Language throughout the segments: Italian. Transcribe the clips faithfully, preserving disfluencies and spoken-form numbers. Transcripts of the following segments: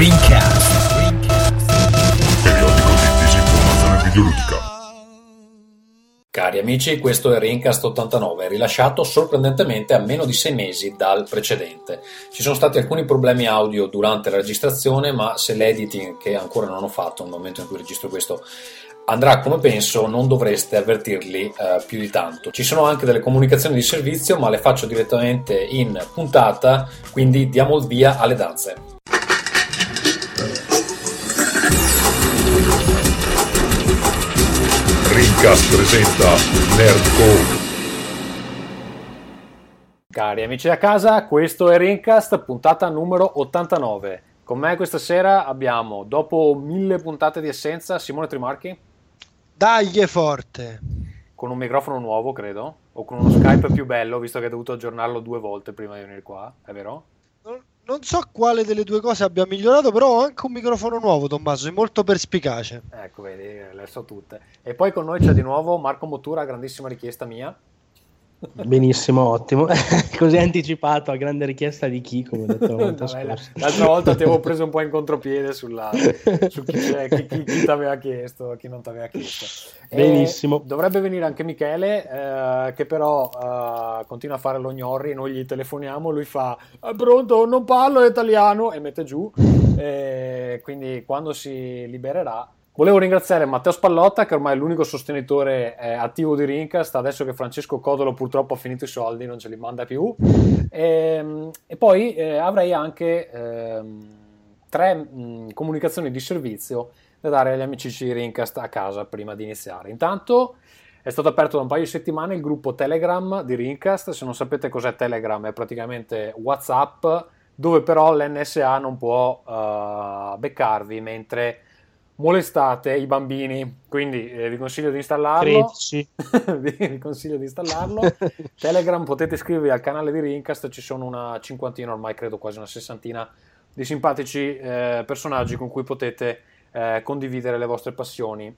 Rincast. Periodico di disinformazione videoludica. Cari amici, questo è Rincast ottantanove, rilasciato sorprendentemente a meno di sei mesi dal precedente. Ci sono stati alcuni problemi audio durante la registrazione, ma se l'editing, che ancora non ho fatto nel momento in cui registro questo, andrà come penso, non dovreste avvertirli eh, più di tanto. Ci sono anche delle comunicazioni di servizio, ma le faccio direttamente in puntata, quindi diamo il via alle danze. Rincast presenta Nerdcore. Cari amici da casa, questo è Rincast, puntata numero ottantanove. Con me questa sera abbiamo, dopo mille puntate di Essenza, Simone Trimarchi. Dai, è forte. Con un microfono nuovo, credo, o con uno Skype più bello, visto che hai dovuto aggiornarlo due volte prima di venire qua, è vero? Non, non so quale delle due cose abbia migliorato, però ho anche un microfono nuovo, Tommaso, è molto perspicace. Ecco, vedi, le so tutte. E poi con noi c'è di nuovo Marco Mottura, grandissima richiesta mia. Benissimo, ottimo. Così anticipato, a grande richiesta di chi, come ho detto la volta scorsa. L'altra volta ti avevo preso un po' in contropiede sulla, su chi, c'è, chi, chi, chi ti aveva chiesto, chi non ti aveva chiesto. Benissimo. E dovrebbe venire anche Michele, eh, che però eh, continua a fare lo gnorri, noi gli telefoniamo, lui fa "È pronto, non parlo italiano" e mette giù. E quindi quando si libererà. Volevo ringraziare Matteo Spallotta, che ormai è l'unico sostenitore eh, attivo di Rincast, adesso che Francesco Codolo purtroppo ha finito i soldi, non ce li manda più. E, e poi eh, avrei anche eh, tre mh, comunicazioni di servizio da dare agli amici di Rincast a casa prima di iniziare. Intanto è stato aperto da un paio di settimane il gruppo Telegram di Rincast. Se non sapete cos'è Telegram, è praticamente WhatsApp, dove però l'N S A non può uh, beccarvi mentre molestate i bambini, quindi eh, vi consiglio di installarlo. vi consiglio di installarlo. Telegram, potete iscrivervi al canale di Rincast, ci sono una cinquantina, ormai credo quasi una sessantina di simpatici eh, personaggi con cui potete eh, condividere le vostre passioni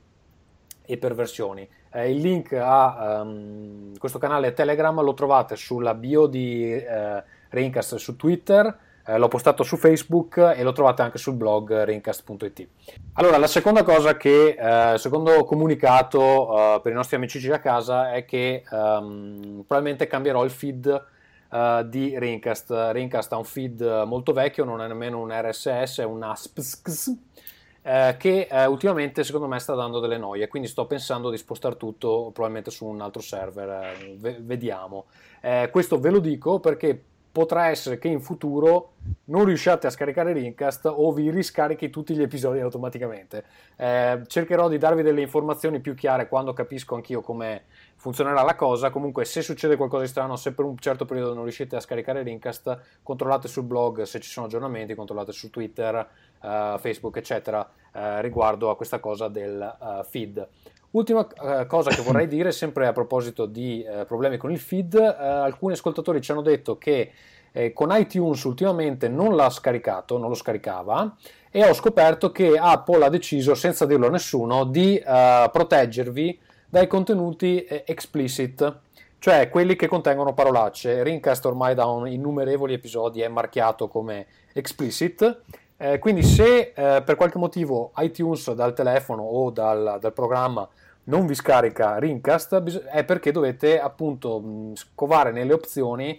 e perversioni. Eh, il link a um, questo canale Telegram lo trovate sulla bio di eh, Rincast su Twitter. Eh, l'ho postato su Facebook e lo trovate anche sul blog rincast punto it. Allora, la seconda cosa che, eh, secondo comunicato eh, per i nostri amici da casa, è che ehm, probabilmente cambierò il feed eh, di Rincast. Rincast ha un feed molto vecchio, non è nemmeno un R S S, è un A S P S C S, eh, che eh, ultimamente secondo me sta dando delle noie, quindi sto pensando di spostare tutto probabilmente su un altro server, eh, v- vediamo. Eh, questo ve lo dico perché potrà essere che in futuro non riusciate a scaricare Rincast o vi riscarichi tutti gli episodi automaticamente. Eh, cercherò di darvi delle informazioni più chiare quando capisco anch'io come funzionerà la cosa. Comunque, se succede qualcosa di strano, se per un certo periodo non riuscite a scaricare Rincast, controllate sul blog se ci sono aggiornamenti, controllate su Twitter, eh, Facebook, eccetera, eh, riguardo a questa cosa del uh, feed. Ultima eh, cosa che vorrei dire, sempre a proposito di eh, problemi con il feed, eh, alcuni ascoltatori ci hanno detto che eh, con iTunes ultimamente non l'ha scaricato, non lo scaricava, e ho scoperto che Apple ha deciso, senza dirlo a nessuno, di eh, proteggervi dai contenuti eh, explicit, cioè quelli che contengono parolacce. Rincast ormai da un, innumerevoli episodi è marchiato come explicit. Eh, quindi se eh, per qualche motivo iTunes dal telefono o dal, dal programma non vi scarica Rincast, è perché dovete appunto scovare nelle opzioni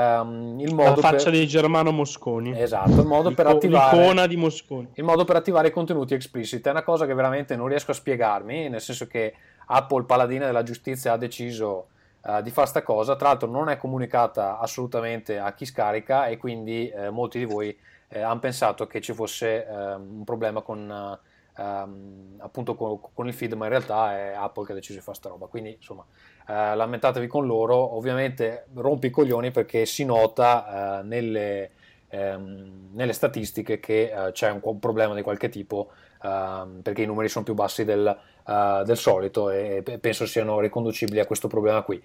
um, il modo la faccia per... di Germano Mosconi. Esatto, il modo L'ico- per attivare l'icona di Mosconi. il modo per attivare i contenuti explicit. È una cosa che veramente non riesco a spiegarmi, nel senso che Apple, paladina della giustizia, ha deciso uh, di fare sta cosa. Tra l'altro non è comunicata assolutamente a chi scarica e quindi eh, molti di voi eh, hanno pensato che ci fosse eh, un problema con uh, Um, appunto con, con il feed, ma in realtà è Apple che ha deciso di fare sta roba, quindi insomma uh, lamentatevi con loro. Ovviamente rompi i coglioni perché si nota uh, nelle, um, nelle statistiche che uh, c'è un, un problema di qualche tipo, uh, perché i numeri sono più bassi del, uh, del solito e penso siano riconducibili a questo problema qui.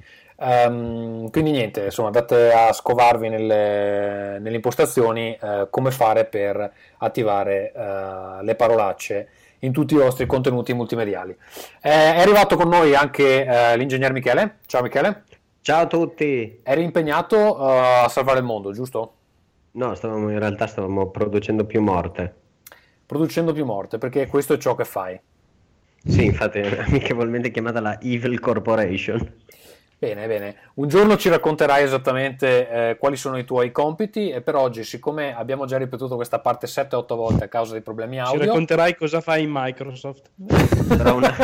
Um, quindi niente, insomma, andate a scovarvi nelle, nelle impostazioni uh, come fare per attivare uh, le parolacce in tutti i vostri contenuti multimediali. Eh, è arrivato con noi anche eh, l'ingegner Michele. Ciao Michele. Ciao a tutti. Eri impegnato uh, a salvare il mondo, giusto? No, stavamo in realtà stavamo producendo più morte. producendo più morte, perché questo è ciò che fai. Sì, infatti è amichevolmente chiamata la Evil Corporation. Bene, bene. Un giorno ci racconterai esattamente eh, quali sono i tuoi compiti, e per oggi, siccome abbiamo già ripetuto questa parte sette otto volte a causa dei problemi audio, ci racconterai cosa fai in Microsoft. Sarà una...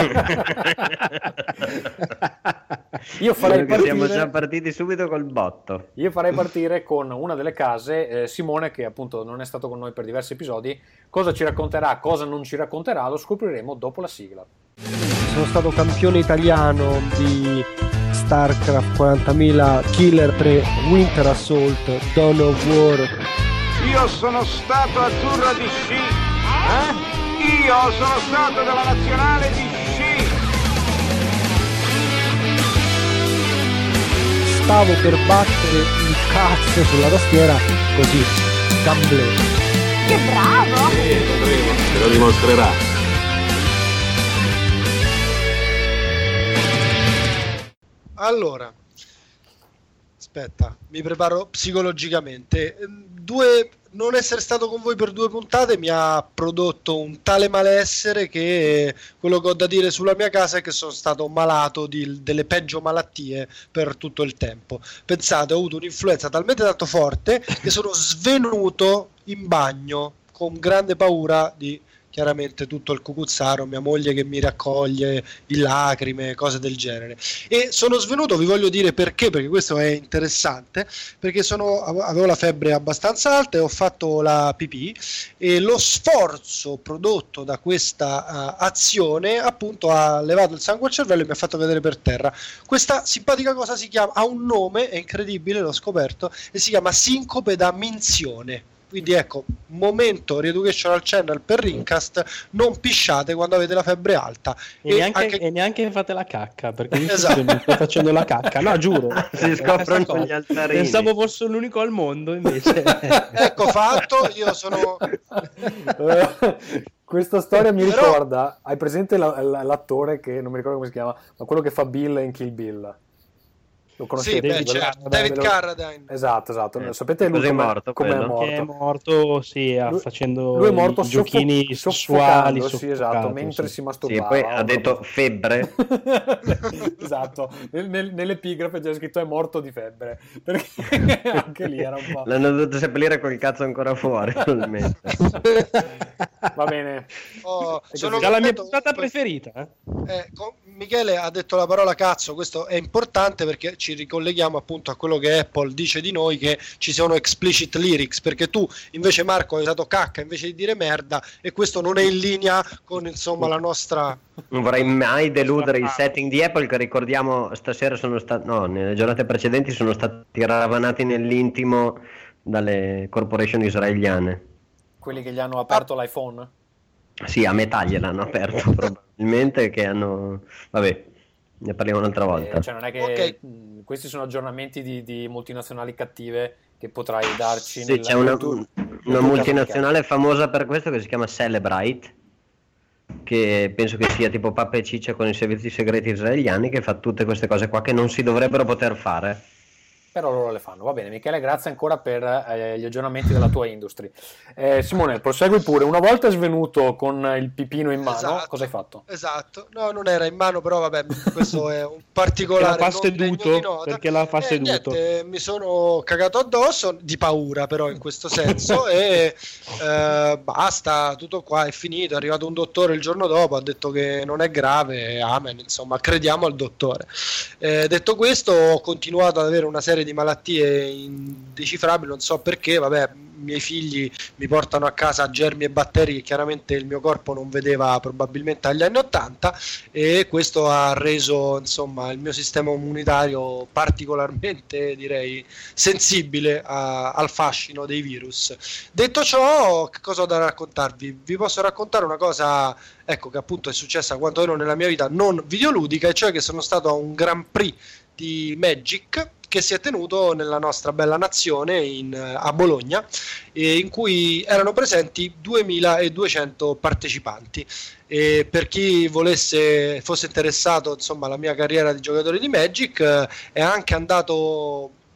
Io farei partire... Siamo già partiti subito col botto. Io farei partire con una delle case, eh, Simone, che appunto non è stato con noi per diversi episodi. Cosa ci racconterà, cosa non ci racconterà, lo scopriremo dopo la sigla. Sono stato campione italiano di StarCraft quarantamila, Killer tre, Winter Assault, Dawn of War. Io sono stato azzurro di sci. Eh? Io sono stato della nazionale di sci. Stavo per battere il cazzo sulla tastiera, così, gamble. Che bravo! Sì, Rodrigo, te lo dimostrerà. Allora, aspetta, mi preparo psicologicamente. Due, non essere stato con voi per due puntate mi ha prodotto un tale malessere che quello che ho da dire sulla mia casa è che sono stato malato di, delle peggio malattie per tutto il tempo. Pensate, ho avuto un'influenza talmente tanto forte che sono svenuto in bagno con grande paura di... chiaramente tutto il cucuzzaro, mia moglie che mi raccoglie in lacrime, cose del genere. E sono svenuto, vi voglio dire perché, perché questo è interessante, perché sono, avevo la febbre abbastanza alta e ho fatto la pipì, e lo sforzo prodotto da questa uh, azione appunto ha levato il sangue al cervello e mi ha fatto cadere per terra. Questa simpatica cosa si chiama, ha un nome, è incredibile, l'ho scoperto, e si chiama sincope da minzione. Quindi ecco, momento Reeducational Channel per Rincast, non pisciate quando avete la febbre alta. E, e, neanche, anche... e neanche fate la cacca, perché io esatto. sto facendo la cacca, no giuro. Si scoprono gli altarini. Pensavo fosse l'unico al mondo, invece. Ecco fatto, io sono... Questa storia mi Però... ricorda, hai presente la, la, l'attore che non mi ricordo come si chiama, ma quello che fa Bill in Kill Bill? Lo conoscete? Sì, beh, certo. David lo... Carradine. Esatto, esatto. Eh, Sapete lui è morto? Come è morto? Che è morto, sì, lui, facendo lui è morto i giochini soffo- sessuali. Sì, esatto, mentre sì. si masturbava. Sì, poi ha detto febbre. Esatto, nel, nel, nell'epigrafe c'è scritto è morto di febbre, perché anche lì era un po'... L'hanno dovuto seppellire col cazzo ancora fuori, probabilmente. Va bene. Oh, sono già la mia contento, puntata poi... preferita. Eh? Eh, con... Michele ha detto la parola cazzo, questo è importante perché ci ricolleghiamo appunto a quello che Apple dice di noi, che ci sono explicit lyrics, perché tu invece Marco hai usato cacca invece di dire merda, e questo non è in linea con insomma la nostra... Non vorrei mai deludere il setting di Apple, che ricordiamo stasera sono stati, no, nelle giornate precedenti sono stati ravanati nell'intimo dalle corporation israeliane. Quelli che gli hanno aperto ah. l'iPhone? Sì, a metà gliel'hanno aperto probabilmente, che hanno... Vabbè, ne parliamo un'altra volta. Eh, cioè non è che okay. mh, questi sono aggiornamenti di, di multinazionali cattive che potrai darci. Sì, nel, c'è una, tu, una multinazionale famosa per questo che si chiama Celebrite, che penso che sia tipo pappa e ciccia con i servizi segreti israeliani, che fa tutte queste cose qua che non si dovrebbero poter fare. Però loro le fanno. Va bene, Michele, grazie ancora per eh, gli aggiornamenti della tua industry. Eh, Simone, prosegui pure. Una volta svenuto con il pipino in mano, esatto, cosa hai fatto? Esatto, no, non era in mano, però vabbè, questo è un particolare. La fa seduto, perché la fa eh, seduto. Niente, mi sono cagato addosso, di paura però in questo senso, e eh, basta, tutto qua, è finito. È arrivato un dottore il giorno dopo, ha detto che non è grave, amen, insomma, crediamo al dottore. Eh, detto questo, ho continuato ad avere una serie di malattie indecifrabili, non so perché, vabbè, i miei figli mi portano a casa germi e batteri che chiaramente il mio corpo non vedeva probabilmente agli anni ottanta, e questo ha reso insomma il mio sistema immunitario particolarmente, direi, sensibile a, al fascino dei virus. Detto ciò, che cosa ho da raccontarvi? Vi posso raccontare una cosa, ecco, che appunto è successa quantomeno nella mia vita non videoludica, e cioè che sono stato a un Grand Prix di Magic che si è tenuto nella nostra bella nazione in, a Bologna, e in cui erano presenti duemiladuecento partecipanti. E per chi volesse, fosse interessato insomma alla mia carriera di giocatore di Magic, eh, è anche andato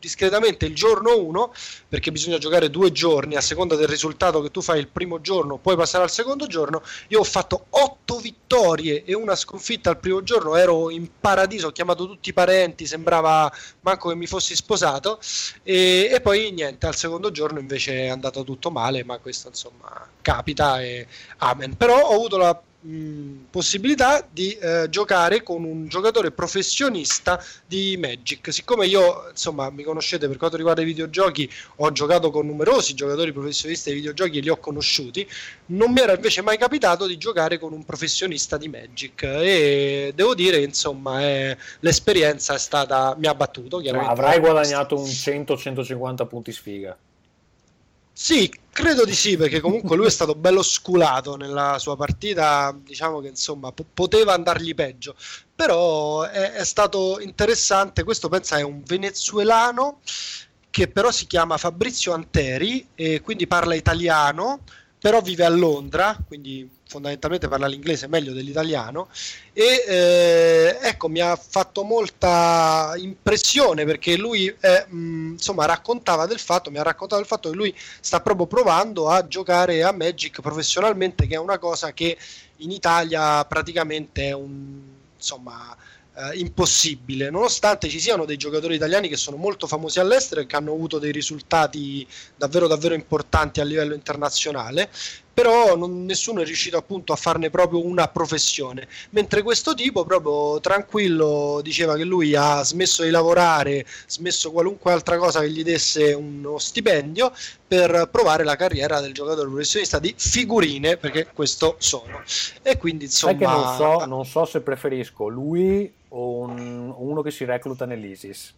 discretamente il giorno uno, perché bisogna giocare due giorni a seconda del risultato che tu fai il primo giorno, poi passare al secondo giorno. Io ho fatto otto vittorie e una sconfitta al primo giorno, ero in paradiso, ho chiamato tutti i parenti, sembrava manco che mi fossi sposato, e, e poi niente, al secondo giorno invece è andato tutto male, ma questo insomma capita e amen. Però ho avuto la mh, possibilità di eh, giocare con un giocatore professionista di Magic. Siccome io, insomma, mi conoscete per quanto riguarda i videogiochi, ho giocato con numerosi giocatori professionisti dei videogiochi e li ho conosciuti, non mi era invece mai capitato di giocare con un professionista di Magic, e devo dire, insomma, eh, l'esperienza è stata, mi ha battuto, chiaramente. Avrai guadagnato un cento centocinquanta punti sfiga. Sì, credo di sì, perché comunque lui è stato bello sculato nella sua partita, diciamo che insomma po- poteva andargli peggio, però è, è stato interessante. Questo pensa è un venezuelano che però si chiama Fabrizio Anteri e quindi parla italiano, però vive a Londra, quindi fondamentalmente parla l'inglese meglio dell'italiano, e eh, ecco, mi ha fatto molta impressione perché lui eh, mh, insomma raccontava del fatto, mi ha raccontato del fatto che lui sta proprio provando a giocare a Magic professionalmente, che è una cosa che in Italia praticamente è un, insomma, eh, impossibile, nonostante ci siano dei giocatori italiani che sono molto famosi all'estero e che hanno avuto dei risultati davvero davvero importanti a livello internazionale, però non, nessuno è riuscito appunto a farne proprio una professione, mentre questo tipo proprio tranquillo diceva che lui ha smesso di lavorare, smesso qualunque altra cosa che gli desse uno stipendio per provare la carriera del giocatore professionista di figurine, perché questo sono, e quindi insomma... Sai che non so, non so se preferisco lui o un, uno che si recluta nell'ISIS.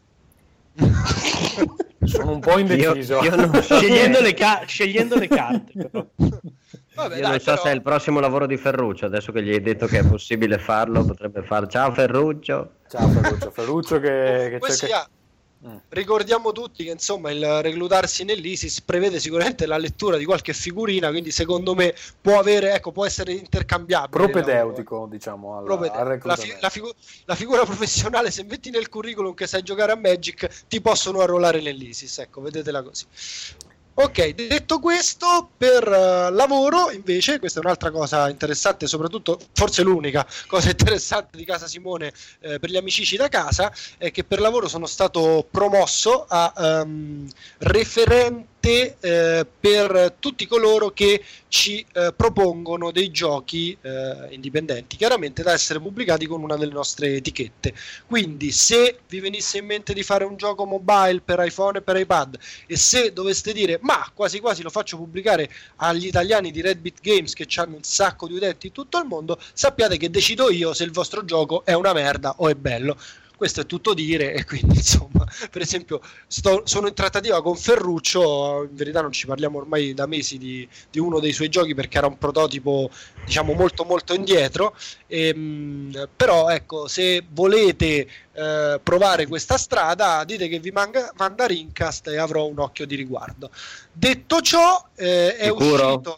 Sono un po' indeciso. Io, io non so scegliendo, se... le ca- scegliendo le carte però. Vabbè, io dai, non so però... se è il prossimo lavoro di Ferruccio, adesso che gli hai detto che è possibile farlo, potrebbe fare. Ciao Ferruccio. Ciao Ferruccio, Ferruccio che, che Poi cerca... sia, ricordiamo tutti che insomma il reclutarsi nell'ISIS prevede sicuramente la lettura di qualche figurina, quindi secondo me può avere, ecco, può essere intercambiabile. Propedeutico, diciamo, al, Propedeutico. al La, fi- la, figu- la figura professionale, se metti nel curriculum che sai giocare a Magic, ti possono arruolare nell'ISIS, ecco, vedetela così. Ok, detto questo, per uh, lavoro invece, questa è un'altra cosa interessante, soprattutto forse l'unica cosa interessante di Casa Simone eh, per gli amici da casa, è che per lavoro sono stato promosso a um, referente eh, per tutti coloro che ci eh, propongono dei giochi eh, indipendenti, chiaramente da essere pubblicati con una delle nostre etichette. Quindi se vi venisse in mente di fare un gioco mobile per iPhone e per iPad, e se doveste dire ma quasi quasi lo faccio pubblicare agli italiani di Red Beat Games che hanno un sacco di utenti in tutto il mondo, sappiate che decido io se il vostro gioco è una merda o è bello. Questo è tutto dire, e quindi insomma, per esempio sto, sono in trattativa con Ferruccio, in verità non ci parliamo ormai da mesi di, di uno dei suoi giochi perché era un prototipo diciamo molto molto indietro, e, mh, però ecco, se volete eh, provare questa strada dite che vi manga, manda Rincast e avrò un occhio di riguardo. Detto ciò eh, è Sicuro? uscito...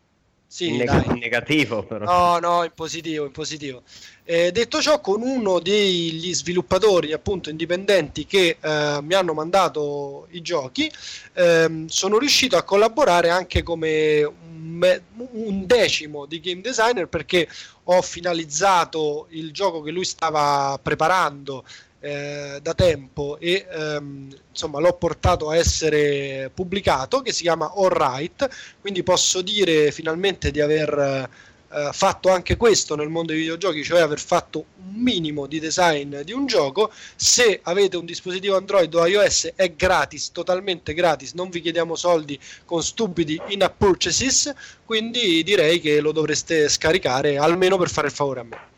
Sì, in, neg- dai. in negativo però. No, no, in positivo, in positivo. Eh, detto ciò, con uno degli sviluppatori appunto indipendenti che eh, mi hanno mandato i giochi, ehm, sono riuscito a collaborare anche come un, me- un decimo di game designer, perché ho finalizzato il gioco che lui stava preparando Eh, da tempo e ehm, insomma l'ho portato a essere pubblicato, che si chiama All Right, quindi posso dire finalmente di aver eh, fatto anche questo nel mondo dei videogiochi, cioè aver fatto un minimo di design di un gioco. Se avete un dispositivo Android o iOS è gratis, totalmente gratis, non vi chiediamo soldi con stupidi in-app purchases, quindi direi che lo dovreste scaricare almeno per fare il favore a me.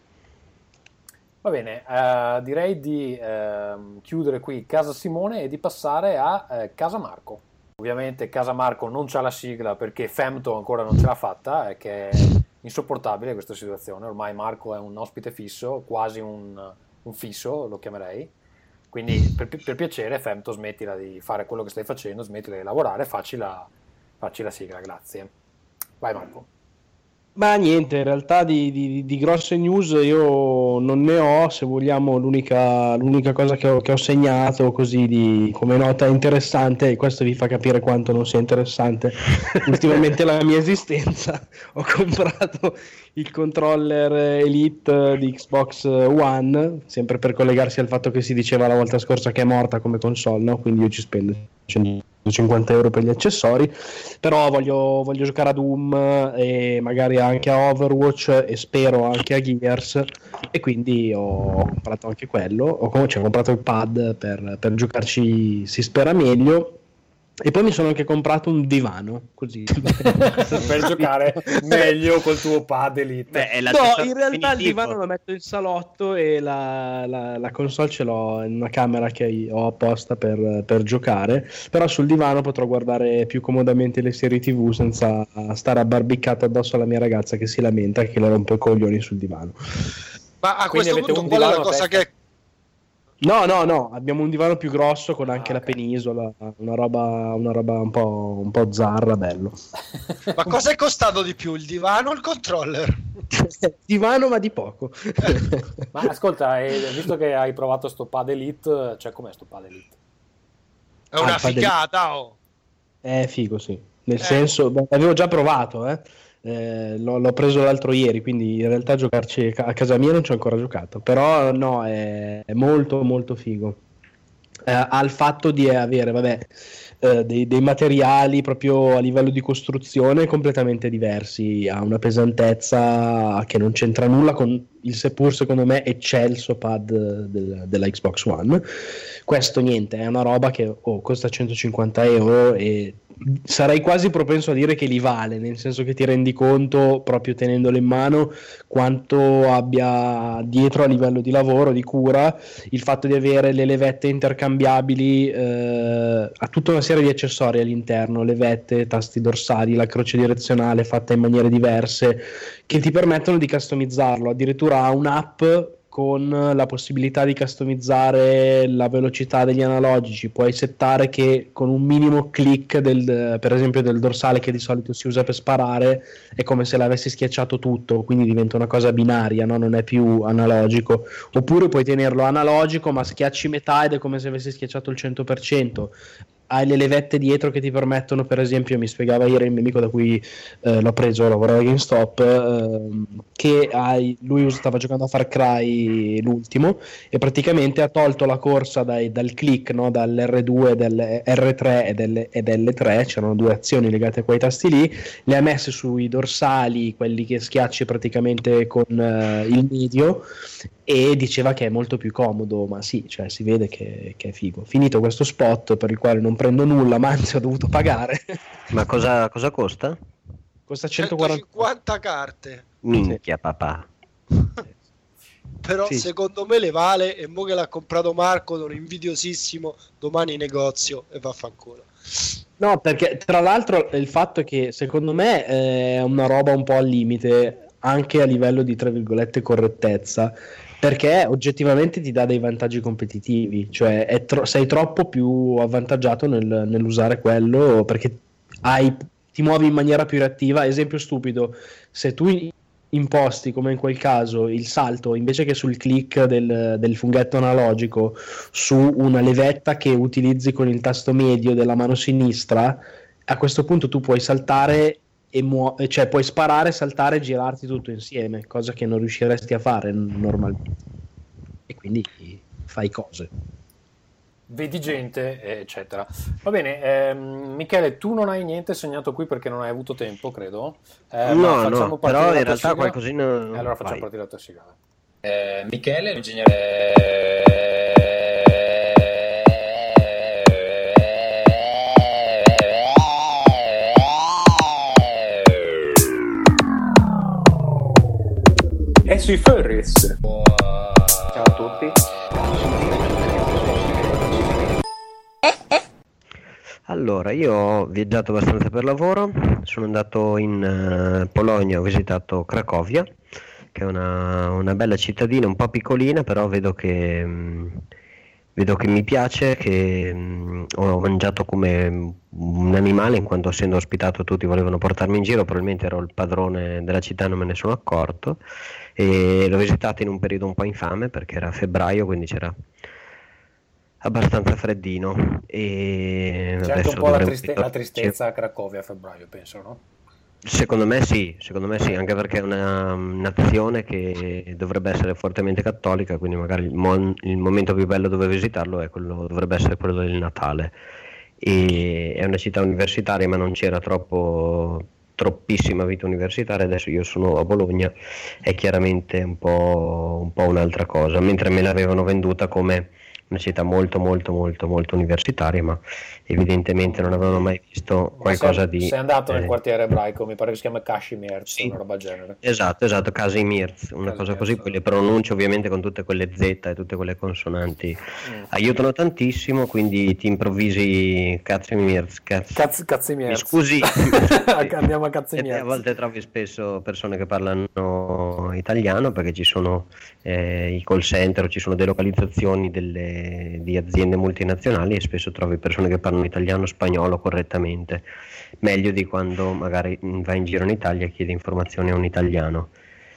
Va bene, eh, direi di eh, chiudere qui Casa Simone e di passare a eh, Casa Marco. Ovviamente Casa Marco non c'ha la sigla perché Femto ancora non ce l'ha fatta, è che è insopportabile questa situazione. Ormai Marco è un ospite fisso, quasi un, un fisso lo chiamerei, quindi per, per piacere Femto, smettila di fare quello che stai facendo, smettila di lavorare, facci la, facci la sigla, grazie. Vai Marco. Ma niente, in realtà di, di- di grosse news io non ne ho, se vogliamo l'unica, l'unica cosa che ho, che ho segnato così di, come nota interessante, e questo vi fa capire quanto non sia interessante ultimamente la mia esistenza, ho comprato il controller Elite di Xbox One, sempre per collegarsi al fatto che si diceva la volta scorsa che è morta come console, no? Quindi io ci spendo centocinquanta euro per gli accessori, però voglio, voglio giocare a Doom e magari anche a Overwatch e spero anche a Gears, e quindi ho comprato anche quello, ho, com- cioè, ho comprato il pad per, per giocarci, si spera meglio. E poi mi sono anche comprato un divano, così per giocare meglio col tuo pad Elite. Beh, è la no, testa in realtà il definitivo. divano lo metto in salotto e la, la- la console ce l'ho in una camera che ho apposta per, per giocare, però sul divano potrò guardare più comodamente le serie tivù senza stare abbarbiccato addosso alla mia ragazza che si lamenta che le rompo i coglioni sul divano. Ma a Quindi questo avete punto un qual è la divano a cosa testa? che... No, no, no, abbiamo un divano più grosso con anche Ah, la ok. penisola, una roba, una roba un po', un po' zarra, bello. Ma cosa è costato di più, il divano o il controller? Divano ma di poco. Ma ascolta, eh, visto che hai provato sto pad Elite, cioè com'è sto pad Elite? È una Ah, il padre- figata, oh! È figo, sì. Nel Eh. senso, beh, l'avevo già provato, eh. Eh, l'ho, l'ho preso l'altro ieri, quindi in realtà giocarci a casa mia non ci ho ancora giocato. Però no, è, è molto molto figo. Eh, ha il fatto di avere, vabbè, eh, dei, dei materiali proprio a livello di costruzione completamente diversi. Ha una pesantezza che non c'entra nulla con il seppur secondo me eccelso pad del- della Xbox One. Questo niente, è una roba che oh, costa centocinquanta euro e sarei quasi propenso a dire che li vale, nel senso che ti rendi conto, proprio tenendolo in mano, quanto abbia dietro a livello di lavoro, di cura, il fatto di avere le levette intercambiabili, eh, ha tutta una serie di accessori all'interno, levette, tasti dorsali, la croce direzionale fatta in maniere diverse, che ti permettono di customizzarlo. Addirittura ha un'app con la possibilità di customizzare la velocità degli analogici. Puoi settare che con un minimo click del, per esempio del dorsale che di solito si usa per sparare, è come se l'avessi schiacciato tutto, quindi diventa una cosa binaria, no? Non è più analogico. Oppure puoi tenerlo analogico ma schiacci metà ed è come se avessi schiacciato il cento per cento. Hai le levette dietro che ti permettono, per esempio, mi spiegava ieri il mio amico da cui eh, l'ho preso, lavorava a GameStop, ehm, che hai, lui stava giocando a Far Cry l'ultimo e praticamente ha tolto la corsa dai- dal click, no? Dall'erre due, dell'erre tre e, delle, e delle tre, c'erano due azioni legate a quei tasti lì, le ha messe sui dorsali, quelli che schiacci praticamente con eh, il medio, e diceva che è molto più comodo, ma sì, cioè si vede che, che è figo. Finito questo spot per il quale non prendo nulla, ma anzi ho dovuto pagare, Ma cosa, cosa costa? costa centoquaranta. centocinquanta carte. Minchia papà. Però Sì. secondo me le vale, e mo che l'ha comprato Marco, sono invidiosissimo, domani in negozio e vaffanculo. No, perché tra l'altro il fatto è che secondo me è una roba un po' al limite, anche a livello di tra virgolette correttezza, perché oggettivamente ti dà dei vantaggi competitivi, cioè è tro- sei troppo più avvantaggiato nel- nell'usare quello, perché hai, ti muovi in maniera più reattiva. Esempio stupido, se tu imposti come in quel caso il salto invece che sul click del, del funghetto analogico su una levetta che utilizzi con il tasto medio della mano sinistra, a questo punto tu puoi saltare e muo- cioè puoi sparare, saltare e girarti tutto insieme, cosa che non riusciresti a fare normalmente, e quindi fai cose. Vedi gente, eccetera. Va bene, ehm, Michele, tu non hai niente segnato qui perché non hai avuto tempo, credo. Eh, ma no, facciamo no, partire però la in tua realtà sigla? qualcosina... E allora facciamo vai. partire la tua sigla. Eh, Michele, l'ingegnere. E sui furries. Ciao a tutti. Allora, io ho viaggiato abbastanza per lavoro, sono andato in eh, Polonia, ho visitato Cracovia, che è una, una bella cittadina, un po' piccolina, però vedo che mh, vedo che mi piace, che mh, ho mangiato come un animale, in quanto essendo ospitato tutti volevano portarmi in giro, probabilmente ero il padrone della città, non me ne sono accorto, e l'ho visitato in un periodo un po' infame perché era febbraio, quindi c'era abbastanza freddino e C'è anche adesso un po' la, dovremo triste- la tristezza a Cracovia a febbraio, penso, no? Secondo me sì, secondo me sì, anche perché è una nazione che dovrebbe essere fortemente cattolica, quindi magari il, mon- il momento più bello dove visitarlo è quello, dovrebbe essere quello del Natale. E è una città universitaria, ma non c'era troppo, troppissima vita universitaria. Adesso io sono a Bologna, è chiaramente un po', un po' un'altra cosa, mentre me l'avevano venduta come una città molto molto molto molto universitaria, ma evidentemente non avevano mai visto qualcosa sei, di... sei andato nel eh, quartiere ebraico, mi pare che si chiama Kashmir, sì. una roba del genere. Esatto, esatto, Kazimierz, una Kazimierz. cosa così, poi le pronunce ovviamente con tutte quelle Z e tutte quelle consonanti Mm. aiutano tantissimo, quindi ti improvvisi Kazimierz, Kaz... Cazz- Kazimierz. Mi scusi. Andiamo a E Kazimierz. a volte trovi spesso persone che parlano italiano perché ci sono eh, i call center, ci sono delocalizzazioni delle, di aziende multinazionali e spesso trovi persone che parlano italiano, spagnolo correttamente, meglio di quando magari vai in giro in Italia e chiedi informazioni a un italiano.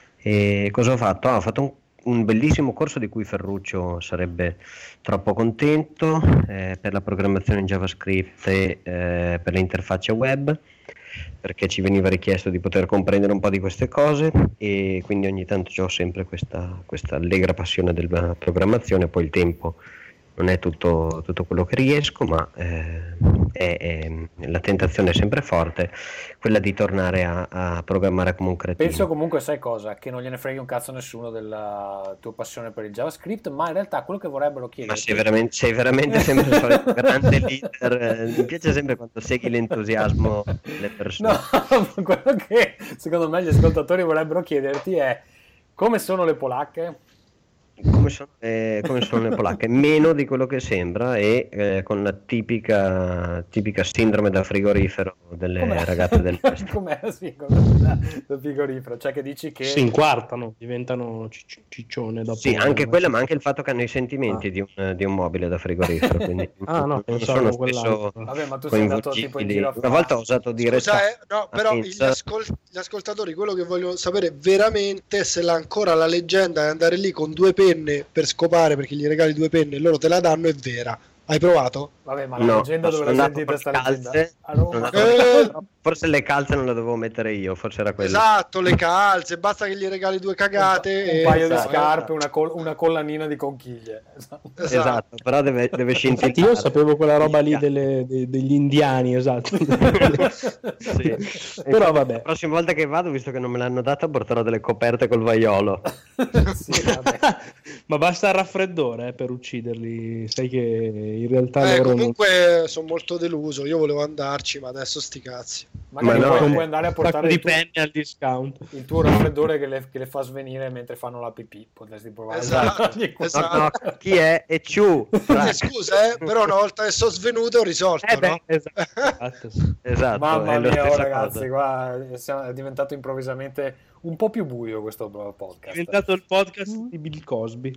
E cosa ho fatto? Ah, ho fatto un, un bellissimo corso di cui Ferruccio sarebbe troppo contento, eh, per la programmazione in JavaScript e eh, per le interfacce web, perché ci veniva richiesto di poter comprendere un po' di queste cose e quindi ogni tanto ho sempre questa, questa allegra passione della programmazione. Poi il tempo non è tutto, tutto quello che riesco, ma eh, è, è, la tentazione è sempre forte, quella di tornare a, a programmare come un cretino. Penso comunque, sai cosa? Che non gliene freghi un cazzo a nessuno della tua passione per il JavaScript, ma in realtà quello che vorrebbero Ma chiedere... sei veramente, sei veramente sempre il solito grande leader. eh, Mi piace sempre quando segui l'entusiasmo delle persone. No, quello che secondo me gli ascoltatori vorrebbero chiederti è come sono le polacche? Come sono, le, come sono le polacche? Meno di quello che sembra e eh, con la tipica, tipica sindrome da frigorifero delle Com'è? ragazze dell'est. Com'è la sindrome da, da frigorifero? Cioè che dici che... Si inquartano, diventano cic- ciccione dopo. Sì, anche quella, ma anche il fatto che hanno i sentimenti Ah. di, un, di un mobile da frigorifero. Quindi Ah, no, non pensavo sono spesso quell'altro. Vabbè, ma tu sei andato tipo in coinvolgibili. giro a Una volta ho osato dire Scusa, ciao eh, no, a però gli, Pizza. ascol- gli ascoltatori, quello che vogliono sapere veramente è se l'ha ancora la leggenda di andare lì con due penne per scopare perché gli regali due penne e loro te la danno è vera. Hai provato? Vabbè, ma la No, leggenda dove sono la andato sentite con sta le leggenda? calze, A Roma? sono andato Eh. con le calze. Forse le calze non le dovevo mettere io, forse era quello. Esatto, le calze, basta che gli regali due cagate. Un e- paio di esatto, scarpe, una, col- una collanina di conchiglie. Esatto. Esatto, però deve, deve Infatti scintillare. io sapevo quella roba lì delle- de- degli indiani, esatto. Sì. Però vabbè. La prossima volta che vado, visto che non me l'hanno data, porterò delle coperte col vaiolo. Sì, vabbè. Ma basta il raffreddore eh, per ucciderli. Sai che in realtà Eh, loro non- comunque sono molto deluso. Io volevo andarci, ma adesso sti cazzi. Magari Ma no, puoi, com- puoi andare a un sacco portare di il tuo, penne al discount. il tuo raffreddore che le, che le fa svenire mentre fanno la pipì. Potresti provare. Esatto, Ogni- esatto. Knock, knock. Chi è? E ciu. Eh, scusa, eh, però una volta che sono svenuto ho risolto, Eh beh, no? esatto. Esatto, Mamma è la mia, oh, stessa ragazzi, cosa. qua siamo- è diventato improvvisamente un po' più buio questo È podcast. diventato il podcast di Bill Cosby.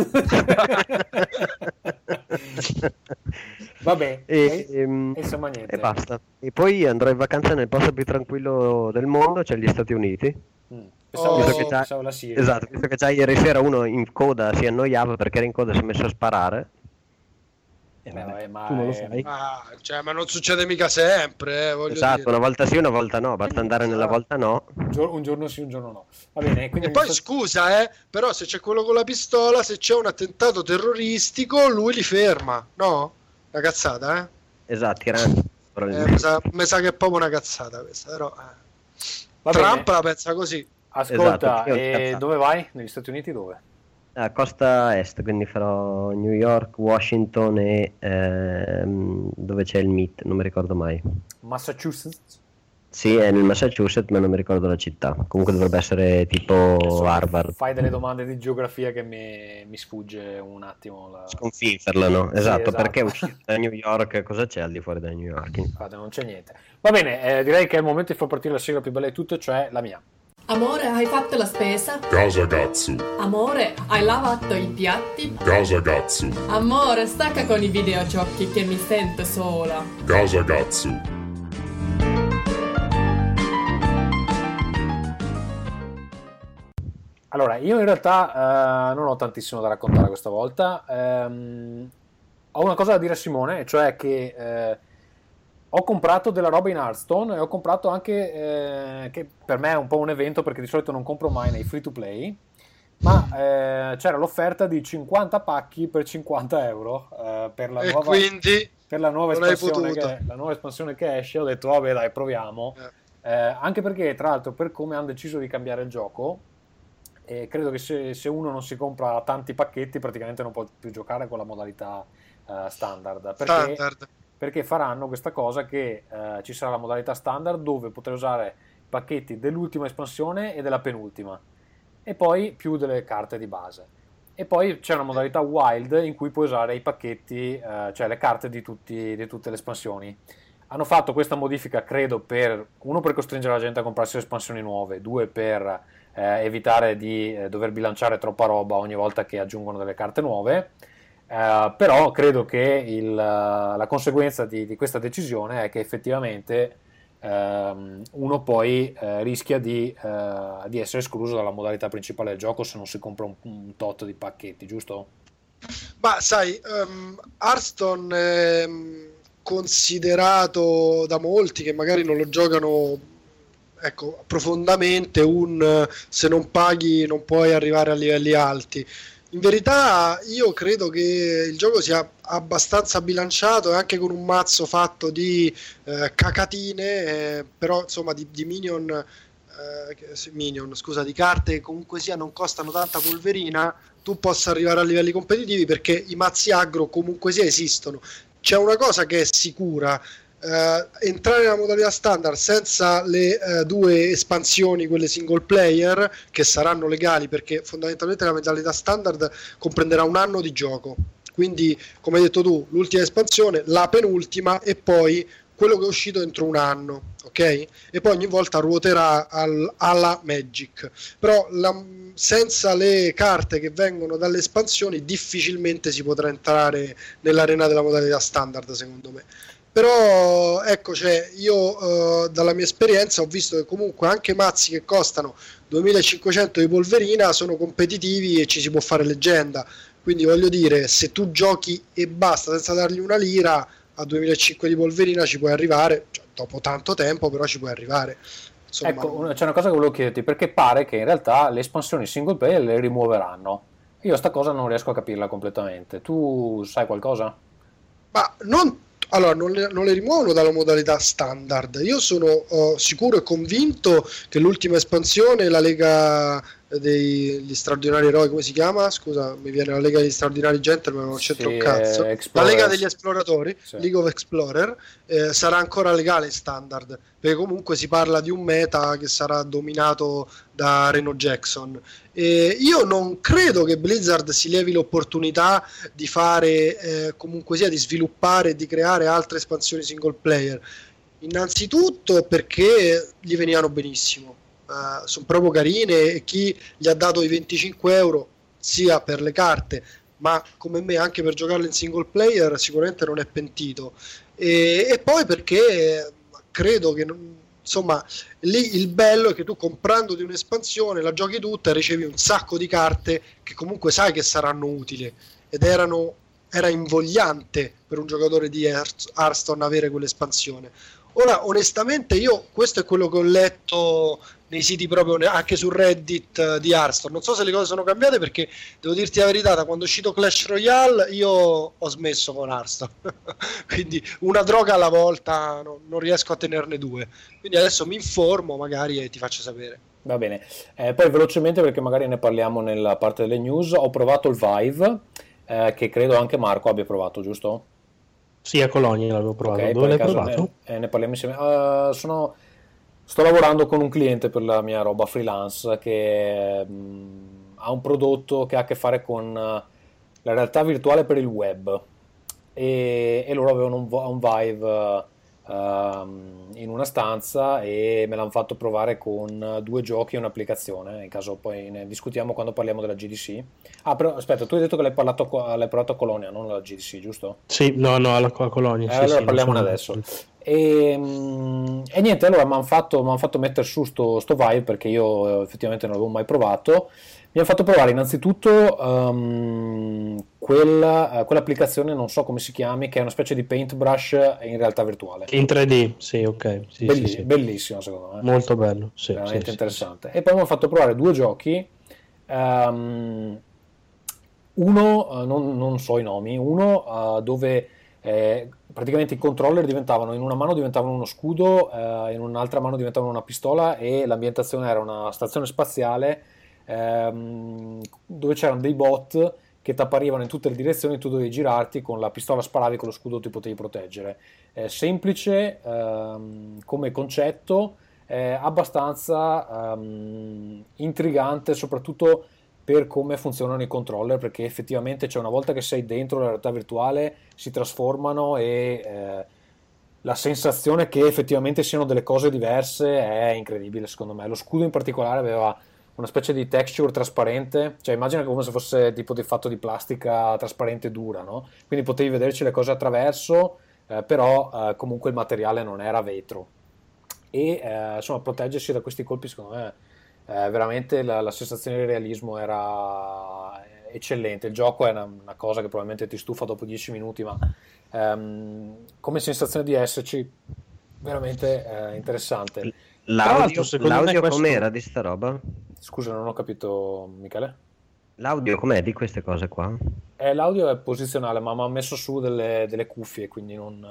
Vabbè, E, e, ehm, e insomma niente. e basta. E poi andrò in vacanza nel posto più tranquillo del mondo, cioè gli Stati Uniti. Mm. Pensavo, Oh. la, Visto che già- pensavo la Siria. Esatto, visto che già ieri sera uno in coda si annoiava perché era in coda e si è messo a sparare. Eh, Vabbè, vabbè, ma tu non lo è- sai. Ah, cioè, ma non succede mica sempre, eh, voglio Esatto, dire. una volta sì, una volta no, basta andare nella volta no. Un giorno, un giorno sì, un giorno no. Va bene, quindi E poi mi sto- scusa, eh, però se c'è quello con la pistola, se c'è un attentato terroristico, lui li ferma, no? Una cazzata, eh? Esatto, tirando. Eh, mi, sa, mi sa che è proprio una cazzata questa, però eh. va Trump bene. la pensa così. Ascolta, Esatto, io ho e incazzato. dove vai? Negli Stati Uniti dove? Ah, costa est, quindi farò New York, Washington e ehm, dove c'è il M I T, non mi ricordo mai. Massachusetts? Sì, è nel Massachusetts, ma non mi ricordo la città. Comunque dovrebbe essere tipo Adesso Harvard. Fai delle domande di geografia che mi, mi sfugge un attimo. La... Sconfiggerla, no? Sì, Esatto, esatto. perché uscire da New York, cosa c'è al di fuori da New York? Guarda, non c'è niente. Va bene, eh, direi che è il momento di far partire la sigla più bella di tutte, cioè la mia. Amore, hai fatto la spesa? Casa Gatsu. Amore, hai lavato i piatti? Casa Gatsu. Amore, stacca con i videogiochi che mi sento sola. Casa Gatsu. Allora, io in realtà eh, non ho tantissimo da raccontare questa volta. Ehm, ho una cosa da dire a Simone, cioè che eh, ho comprato della roba in Hearthstone e ho comprato anche, eh, che per me è un po' un evento perché di solito non compro mai nei free to play, ma eh, c'era l'offerta di cinquanta pacchi per cinquanta euro eh, per, la e nuova, quindi per la nuova non hai espansione potuto. che, la nuova espansione che esce. Ho detto vabbè dai, proviamo. Eh. Eh, anche perché tra l'altro per come hanno deciso di cambiare il gioco, eh, credo che se, se uno non si compra tanti pacchetti praticamente non può più giocare con la modalità eh, standard, perché, Standard. perché faranno questa cosa che eh, ci sarà la modalità standard dove potrai usare pacchetti dell'ultima espansione e della penultima e poi più delle carte di base, e poi c'è una modalità wild in cui puoi usare i pacchetti, eh, cioè le carte di, tutti, di tutte le espansioni. Hanno fatto questa modifica credo per uno per costringere la gente a comprarsi le espansioni nuove, due per eh, evitare di eh, dover bilanciare troppa roba ogni volta che aggiungono delle carte nuove. Uh, però credo che il, uh, la conseguenza di, di questa decisione è che effettivamente uh, uno poi uh, rischia di, uh, di essere escluso dalla modalità principale del gioco se non si compra un, un tot di pacchetti, giusto? Ma sai, um, Hearthstone è considerato da molti che magari non lo giocano, ecco, profondamente un se non paghi non puoi arrivare a livelli alti. In verità io credo che il gioco sia abbastanza bilanciato e anche con un mazzo fatto di eh, cacatine, eh, però insomma di, di minion, eh, minion, scusa, di carte che comunque sia non costano tanta polverina, tu possa arrivare a livelli competitivi perché i mazzi aggro comunque sia esistono. C'è una cosa che è sicura. Uh, entrare nella modalità standard senza le uh, due espansioni, quelle single player, che saranno legali perché fondamentalmente la modalità standard comprenderà un anno di gioco, quindi come hai detto tu l'ultima espansione, la penultima e poi quello che è uscito entro un anno, ok? E poi ogni volta ruoterà al, alla Magic, però la, senza le carte che vengono dalle espansioni difficilmente si potrà entrare nell'arena della modalità standard, secondo me. Però ecco, cioè, io uh, dalla mia esperienza ho visto che comunque anche mazzi che costano duemilacinquecento di polverina sono competitivi e ci si può fare leggenda, quindi voglio dire, se tu giochi e basta senza dargli una lira a duemilacinquecento di polverina ci puoi arrivare, cioè, dopo tanto tempo però ci puoi arrivare. Insomma, ecco, c'è una cosa che volevo chiederti, perché pare che in realtà le espansioni single player le rimuoveranno. Io sta cosa non riesco a capirla completamente, tu sai qualcosa? Ma non Allora, non le, non le rimuovono dalla modalità standard. Io sono uh, sicuro e convinto che l'ultima espansione, la Lega degli straordinari eroi, come si chiama? Scusa, mi viene la Lega degli straordinari gentleman, non c'entra un cazzo. La Lega degli esploratori, sì. League of Explorer, eh, sarà ancora legale in standard, perché comunque si parla di un meta che sarà dominato da Reno Jackson. Eh, io non credo che Blizzard si levi l'opportunità di fare, eh, comunque sia, di sviluppare e di creare altre espansioni single player. Innanzitutto perché gli venivano benissimo. Uh, sono proprio carine e chi gli ha dato i venticinque euro sia per le carte ma come me anche per giocarle in single player sicuramente non è pentito, e, e poi perché credo che non, insomma lì il bello è che tu comprando di un'espansione la giochi tutta e ricevi un sacco di carte che comunque sai che saranno utili, ed erano era invogliante per un giocatore di Hearthstone avere quell'espansione. Ora, onestamente, io questo è quello che ho letto nei siti proprio anche su Reddit uh, di Hearthstone. Non so se le cose sono cambiate, perché devo dirti la verità, da quando è uscito Clash Royale io ho smesso con Hearthstone. Quindi una droga alla volta, no, non riesco a tenerne due. Quindi adesso mi informo magari e ti faccio sapere. Va bene. Eh, poi velocemente, perché magari ne parliamo nella parte delle news, ho provato il Vive, eh, che credo anche Marco abbia provato, giusto? Sì, a Colonia l'avevo provato. Okay, dove l'hai provato? Ne, eh, ne parliamo insieme. Uh, sono, sto lavorando con un cliente per la mia roba freelance che mh, ha un prodotto che ha a che fare con uh, la realtà virtuale per il web, e, e loro avevano un, un Vive uh, ehm, in una stanza e me l'hanno fatto provare con due giochi e un'applicazione, in caso poi ne discutiamo quando parliamo della G D C. Ah, però aspetta, tu hai detto che l'hai, parlato, l'hai provato a Colonia, non alla G D C, giusto? Sì, no, no, alla Colonia. Eh, sì, allora sì, parliamone sono... adesso. E, e niente, allora mi hanno fatto, m'han fatto mettere su sto, sto Vive, perché io effettivamente non l'avevo mai provato. Mi hanno fatto provare innanzitutto um, quella, uh, quell'applicazione, non so come si chiami, che è una specie di paintbrush in realtà virtuale. In tre D, sì, ok. Sì, Belli- sì, sì. Bellissimo secondo me. Molto bello, sì. Veramente sì, interessante. Sì. E poi mi hanno fatto provare due giochi. Um, uno, uh, non, non so i nomi, uno uh, dove eh, praticamente i controller diventavano, in una mano diventavano uno scudo, uh, in un'altra mano diventavano una pistola, e l'ambientazione era una stazione spaziale um, dove c'erano dei bot che ti apparivano in tutte le direzioni, tu dovevi girarti, con la pistola sparavi, con lo scudo ti potevi proteggere. Eh, semplice um, come concetto, eh, abbastanza um, intrigante, soprattutto per come funzionano i controller, perché effettivamente, cioè, una volta che sei dentro la realtà virtuale si trasformano, e eh, la sensazione che effettivamente siano delle cose diverse è incredibile secondo me. Lo scudo in particolare aveva una specie di texture trasparente, cioè immagina come se fosse tipo di fatto di plastica trasparente dura, no? Quindi potevi vederci le cose attraverso, eh, però eh, comunque il materiale non era vetro, e eh, insomma proteggersi da questi colpi secondo me eh, veramente la, la sensazione di realismo era eccellente. Il gioco è una, una cosa che probabilmente ti stufa dopo dieci minuti, ma ehm, come sensazione di esserci veramente eh, interessante. L'audio, l'audio questo... com'era di sta roba? Scusa, non ho capito, Michele. L'audio com'è di queste cose qua? Eh, l'audio è posizionale, ma mi ha messo su delle, delle cuffie, quindi non,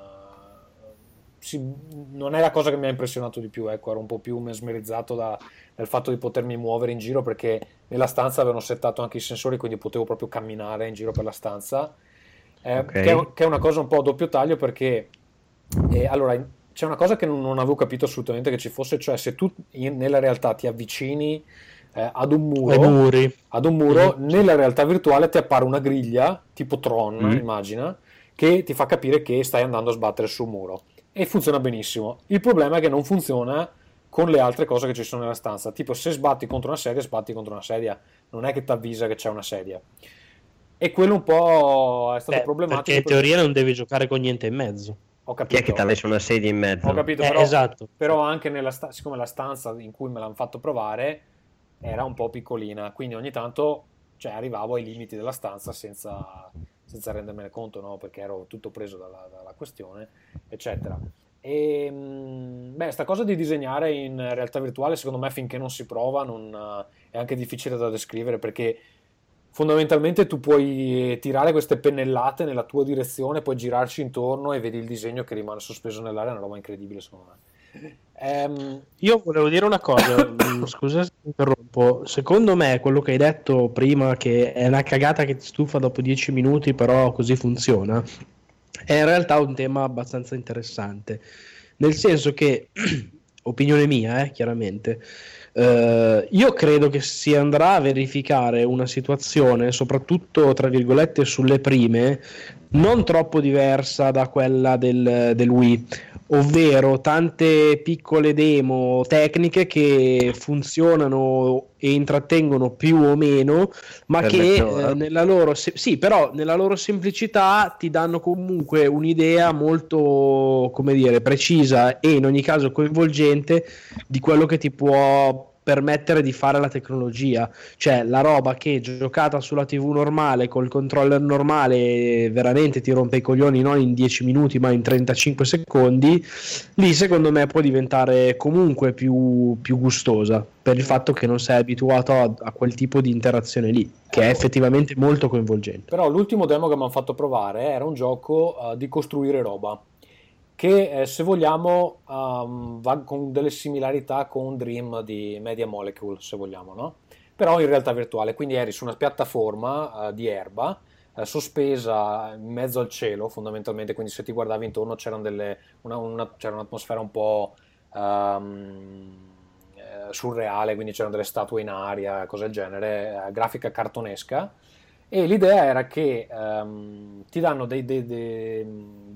uh, sì, non è la cosa che mi ha impressionato di più. Ecco, ero un po' più mesmerizzato da, dal fatto di potermi muovere in giro, perché nella stanza avevano settato anche i sensori, quindi potevo proprio camminare in giro per la stanza, eh, Okay. che, è, che è una cosa un po' a doppio taglio, perché eh, allora c'è una cosa che non, non avevo capito assolutamente che ci fosse, cioè se tu in- nella realtà ti avvicini eh, ad un Ai muro, muri. ad un muro, Mhm. nella realtà virtuale ti appare una griglia tipo Tron, Mm. immagina, che ti fa capire che stai andando a sbattere sul muro, e funziona benissimo. Il problema è che non funziona con le altre cose che ci sono nella stanza, tipo se sbatti contro una sedia, sbatti contro una sedia, non è che ti avvisa che c'è una sedia, e quello un po' è stato Beh, problematico. perché in teoria non devi giocare con niente in mezzo. Ho Chi è capito. che ti ha messo una sedia in mezzo? Ho capito, Eh, però, esatto. però anche nella sta- siccome la stanza in cui me l'hanno fatto provare era un po' piccolina, quindi ogni tanto, cioè, arrivavo ai limiti della stanza senza, senza rendermene conto, no? Perché ero tutto preso dalla, dalla questione, eccetera. E mh, beh, sta cosa di disegnare in realtà virtuale, secondo me, finché non si prova, non, eh, è anche difficile da descrivere, perché fondamentalmente tu puoi tirare queste pennellate nella tua direzione, puoi girarci intorno e vedi il disegno che rimane sospeso nell'aria, è una roba incredibile secondo me. Ehm, Io volevo dire una cosa, mm, scusa se ti interrompo. Secondo me quello che hai detto prima, che è una cagata che ti stufa dopo dieci minuti, però così funziona, è in realtà un tema abbastanza interessante. Nel senso che, opinione mia, eh, chiaramente, eh, io credo che si andrà a verificare una situazione, soprattutto tra virgolette sulle prime, non troppo diversa da quella del, del Wii, ovvero tante piccole demo tecniche che funzionano e intrattengono più o meno, ma Per che mezz'ora. eh, nella loro se- sì, però nella loro semplicità ti danno comunque un'idea molto, come dire, precisa e in ogni caso coinvolgente di quello che ti può permettere di fare la tecnologia. Cioè la roba che giocata sulla tivù normale col controller normale veramente ti rompe i coglioni non in dieci minuti ma in trentacinque secondi, lì secondo me può diventare comunque più, più gustosa, per il fatto che non sei abituato a, a quel tipo di interazione lì, che è effettivamente molto coinvolgente. Però l'ultimo demo che mi hanno fatto provare era un gioco uh, di costruire roba, che eh, se vogliamo um, va con delle similarità con Dream di Media Molecule, se vogliamo, no? Però in realtà virtuale, quindi eri su una piattaforma uh, di erba eh, sospesa in mezzo al cielo fondamentalmente, quindi se ti guardavi intorno c'erano delle, una, una, c'era un'atmosfera un po' um, eh, surreale, quindi c'erano delle statue in aria, cose del genere, eh, grafica cartonesca. E l'idea era che um, ti danno dei, dei, dei,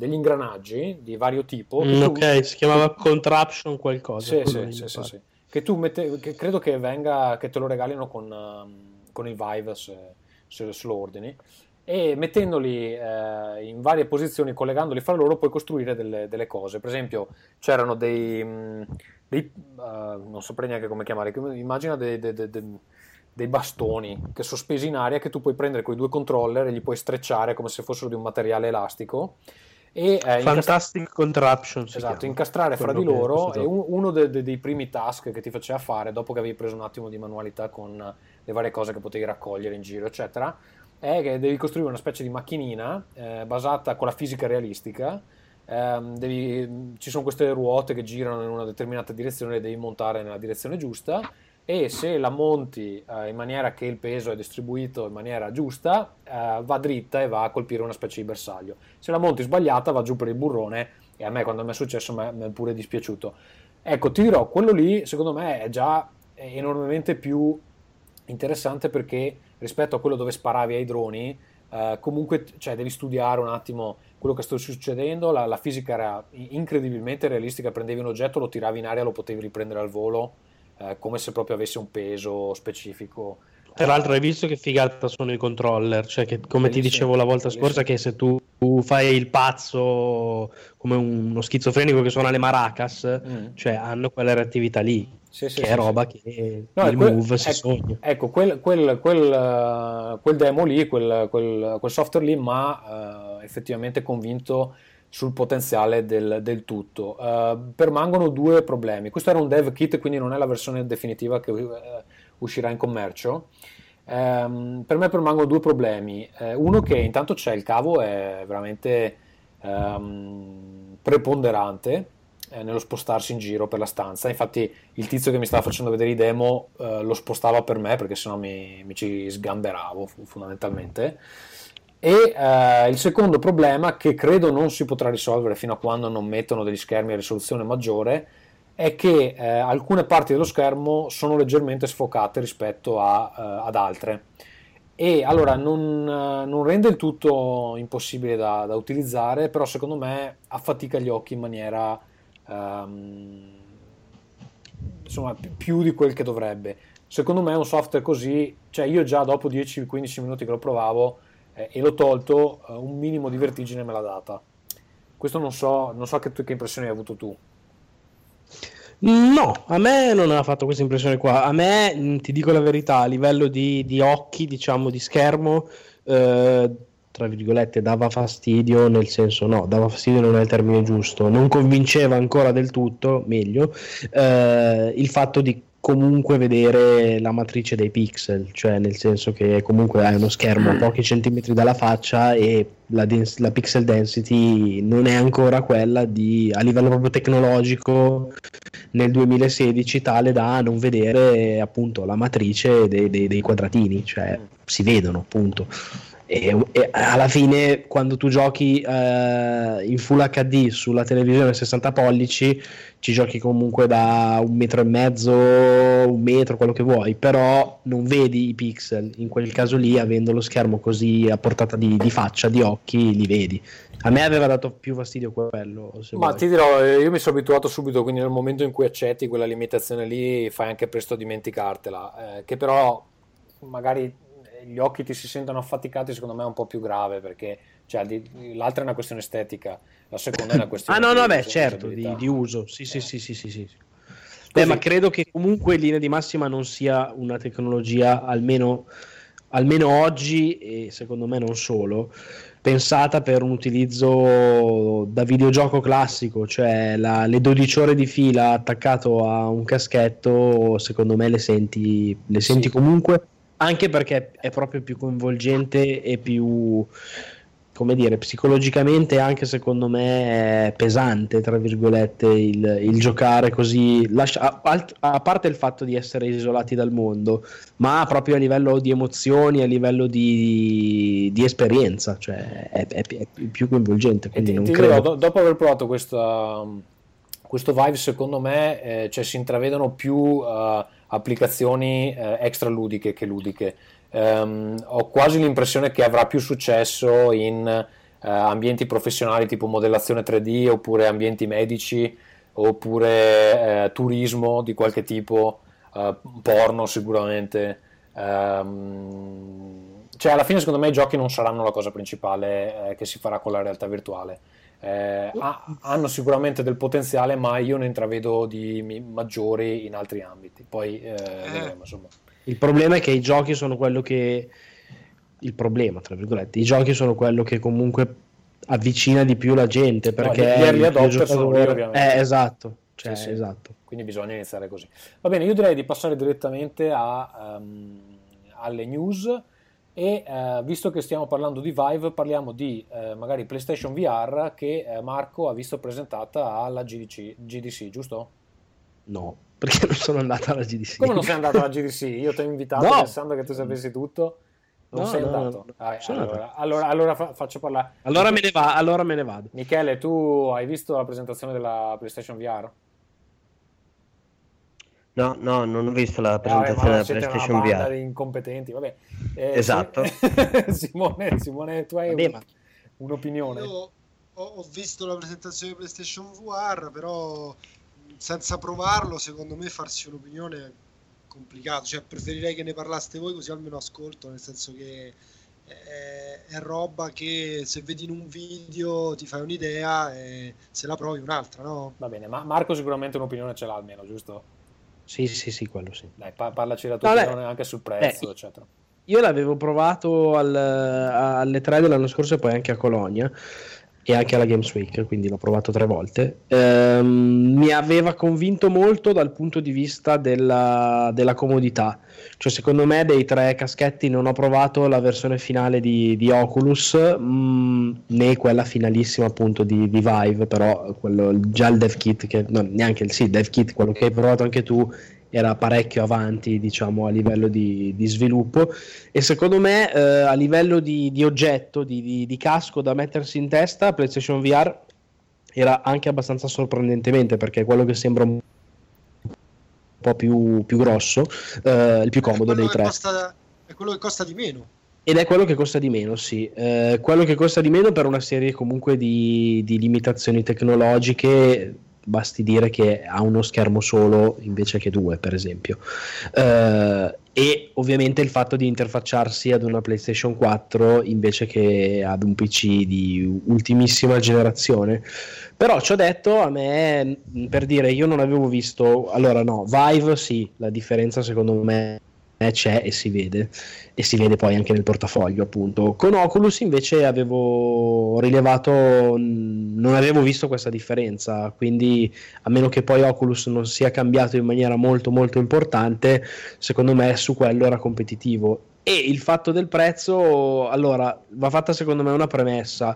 degli ingranaggi di vario tipo. Mm, tu, ok, si chiamava contraption qualcosa. Sì, sì, sì, sì, sì. Che tu mette, che credo che venga, che te lo regalino con, um, con il Vive se, se, se lo ordini. E mettendoli eh, in varie posizioni, collegandoli fra loro, puoi costruire delle, delle cose. Per esempio, c'erano dei, dei uh, non saprei neanche come chiamare, immagina dei, dei, dei, dei bastoni che sospesi in aria che tu puoi prendere con i due controller e li puoi strecciare come se fossero di un materiale elastico. E, eh, Fantastic incast- Contraption, esatto, chiama, incastrare fra di loro. E un, uno de, de, dei primi task che ti faceva fare dopo che avevi preso un attimo di manualità con le varie cose che potevi raccogliere in giro, eccetera, è che devi costruire una specie di macchinina eh, basata con la fisica realistica. Eh, devi, ci sono queste ruote che girano in una determinata direzione, le devi montare nella direzione giusta, e se la monti eh, in maniera che il peso è distribuito in maniera giusta, eh, va dritta e va a colpire una specie di bersaglio. Se la monti sbagliata va giù per il burrone, e a me quando mi è successo mi è pure dispiaciuto. Ecco, ti dirò, quello lì secondo me è già enormemente più interessante, perché rispetto a quello dove sparavi ai droni, eh, comunque cioè, devi studiare un attimo quello che sta succedendo. La, la fisica era incredibilmente realistica, prendevi un oggetto, lo tiravi in aria, lo potevi riprendere al volo, eh, come se proprio avesse un peso specifico. Tra l'altro hai visto che figata sono i controller, cioè che come bellissimo, ti dicevo la volta bellissimo. scorsa, che se tu, tu fai il pazzo come uno schizofrenico che suona le maracas, mm. cioè hanno quella reattività lì. Sì, sì, che sì, è roba sì. che no, il quel, move si ecco, sogna. Ecco, quel, quel, quel, quel demo lì, quel, quel, quel software lì mi ha uh, effettivamente convinto sul potenziale del, del tutto. Uh, permangono due problemi. Questo era un dev kit, quindi non è la versione definitiva che uh, uscirà in commercio. Um, per me permangono due problemi. Uh, uno, che intanto c'è il cavo, è veramente um, preponderante nello spostarsi in giro per la stanza. Infatti il tizio che mi stava facendo vedere i demo eh, lo spostava per me, perché sennò mi, mi ci sgamberavo fondamentalmente. E eh, il secondo problema, che credo non si potrà risolvere fino a quando non mettono degli schermi a risoluzione maggiore, è che eh, alcune parti dello schermo sono leggermente sfocate rispetto a, eh, ad altre, e allora non, non rende il tutto impossibile da, da utilizzare, però secondo me affatica gli occhi in maniera Um, insomma più di quel che dovrebbe. Secondo me un software così, cioè io già dopo dieci quindici minuti che lo provavo eh, e l'ho tolto, eh, un minimo di vertigine me l'ha data. Questo non so, non so che, che impressione hai avuto tu. No, a me non ha fatto questa impressione qua. A me, ti dico la verità, a livello di, di occhi, diciamo, di schermo, eh, tra virgolette, dava fastidio, nel senso, no, dava fastidio non è il termine giusto, non convinceva ancora del tutto, meglio, eh, il fatto di comunque vedere la matrice dei pixel, cioè nel senso che comunque hai uno schermo a pochi centimetri dalla faccia e la, dens- la pixel density non è ancora quella di, a livello proprio tecnologico nel duemilasedici, tale da non vedere appunto la matrice dei, dei, dei quadratini, cioè si vedono appunto. E, e alla fine quando tu giochi eh, in Full H D sulla televisione sessanta pollici ci giochi comunque da un metro e mezzo, un metro, quello che vuoi, però non vedi i pixel. In quel caso lì, avendo lo schermo così a portata di, di faccia, di occhi, li vedi. A me aveva dato più fastidio quello, se ma vuoi. Ti dirò, io mi sono abituato subito, quindi nel momento in cui accetti quella limitazione lì fai anche presto a dimenticartela, eh, che però magari gli occhi ti si sentono affaticati, secondo me è un po' più grave, perché cioè, di, l'altra è una questione estetica, la seconda è una questione ah no di no beh certo di, di uso sì, sì, eh. sì sì sì sì sì beh, ma credo che comunque in linea di massima non sia una tecnologia, almeno almeno oggi, e secondo me non solo, pensata per un utilizzo da videogioco classico, cioè la, le dodici ore di fila attaccato a un caschetto, secondo me le senti le senti sì. Comunque, anche perché è proprio più coinvolgente e più, come dire, psicologicamente anche secondo me è pesante, tra virgolette, il, il giocare così, lascia, a, a parte il fatto di essere isolati dal mondo, ma proprio a livello di emozioni, a livello di, di esperienza, cioè è, è, è più coinvolgente. Quindi ti, non ti credo... dirò, dopo aver provato questa, questo Vive, secondo me eh, cioè, si intravedono più uh, applicazioni eh, extra ludiche che ludiche. Um, ho quasi l'impressione che avrà più successo in eh, ambienti professionali tipo modellazione tre D, oppure ambienti medici, oppure eh, turismo di qualche tipo, eh, porno sicuramente. Um, cioè alla fine secondo me i giochi non saranno la cosa principale eh, che si farà con la realtà virtuale. Eh, ha, hanno sicuramente del potenziale, ma io ne intravedo di mi- maggiori in altri ambiti. Poi eh, vedremo, insomma. Il problema è che i giochi sono quello che il problema, tra virgolette, i giochi sono quello che comunque avvicina di più la gente, perché no, gli early adopter sono lì, ovviamente. Eh, esatto, cioè, sì, sì. esatto. Quindi bisogna iniziare così. Va bene, io direi di passare direttamente a, um, alle news. E uh, visto che stiamo parlando di Vive, parliamo di uh, magari PlayStation V R che uh, Marco ha visto presentata alla G D C, G D C, giusto? No, perché non sono andata alla G D C. Come non sei andato alla G D C? Io ti ho invitato no. pensando che tu sapessi tutto. Non no, sei no, andato? No, no. Ah, allora, allora, allora fa- faccio parlare. Allora me ne va, allora me ne vado. Michele, tu hai visto la presentazione della PlayStation V R? No, no, non ho visto la presentazione eh, della PlayStation una V banda R. di incompetenti, vabbè. Eh, esatto. Simone, Simone, tu hai vabbè, un, ma... un'opinione? Io ho, ho visto la presentazione di PlayStation V R, però senza provarlo, secondo me farsi un'opinione è complicato. Cioè, preferirei che ne parlaste voi, così almeno ascolto, nel senso che è, è roba che se vedi in un video ti fai un'idea e se la provi un'altra, no? Va bene, ma Marco sicuramente un'opinione ce l'ha almeno, giusto? Sì, sì, sì, quello sì. Dai, pa- parlaci della tua no, opinione anche sul prezzo, eh, eccetera. Io l'avevo provato al, alle tre dell'anno scorso e poi anche a Colonia e anche alla Games Week, quindi l'ho provato tre volte. Ehm, mi aveva convinto molto dal punto di vista della, della comodità. Cioè, secondo me dei tre caschetti non ho provato la versione finale di, di Oculus, mh, né quella finalissima appunto di, di Vive, però quello, già il dev kit, che, no, neanche il sì, dev kit, quello che hai provato anche tu, era parecchio avanti, diciamo, a livello di, di sviluppo, e secondo me eh, a livello di, di oggetto, di, di, di casco da mettersi in testa, PlayStation V R era anche abbastanza sorprendentemente, perché è quello che sembra un po' più, più grosso, eh, il più comodo dei tre. Costa, è quello che costa di meno. Ed è quello che costa di meno, sì. Eh, quello che costa di meno per una serie comunque di, di limitazioni tecnologiche. Basti dire che ha uno schermo solo invece che due, per esempio, uh, e ovviamente il fatto di interfacciarsi ad una PlayStation quattro invece che ad un P C di ultimissima generazione. Però ci ho detto, a me, per dire, io non avevo visto, allora no, Vive sì, la differenza secondo me c'è e si vede, e si vede poi anche nel portafoglio, appunto. Con Oculus invece avevo rilevato, non avevo visto questa differenza, quindi a meno che poi Oculus non sia cambiato in maniera molto molto importante, secondo me su quello era competitivo. E il fatto del prezzo, allora, va fatta secondo me una premessa.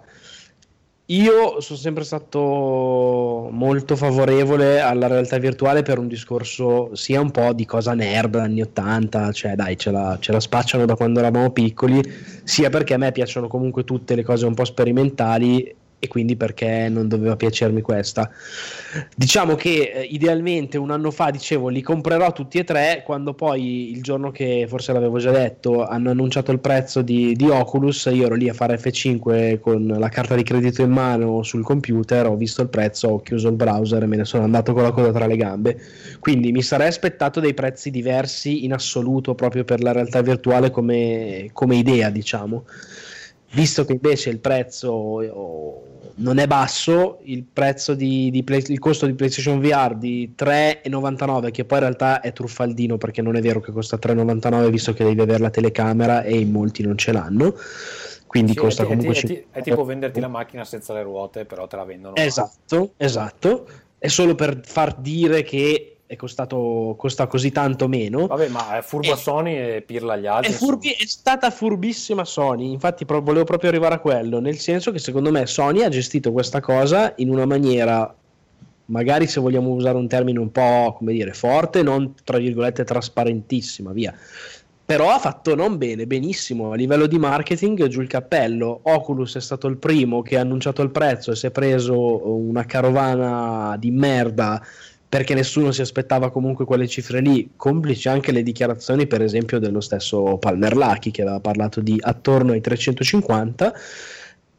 Io sono sempre stato molto favorevole alla realtà virtuale per un discorso sia un po' di cosa nerd anni ottanta, cioè dai, ce la, ce la spacciano da quando eravamo piccoli, sia perché a me piacciono comunque tutte le cose un po' sperimentali e quindi perché non doveva piacermi questa. Diciamo che eh, idealmente un anno fa dicevo li comprerò tutti e tre, quando poi il giorno che forse l'avevo già detto hanno annunciato il prezzo di, di Oculus, io ero lì a fare F cinque con la carta di credito in mano sul computer, ho visto il prezzo, ho chiuso il browser e me ne sono andato con la coda tra le gambe. Quindi mi sarei aspettato dei prezzi diversi in assoluto proprio per la realtà virtuale come, come idea, diciamo. Visto che invece il prezzo non è basso, il prezzo di, di play, il costo di PlayStation V R di tre virgola novantanove, che poi in realtà è truffaldino perché non è vero che costa tre virgola novantanove, visto che devi avere la telecamera e in molti non ce l'hanno, quindi sì, costa è, comunque è, è, è tipo venderti la macchina senza le ruote, però te la vendono. Esatto, esatto, è solo per far dire che è costato costa così tanto meno. Vabbè, ma è furba è, Sony e pirla agli altri. È, furbi, è stata furbissima Sony, infatti pro- volevo proprio arrivare a quello, nel senso che secondo me Sony ha gestito questa cosa in una maniera, magari se vogliamo usare un termine un po', come dire, forte, non tra virgolette trasparentissima, via. Però ha fatto non bene, benissimo, a livello di marketing giù il cappello. Oculus è stato il primo che ha annunciato il prezzo e si è preso una carovana di merda perché nessuno si aspettava comunque quelle cifre lì, complici anche le dichiarazioni per esempio dello stesso Palmer Luckey che aveva parlato di attorno ai trecentocinquanta,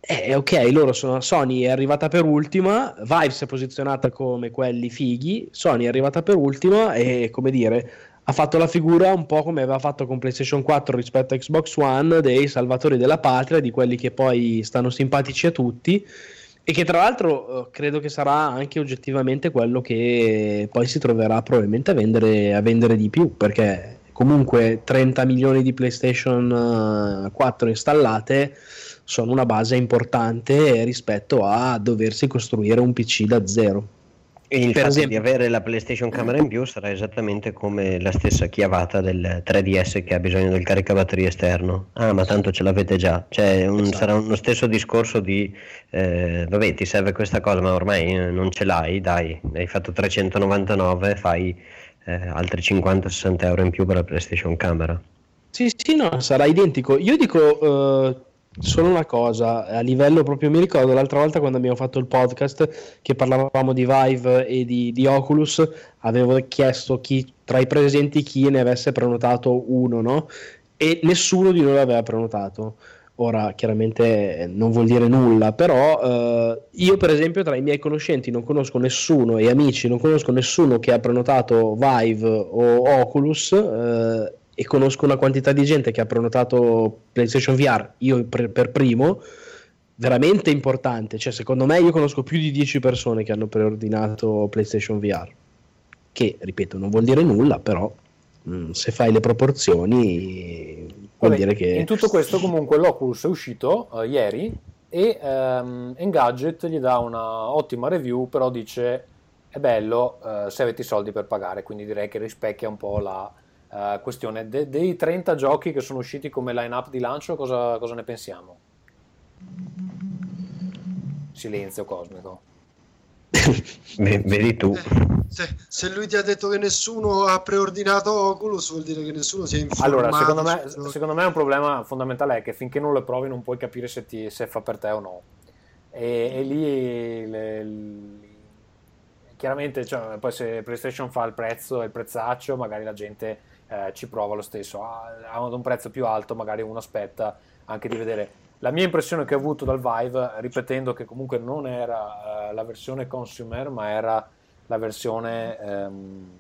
Eh, ok, loro sono, Sony è arrivata per ultima, Vive si è posizionata come quelli fighi, Sony è arrivata per ultima e, come dire, ha fatto la figura un po' come aveva fatto con PlayStation quattro rispetto a Xbox One, dei salvatori della patria, di quelli che poi stanno simpatici a tutti e che tra l'altro eh, credo che sarà anche oggettivamente quello che poi si troverà probabilmente a vendere, a vendere di più, perché comunque trenta milioni di PlayStation quattro installate sono una base importante rispetto a doversi costruire un P C da zero. E il per fatto esempio, di avere la PlayStation Camera in più sarà esattamente come la stessa chiavata del tre D S che ha bisogno del caricabatterie esterno. Ah, ma tanto ce l'avete già. Cioè, un, esatto. sarà uno stesso discorso di eh, vabbè, ti serve questa cosa, ma ormai non ce l'hai, dai, hai fatto trecentonovantanove, fai eh, altri cinquanta sessanta euro in più per la PlayStation Camera. Sì, sì, no, sarà identico. Io dico uh, solo una cosa, a livello proprio, mi ricordo l'altra volta quando abbiamo fatto il podcast che parlavamo di Vive e di, di Oculus, avevo chiesto chi tra i presenti chi ne avesse prenotato uno, no? E nessuno di noi aveva prenotato. Ora chiaramente non vuol dire nulla, però eh, io per esempio tra i miei conoscenti non conosco nessuno e amici non conosco nessuno che ha prenotato Vive o Oculus, eh, e conosco una quantità di gente che ha prenotato PlayStation V R, io per, per primo, veramente importante. Cioè, secondo me io conosco più di dieci persone che hanno preordinato PlayStation V R, che, ripeto, non vuol dire nulla, però mh, se fai le proporzioni vuol Vabbè, dire che... In tutto questo comunque l'Oculus è uscito uh, ieri e um, Engadget gli dà una ottima review, però dice è bello uh, se avete i soldi per pagare, quindi direi che rispecchia un po' la... Uh, questione De- dei trenta giochi che sono usciti come line-up di lancio, cosa, cosa ne pensiamo? Silenzio cosmico. Vedi tu. Se, se lui ti ha detto che nessuno ha preordinato Oculus, vuol dire che nessuno si è informato. Allora, secondo me, secondo me un problema fondamentale è che finché non lo provi non puoi capire se, ti, se fa per te o no. E, e lì le, le, chiaramente, cioè, poi se PlayStation fa il prezzo e il prezzaccio, magari la gente eh, ci prova lo stesso. A un prezzo più alto magari uno aspetta anche di vedere. La mia impressione che ho avuto dal Vive, ripetendo che comunque non era uh, la versione consumer, ma era la versione um,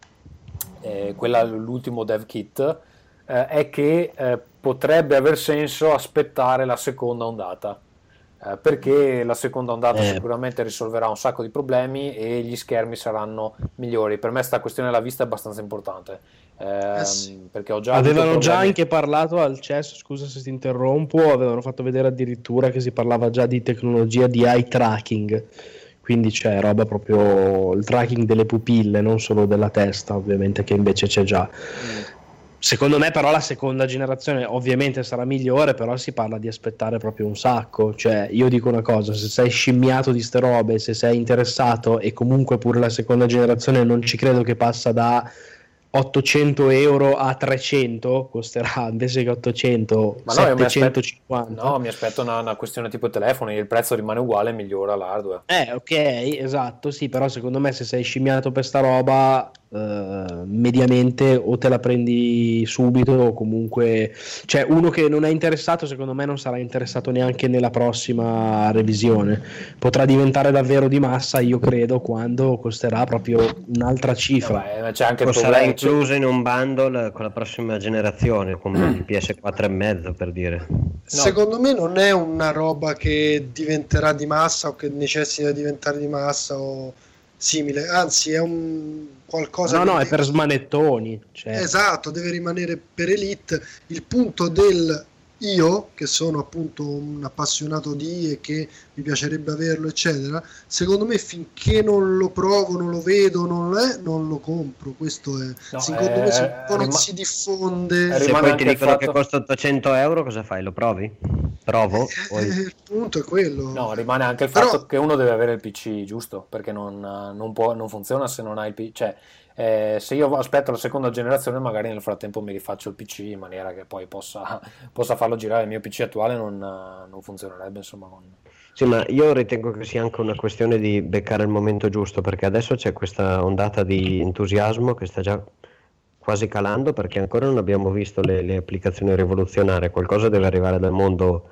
eh, quella, l'ultimo dev kit, eh, è che eh, potrebbe aver senso aspettare la seconda ondata, eh, perché la seconda ondata eh. sicuramente risolverà un sacco di problemi e gli schermi saranno migliori. Per me sta questione della vista è abbastanza importante. Eh, eh sì. Perché ho già avevano già anche parlato al C E S, scusa se ti interrompo, avevano fatto vedere addirittura che si parlava già di tecnologia di eye tracking, quindi c'è roba proprio il tracking delle pupille, non solo della testa, ovviamente, che invece c'è già. Mm. Secondo me però la seconda generazione ovviamente sarà migliore, però si parla di aspettare proprio un sacco. Cioè, io dico una cosa, se sei scimmiato di ste robe, se sei interessato, e comunque pure la seconda generazione non ci credo che passa da ottocento euro a trecento, costerà invece che ottocento, ma no, settecentocinquanta. Mi aspetto, no, mi aspetto una, una questione tipo telefoni, il prezzo rimane uguale e migliora l'hardware. Eh, ok, esatto, sì, però secondo me se sei scimmiato per sta roba, eh, mediamente o te la prendi subito o comunque, cioè uno che non è interessato secondo me non sarà interessato neanche nella prossima revisione. Potrà diventare davvero di massa, io credo, quando costerà proprio un'altra cifra. Eh beh, c'è anche il sarà incluso in un bundle con la prossima generazione, come il P S quattro e mezzo, per dire. No. Secondo me non è una roba che diventerà di massa o che necessita di diventare di massa o simile, anzi è un qualcosa no no deve... è per smanettoni, cioè. Esatto, deve rimanere per elite. Il punto del io, che sono appunto un appassionato di e che mi piacerebbe averlo eccetera, secondo me finché non lo provo, non lo vedo, non lo, è, non lo compro. Questo è no, secondo eh, me se un po' non rima- si diffonde. Se poi ti dicono fatto... che costa ottocento euro, cosa fai? Lo provi? Provo? Eh, poi... il punto è quello. No, rimane anche il fatto Però... che uno deve avere il P C giusto, perché non, non, può, non funziona se non hai il P C. Cioè, Eh, se io aspetto la seconda generazione, magari nel frattempo mi rifaccio il P C in maniera che poi possa, possa farlo girare. Il mio P C attuale non, non funzionerebbe, insomma. Con... Sì, ma io ritengo che sia anche una questione di beccare il momento giusto, perché adesso c'è questa ondata di entusiasmo che sta già quasi calando, perché ancora non abbiamo visto le, le applicazioni rivoluzionarie. Qualcosa deve arrivare dal mondo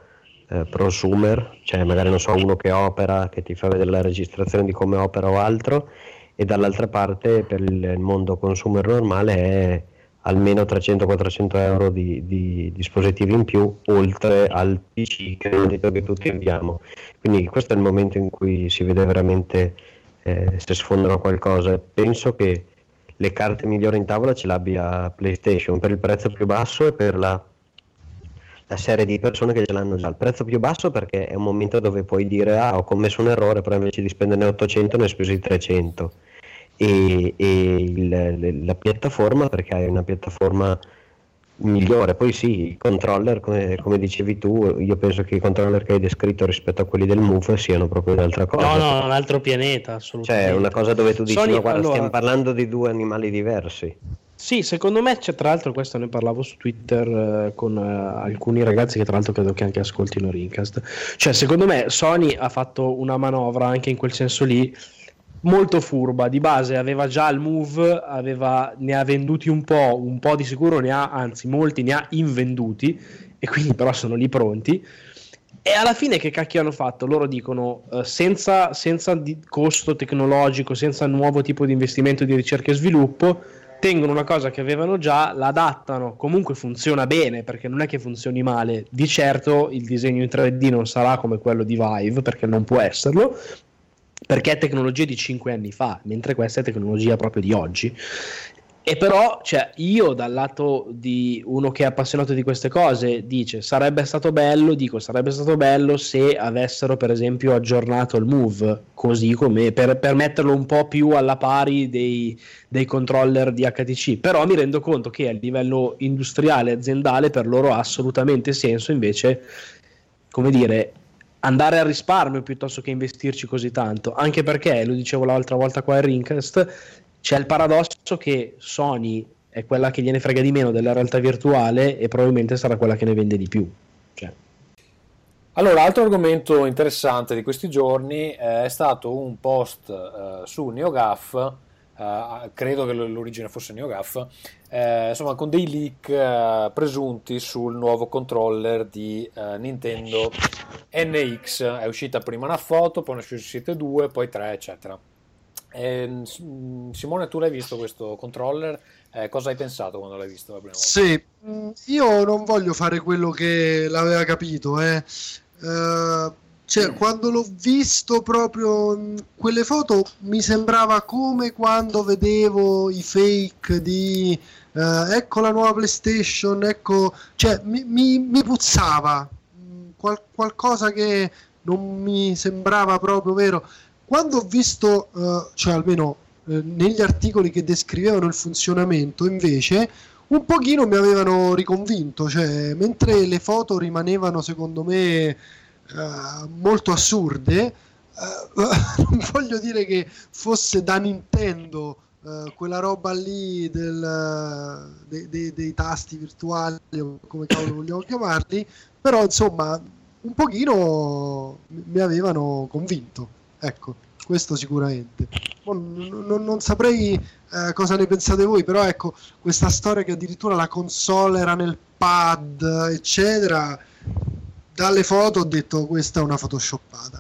eh, prosumer, cioè magari non so, uno che opera, che ti fa vedere la registrazione di come opera o altro, e dall'altra parte per il mondo consumer normale è almeno trecento quattrocento euro di, di dispositivi in più, oltre al P C che è detto che tutti abbiamo. Quindi questo è il momento in cui si vede veramente eh, se sfondano qualcosa. Penso che le carte migliori in tavola ce l'abbia PlayStation per il prezzo più basso e per la, la serie di persone che ce l'hanno già. Il prezzo più basso perché è un momento dove puoi dire ah, ho commesso un errore, però invece di spenderne ottocento ne ho spesi trecento. E, e il, la piattaforma perché hai una piattaforma migliore. Poi sì, i controller come, come dicevi tu, io penso che i controller che hai descritto rispetto a quelli del Move siano proprio un'altra cosa. No, no, un altro pianeta, assolutamente. Cioè una cosa dove tu dici Sony, no, guarda, allora, stiamo parlando di due animali diversi. Sì, secondo me c'è, tra l'altro questo ne parlavo su Twitter eh, con eh, alcuni ragazzi che tra l'altro credo che anche ascoltino Rincast. Cioè secondo me Sony ha fatto una manovra anche in quel senso lì molto furba. Di base aveva già il Move, aveva, ne ha venduti un po', un po' di sicuro ne ha, anzi molti ne ha invenduti, e quindi però sono lì pronti. E alla fine che cacchio hanno fatto? Loro dicono eh, senza, senza di costo tecnologico, senza nuovo tipo di investimento di ricerca e sviluppo, tengono una cosa che avevano già, la adattano, comunque funziona bene perché non è che funzioni male. Di certo il disegno in tre D non sarà come quello di Vive, perché non può esserlo, perché è tecnologia di cinque anni fa, mentre questa è tecnologia proprio di oggi. E però, cioè, io dal lato di uno che è appassionato di queste cose dice sarebbe stato bello, dico sarebbe stato bello se avessero per esempio aggiornato il Move così come per, per metterlo un po' più alla pari dei, dei controller di H T C. Però mi rendo conto che a livello industriale, aziendale, per loro ha assolutamente senso invece, come dire, andare al risparmio piuttosto che investirci così tanto, anche perché, lo dicevo l'altra volta qua a Rincast, c'è il paradosso che Sony è quella che gliene frega di meno della realtà virtuale e probabilmente sarà quella che ne vende di più. Cioè. Allora, altro argomento interessante di questi giorni eh, è stato un post eh, su NeoGAF, eh, credo che l'origine fosse NeoGAF, eh, insomma con dei leak eh, presunti sul nuovo controller di eh, Nintendo N X. È uscita prima una foto, poi ne sono uscite due, poi tre, eccetera. Eh, Simone, tu l'hai visto questo controller? Eh, cosa hai pensato quando l'hai visto la prima volta? Sì, io non voglio fare quello che l'aveva capito, eh. Uh, cioè, mm. quando l'ho visto proprio quelle foto mi sembrava come quando vedevo i fake di uh, ecco la nuova PlayStation, ecco, cioè mi, mi, mi puzzava Qual- qualcosa che non mi sembrava proprio vero. Quando ho visto, uh, cioè almeno uh, negli articoli che descrivevano il funzionamento, invece, un pochino mi avevano riconvinto, cioè mentre le foto rimanevano secondo me uh, molto assurde, uh, non voglio dire che fosse da Nintendo uh, quella roba lì del, uh, de- de- dei tasti virtuali o come cavolo vogliamo chiamarli, però insomma un pochino mi avevano convinto. Ecco, questo sicuramente. Non, non, non saprei eh, cosa ne pensate voi, però ecco, questa storia che addirittura la console era nel pad, eccetera, dalle foto ho detto questa è una photoshoppata.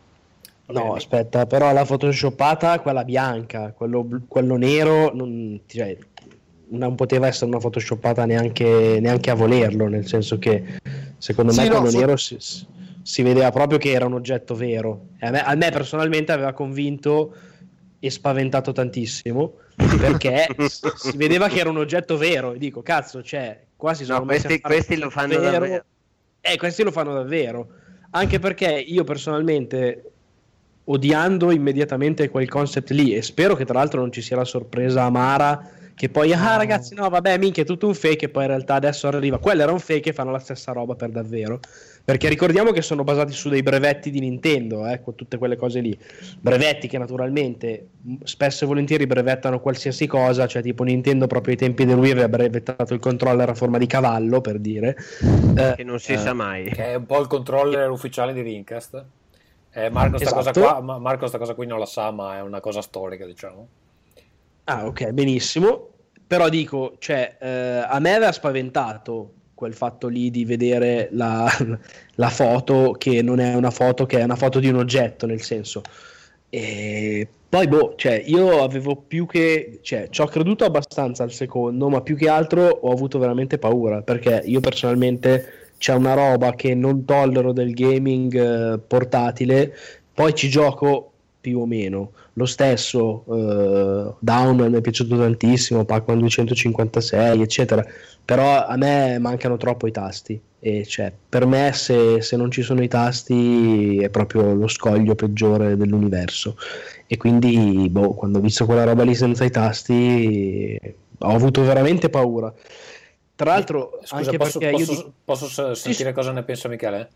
No, aspetta, però la photoshoppata, quella bianca, quello, quello nero, non, cioè, non poteva essere una photoshoppata neanche, neanche a volerlo, nel senso che secondo sì, me no, quello fo- nero si, si vedeva proprio che era un oggetto vero. A me, a me personalmente aveva convinto e spaventato tantissimo, perché si vedeva che era un oggetto vero e dico cazzo, cioè qua si sono no, messi questi, a fare questi lo fanno vero. davvero. Eh, questi lo fanno davvero, anche perché io personalmente, odiando immediatamente quel concept lì, e spero che tra l'altro non ci sia la sorpresa amara che poi ah ragazzi no vabbè minchia è tutto un fake, e poi in realtà adesso arriva quello era un fake e fanno la stessa roba per davvero, perché ricordiamo che sono basati su dei brevetti di Nintendo, ecco, tutte quelle cose lì, brevetti che naturalmente spesso e volentieri brevettano qualsiasi cosa, cioè tipo Nintendo proprio ai tempi di lui aveva brevettato il controller a forma di cavallo, per dire, che non si eh, sa mai, che è un po' il controller ufficiale di Rincast. eh, Marco sta esatto. cosa qua Marco sta cosa qui non la sa, ma è una cosa storica, diciamo. Ah, ok, benissimo. Però dico, cioè, eh, a me aveva spaventato, quel fatto lì di vedere la, la foto che non è una foto, che è una foto di un oggetto, nel senso. E poi boh, cioè io avevo più che, cioè ci ho creduto abbastanza al secondo, ma più che altro ho avuto veramente paura, perché io personalmente c'è una roba che non tollero del gaming eh, portatile, poi ci gioco più o meno. Lo stesso uh, Down mi è piaciuto tantissimo, Pac-Man duecentocinquantasei eccetera, però a me mancano troppo i tasti, e cioè per me se, se non ci sono i tasti è proprio lo scoglio peggiore dell'universo, e quindi boh, quando ho visto quella roba lì senza i tasti ho avuto veramente paura. Tra l'altro Scusa, anche posso, perché posso, io dico... posso sentire sì, cosa ne pensa Michele?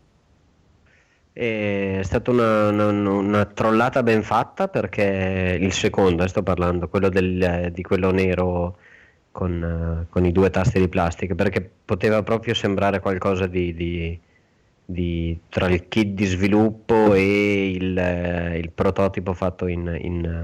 È stata una, una, una trollata ben fatta, perché il secondo, eh, sto parlando, quello del, di quello nero con, con i due tasti di plastica, perché poteva proprio sembrare qualcosa di, di, di tra il kit di sviluppo e il, il prototipo fatto in, in,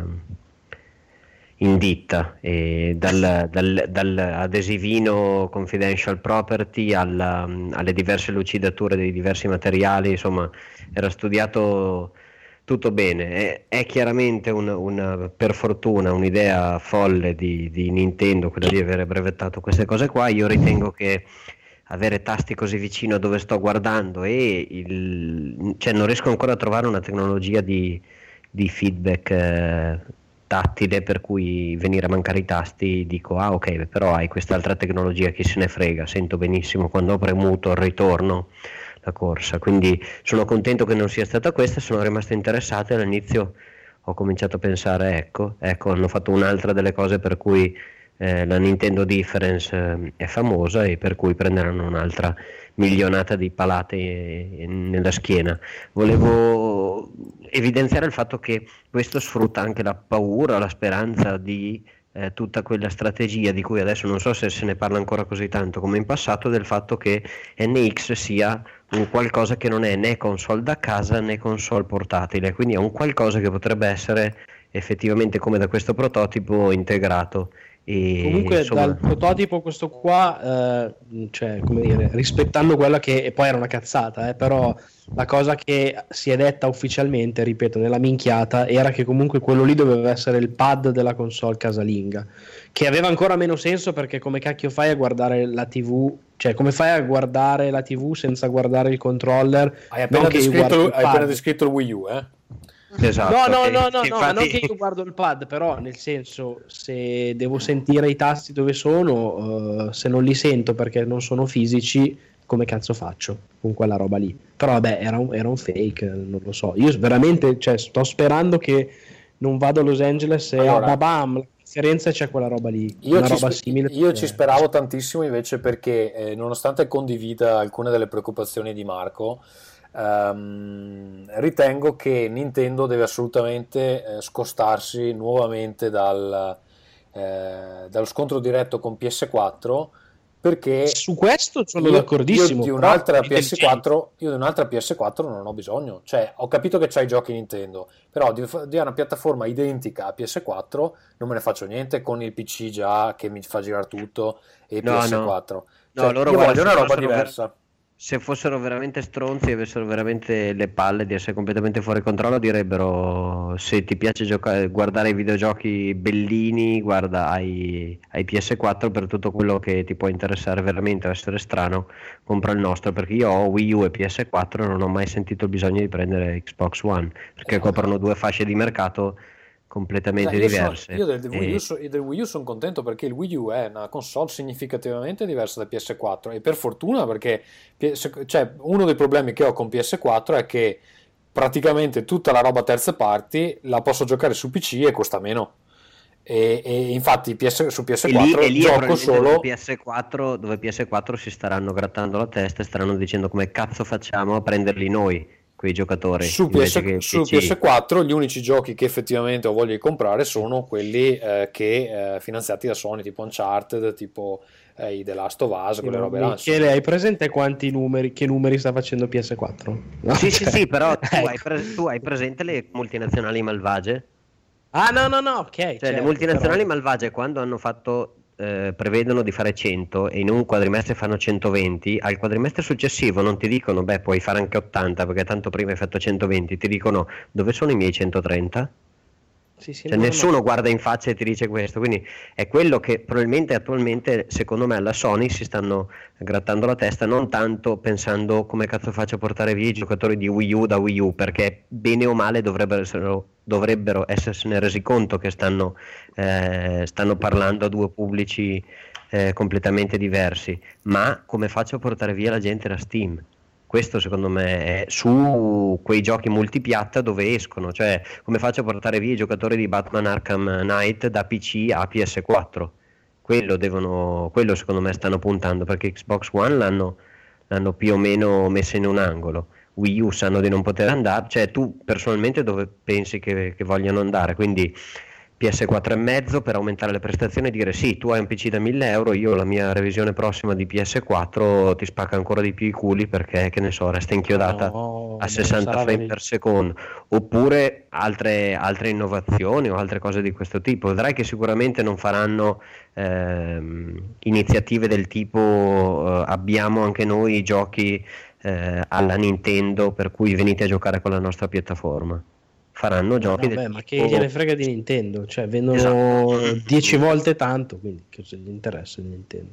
in ditta, e dal, dal, dal adesivino confidential property alla, alle diverse lucidature dei diversi materiali, insomma era studiato tutto bene. È, è chiaramente una, una, per fortuna un'idea folle di, di Nintendo quella di aver brevettato queste cose qua. Io ritengo che avere tasti così vicino a dove sto guardando e il, cioè non riesco ancora a trovare una tecnologia di, di feedback eh, tattile per cui venire a mancare i tasti dico ah ok, però hai quest'altra tecnologia, chi se ne frega, sento benissimo quando ho premuto il ritorno la corsa, quindi sono contento che non sia stata questa. Sono rimasto interessato e all'inizio ho cominciato a pensare ecco, ecco hanno fatto un'altra delle cose per cui eh, la Nintendo Difference eh, è famosa e per cui prenderanno un'altra milionata di palate eh, nella schiena. Volevo evidenziare il fatto che questo sfrutta anche la paura, la speranza di eh, tutta quella strategia di cui adesso non so se se ne parla ancora così tanto come in passato, del fatto che N X sia un qualcosa che non è né console da casa né console portatile, quindi è un qualcosa che potrebbe essere effettivamente come da questo prototipo integrato. E comunque insomma... dal prototipo questo qua eh, cioè come dire, rispettando quella che e poi era una cazzata eh, però la cosa che si è detta ufficialmente, ripeto, nella minchiata, era che comunque quello lì doveva essere il pad della console casalinga, che aveva ancora meno senso, perché come cacchio fai a guardare la tivù, cioè come fai a guardare la tivù senza guardare il controller? Hai appena, descritto, hai appena descritto il Wii U, eh? Esatto, no, no, che, no, no, che no, infatti... ma non che io guardo il pad, però nel senso, se devo sentire i tasti dove sono, uh, se non li sento perché non sono fisici, come cazzo faccio con quella roba lì? Però vabbè, era un, era un fake, non lo so. Io veramente, cioè, sto sperando che non vado a Los Angeles e allora, a babam, la differenza c'è quella roba lì, io una ci, roba simile. Io ci speravo tantissimo invece, perché eh, nonostante condivida alcune delle preoccupazioni di Marco, Um, ritengo che Nintendo deve assolutamente eh, scostarsi nuovamente dal, eh, dallo scontro diretto con P S quattro, perché su questo sono io, d'accordissimo. Io di un'altra P S quattro io di un'altra P S quattro non ho bisogno. Cioè, ho capito che c'hai i giochi Nintendo, però di, di una piattaforma identica a P S quattro non me ne faccio niente con il P C già che mi fa girare tutto e no, P S quattro. No, cioè, no, loro io guarda, voglio una roba ver- diversa. Se fossero veramente stronzi e avessero veramente le palle di essere completamente fuori controllo, direbbero: se ti piace giocare, guardare i videogiochi bellini, guarda ai, ai P S quattro, per tutto quello che ti può interessare veramente o essere strano, compra il nostro, perché io ho Wii U e P S quattro e non ho mai sentito il bisogno di prendere Xbox One, perché esatto, coprono due fasce di mercato completamente eh, io diverse. Sono, io del, del, e... Wii U, so, del Wii U sono contento, perché il Wii U è una console significativamente diversa da P S quattro, e per fortuna, perché cioè, uno dei problemi che ho con P S quattro è che praticamente tutta la roba terze parti la posso giocare su P C e costa meno, e, e infatti P S, su P S quattro e lì, e lì gioco solo P S quattro, dove P S quattro si staranno grattando la testa e staranno dicendo: come cazzo facciamo a prenderli noi quei giocatori? Su, P S, che su P S quattro gli unici giochi che effettivamente ho voglia di comprare sono quelli eh, che eh, finanziati da Sony, tipo Uncharted, tipo eh, i The Last of Us, quelle robe là. Michele, hai presente quanti numeri, che numeri sta facendo P S quattro? No? Sì, sì, sì, però tu, ecco. hai pre- tu hai presente le multinazionali malvagie? Ah, no, no, no, ok. Cioè, certo, le multinazionali però... malvagie, quando hanno fatto eh, prevedono di fare cento e in un quadrimestre fanno centoventi, al quadrimestre successivo non ti dicono beh puoi fare anche ottanta perché tanto prima hai fatto centoventi, ti dicono dove sono i miei centotrenta? Sì, sì, cioè, no, nessuno no. guarda in faccia e ti dice questo, quindi è quello che probabilmente attualmente secondo me alla Sony si stanno grattando la testa, non tanto pensando come cazzo faccio a portare via i giocatori di Wii U da Wii U, perché bene o male dovrebbero, essere, dovrebbero essersene resi conto che stanno, eh, stanno parlando a due pubblici eh, completamente diversi, ma come faccio a portare via la gente da Steam? Questo secondo me è su quei giochi multipiatta dove escono, cioè come faccio a portare via i giocatori di Batman Arkham Knight da P C a P S quattro? Quello, devono, quello secondo me stanno puntando, perché Xbox One l'hanno, l'hanno più o meno messa in un angolo, Wii U sanno di non poter andare, cioè tu personalmente dove pensi che, che vogliano andare? Quindi P S quattro e mezzo per aumentare le prestazioni e dire sì, tu hai un P C da mille euro, io la mia revisione prossima di P S quattro ti spacca ancora di più i culi perché che ne so, resta inchiodata No, a sessanta frame per secondo, oppure altre, altre innovazioni o altre cose di questo tipo. Vedrai che sicuramente non faranno ehm, iniziative del tipo eh, abbiamo anche noi i giochi eh, alla Nintendo per cui venite a giocare con la nostra piattaforma. Faranno giochi no, del beh, ma tipo... che gliene frega di Nintendo, cioè vendono esatto. dieci volte tanto, quindi che cosa gli interessa di Nintendo?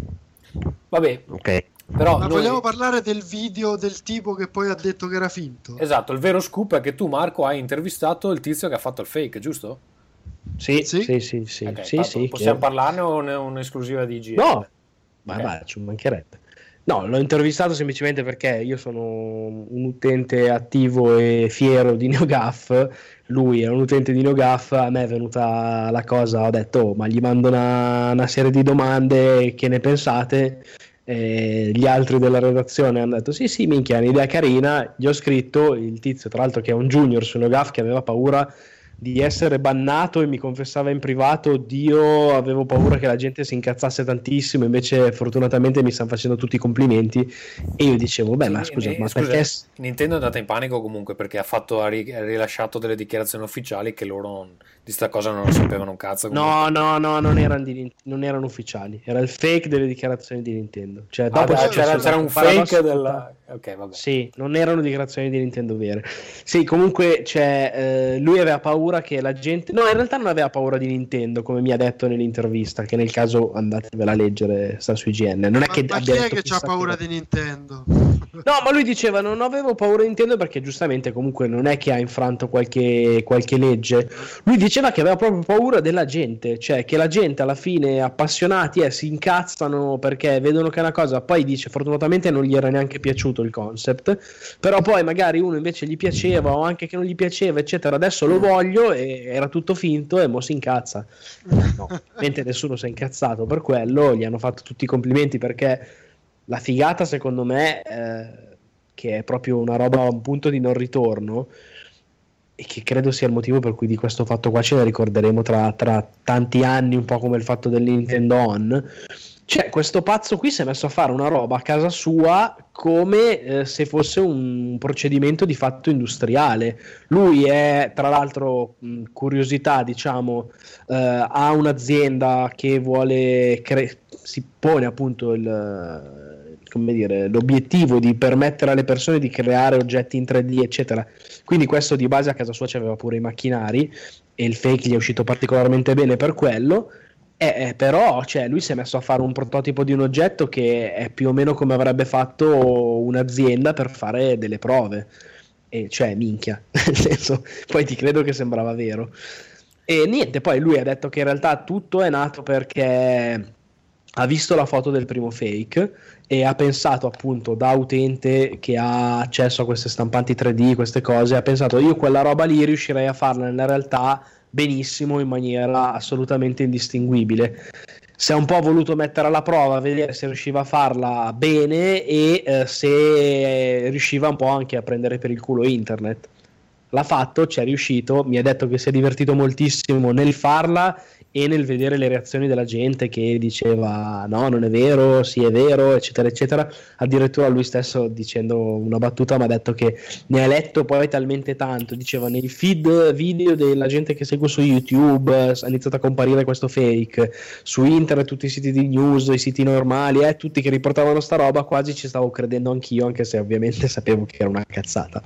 Vabbè, ok. Però ma noi... vogliamo parlare del video del tipo che poi ha detto che era finto? Esatto, il vero scoop è che tu, Marco, hai intervistato il tizio che ha fatto il fake, giusto? Sì, sì, sì, sì, sì, okay, sì, sì possiamo che... parlarne o è un'esclusiva di I G N? No, ma okay. va, ci mancherebbe. No, l'ho intervistato semplicemente perché io sono un utente attivo e fiero di NeoGAF, lui è un utente di NeoGAF, a me è venuta la cosa, ho detto oh, ma gli mando una, una serie di domande, che ne pensate? E gli altri della redazione hanno detto sì sì minchia, è un'idea carina, gli ho scritto, il tizio tra l'altro che è un junior su NeoGAF che aveva paura di essere bannato e mi confessava in privato Dio, avevo paura che la gente si incazzasse tantissimo, invece fortunatamente mi stanno facendo tutti i complimenti e io dicevo beh sì, ma scusa, eh, ma scusa, perché Nintendo è andata in panico comunque perché ha, fatto, ha rilasciato delle dichiarazioni ufficiali che loro non, di sta cosa non lo sapevano un cazzo comunque. no no no non erano, di, non erano ufficiali, era il fake delle dichiarazioni di Nintendo, cioè dopo ah, c'era, c'era un fake della... ok vabbè sì, non erano dichiarazioni di Nintendo vere, sì comunque cioè, eh, lui aveva paura che la gente, no in realtà non aveva paura di Nintendo come mi ha detto nell'intervista, che nel caso andatevela a leggere, sta su I G N, non è ma, che ma abbia chi è detto che c'ha paura che... di Nintendo? No, ma lui diceva non avevo paura di Nintendo perché giustamente comunque non è che ha infranto qualche, qualche legge, lui diceva che aveva proprio paura della gente, cioè che la gente alla fine appassionati eh, si incazzano perché vedono che è una cosa, poi dice fortunatamente non gli era neanche piaciuto il concept, però poi magari uno invece gli piaceva o anche che non gli piaceva eccetera, adesso lo voglio e era tutto finto e mo si incazza. No, mentre nessuno si è incazzato per quello, gli hanno fatto tutti i complimenti perché la figata secondo me eh, che è proprio una roba a un punto di non ritorno e che credo sia il motivo per cui di questo fatto qua ce ne ricorderemo tra, tra tanti anni, un po' come il fatto del Nintendo On. Cioè questo pazzo qui si è messo a fare una roba a casa sua come eh, se fosse un procedimento di fatto industriale. Lui è tra l'altro mh, curiosità diciamo eh, ha un'azienda che vuole cre- si pone appunto il, come dire, l'obiettivo di permettere alle persone di creare oggetti in tre D eccetera, quindi questo di base a casa sua c'aveva pure i macchinari e il fake gli è uscito particolarmente bene per quello. Eh, però cioè, lui si è messo a fare un prototipo di un oggetto che è più o meno come avrebbe fatto un'azienda per fare delle prove, e cioè minchia nel senso, poi ti credo che sembrava vero e niente, poi lui ha detto che in realtà tutto è nato perché ha visto la foto del primo fake e ha pensato appunto da utente che ha accesso a queste stampanti tre D, queste cose, ha pensato io quella roba lì riuscirei a farla nella realtà benissimo in maniera assolutamente indistinguibile. Si è un po' voluto mettere alla prova, vedere se riusciva a farla bene e eh, se riusciva un po' anche a prendere per il culo internet. l'ha fatto, ci è riuscito, mi ha detto che si è divertito moltissimo nel farla e nel vedere le reazioni della gente che diceva no, non è vero, sì è vero, eccetera eccetera. Addirittura lui stesso, dicendo una battuta, mi ha detto che ne ha letto poi talmente tanto, diceva nei feed video della gente che segue su YouTube ha iniziato a comparire questo fake, su internet tutti i siti di news, i siti normali, eh, tutti che riportavano sta roba, quasi ci stavo credendo anch'io, anche se ovviamente sapevo che era una cazzata.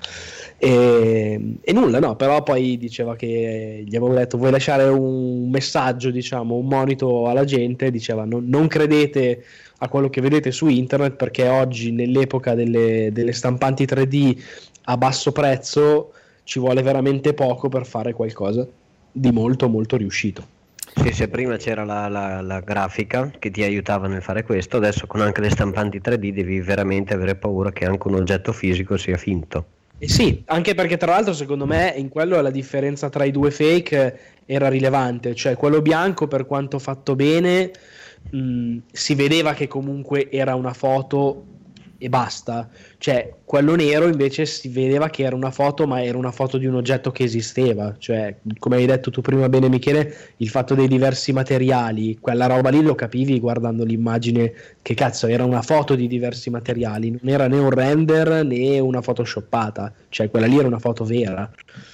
E, e nulla, no, però poi diceva che gli avevo detto vuoi lasciare un messaggio, diciamo, un monito alla gente, diceva non, non credete a quello che vedete su internet, perché oggi nell'epoca delle, delle stampanti tre D a basso prezzo ci vuole veramente poco per fare qualcosa di molto molto riuscito. Sì, se prima c'era la, la, la grafica che ti aiutava nel fare questo, adesso con anche le stampanti tre D devi veramente avere paura che anche un oggetto fisico sia finto. Eh sì, anche perché tra l'altro secondo me in quello la differenza tra i due fake era rilevante, cioè quello bianco, per quanto fatto bene, mh, si vedeva che comunque era una foto e basta, cioè quello nero invece si vedeva che era una foto, ma era una foto di un oggetto che esisteva, cioè come hai detto tu prima bene Michele, il fatto dei diversi materiali, quella roba lì lo capivi guardando l'immagine, che cazzo era una foto di diversi materiali, non era né un render né una photoshoppata, cioè quella lì era una foto vera.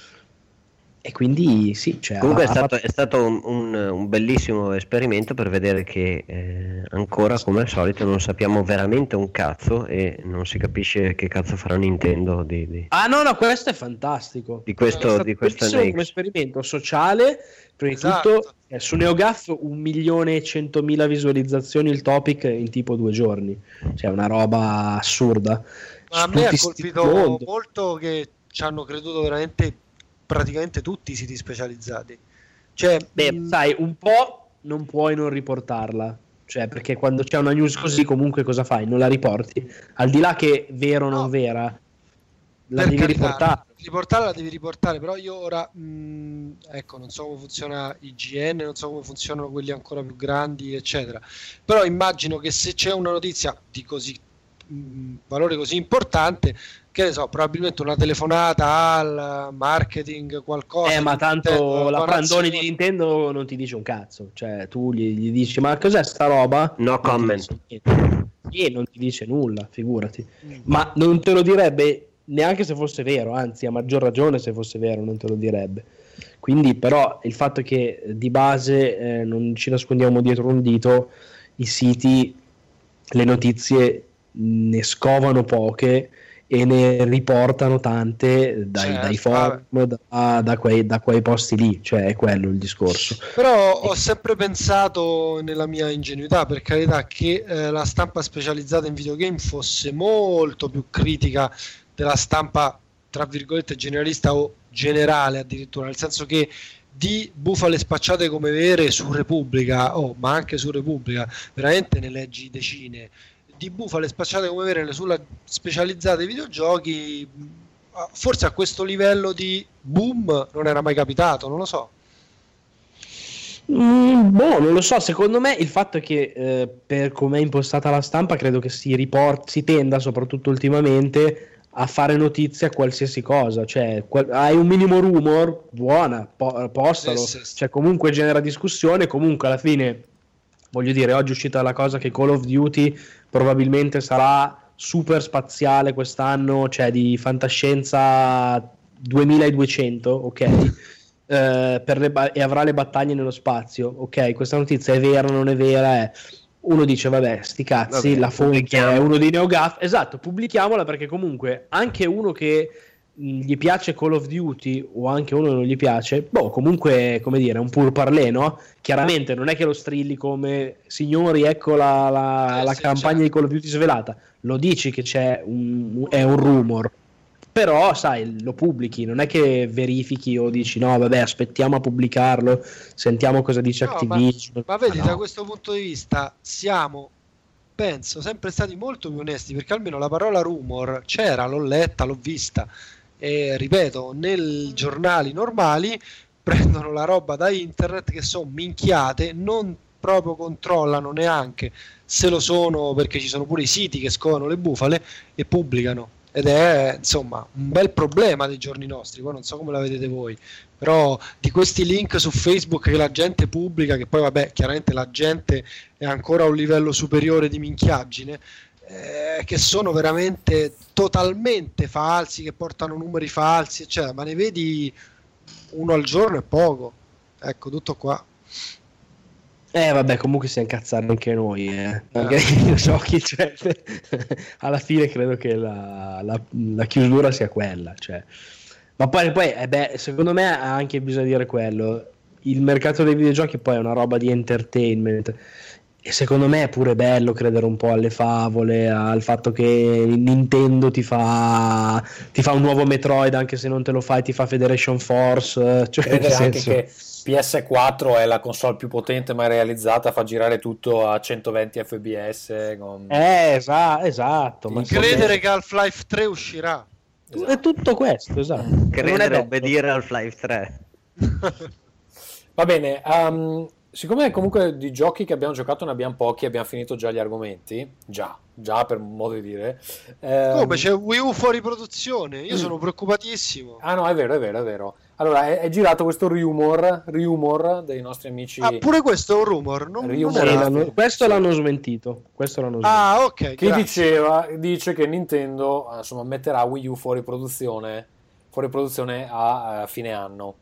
E quindi sì, cioè, comunque ha, è stato, fatto... è stato un, un, un bellissimo esperimento per vedere che eh, ancora come al solito non sappiamo veramente un cazzo e non si capisce che cazzo farà Nintendo di, di... ah no no questo è fantastico, di questo, è di questo un esperimento sociale prima di esatto. tutto, eh, su NeoGAF un milione e centomila visualizzazioni il topic in tipo due giorni, cioè una roba assurda. Ma a me ha colpito molto che ci hanno creduto veramente praticamente tutti i siti specializzati, cioè beh mh... sai, un po' non puoi non riportarla, cioè perché quando c'è una news così comunque cosa fai? Non la riporti, al di là che vero o non no. vera la per devi carità, riportare riportarla la devi riportare, però io ora mh, ecco non so come funziona I G N, non so come funzionano quelli ancora più grandi eccetera, però immagino che se c'è una notizia di così mh, valore così importante, che ne so, probabilmente una telefonata al marketing, qualcosa. Eh, ma tanto Nintendo, la Brandoni di nazione... Nintendo non ti dice un cazzo, cioè tu gli, gli dici ma cos'è sta roba? No comment. E non ti dice nulla, figurati. Mm. Ma non te lo direbbe neanche se fosse vero, anzi a maggior ragione se fosse vero non te lo direbbe. Quindi però il fatto che di base eh, non ci nascondiamo dietro un dito, i siti, le notizie ne scovano poche e ne riportano tante dai, certo, dai forum, da, da, quei, da quei posti lì, cioè è quello il discorso. Però ho sempre pensato, nella mia ingenuità per carità, che eh, la stampa specializzata in videogame fosse molto più critica della stampa tra virgolette generalista o generale addirittura, nel senso che di bufale spacciate come vere su Repubblica, oh, ma anche su Repubblica veramente ne leggi decine, di bufale spacciate come vere sulla specializzata ai videogiochi, forse a questo livello di boom non era mai capitato, non lo so. Mm, boh, non lo so, secondo me il fatto è che eh, per come è impostata la stampa credo che si riporti, si tenda soprattutto ultimamente a fare notizia a qualsiasi cosa, cioè qual- hai un minimo rumor, buona, po- postalo, sì, sì, sì. Cioè comunque genera discussione, comunque alla fine voglio dire, oggi è uscita la cosa che Call of Duty probabilmente sarà super spaziale quest'anno, cioè di fantascienza duemiladuecento, ok? Eh, per le ba- e avrà le battaglie nello spazio, ok? Questa notizia è vera o non è vera? È... Uno dice vabbè sti cazzi, vabbè, la fonte è uno di NeoGAF, esatto, pubblichiamola perché comunque anche uno che mh, gli piace Call of Duty o anche uno che non gli piace, boh, comunque come dire, è un pur parlé, no? Chiaramente non è che lo strilli come signori, ecco la, la, eh, la sì, campagna certo. di Call of Duty svelata, lo dici che c'è un, è un rumor, però sai, lo pubblichi, non è che verifichi o dici no vabbè aspettiamo a pubblicarlo, sentiamo cosa dice No, Activision. Ma, ma vedi, ah, no. da questo punto di vista siamo, penso, sempre stati molto più onesti, perché almeno la parola rumor c'era, l'ho letta, l'ho vista, e ripeto, nei giornali normali prendono la roba da internet che sono minchiate, non proprio controllano neanche se lo sono, perché ci sono pure i siti che scovano le bufale e pubblicano. ed è insomma un bel problema dei giorni nostri. Poi non so come la vedete voi, però di questi link su Facebook che la gente pubblica, che poi vabbè chiaramente la gente è ancora a un livello superiore di minchiaggine, eh, che sono veramente totalmente falsi, che portano numeri falsi eccetera, ma ne vedi uno al giorno è poco. Ecco, tutto qua. Eh vabbè, comunque si incazzare anche noi, eh. Anche i giochi, cioè, alla fine credo che la, la, la chiusura sia quella, cioè. Ma poi, poi eh beh, secondo me ha anche bisogno dire quello, il mercato dei videogiochi poi è una roba di entertainment e secondo me è pure bello credere un po' alle favole, al fatto che Nintendo ti fa ti fa un nuovo Metroid anche se non te lo fai, ti fa Federation Force, cioè nel Credere anche senso... che P S quattro è la console più potente mai realizzata, fa girare tutto a centoventi F P S con... eh esa- esatto ma credere che Half-Life tre uscirà, esatto. È tutto questo, esatto. Credere obbedire Half-Life tre. Va bene, um, siccome comunque di giochi che abbiamo giocato ne abbiamo pochi, abbiamo finito già gli argomenti, già, già per modo di dire. Um, come c'è Wii U fuori produzione? Io sono preoccupatissimo. Ah no, è vero, è vero, è vero. Allora, è, è girato questo rumor, rumor dei nostri amici. Ah, pure questo è un rumor. Non, rumor non era... l'hanno, questo sì. l'hanno smentito. Questo l'hanno smentito. Ah, ok. Che diceva, dice che Nintendo insomma metterà Wii U fuori produzione, fuori produzione a, a fine anno.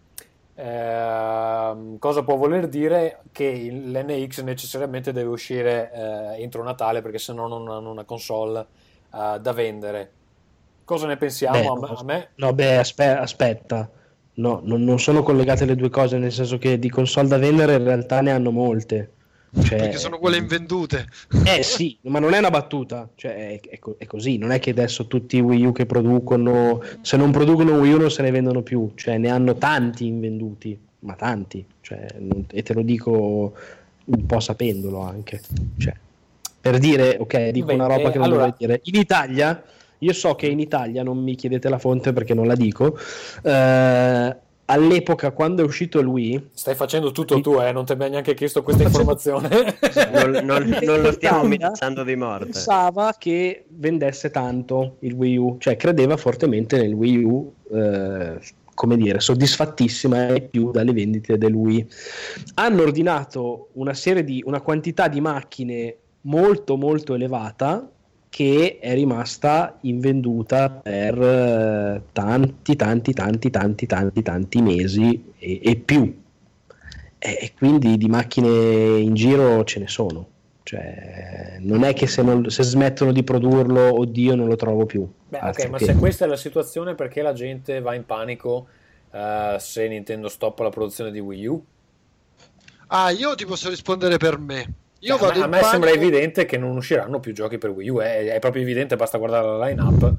Eh, cosa può voler dire? Che l'N X necessariamente deve uscire eh, entro Natale, perché se no non hanno una console eh, da vendere. Cosa ne pensiamo? Beh, a, a me? No, beh, aspe- aspetta. No, non, non sono collegate le due cose, nel senso che di console da vendere in realtà ne hanno molte. Cioè, perché sono quelle invendute. Eh sì, ma non è una battuta, cioè è, è, è così, non è che adesso tutti i Wii U che producono, se non producono Wii U non se ne vendono più, cioè ne hanno tanti invenduti, ma tanti, cioè, non, e te lo dico un po' sapendolo anche, cioè, per dire, ok, dico Beh, una roba eh, che non allora... dovrei dire, in Italia, io so che in Italia, non mi chiedete la fonte perché non la dico, eh, all'epoca quando è uscito il Wii, stai facendo tutto tu, eh? Non ti abbiamo neanche chiesto questa informazione. non, non, non lo stiamo minacciando di morte. Pensava che vendesse tanto il Wii U, cioè credeva fortemente nel Wii U, eh, come dire, soddisfattissima e più dalle vendite del Wii. Hanno ordinato una serie di una quantità di macchine molto molto elevata, che è rimasta invenduta per eh, tanti tanti tanti tanti tanti tanti mesi e, e più, e, e quindi di macchine in giro ce ne sono, cioè non è che se, non, se smettono di produrlo, oddio, non lo trovo più. Beh, ok, ma se questa è la situazione, perché la gente va in panico uh, se Nintendo stoppa la produzione di Wii U? Ah, io ti posso rispondere per me. Io Cioè, vado a me in sembra panico... evidente che non usciranno più giochi per Wii U, è, è proprio evidente, basta guardare la line-up.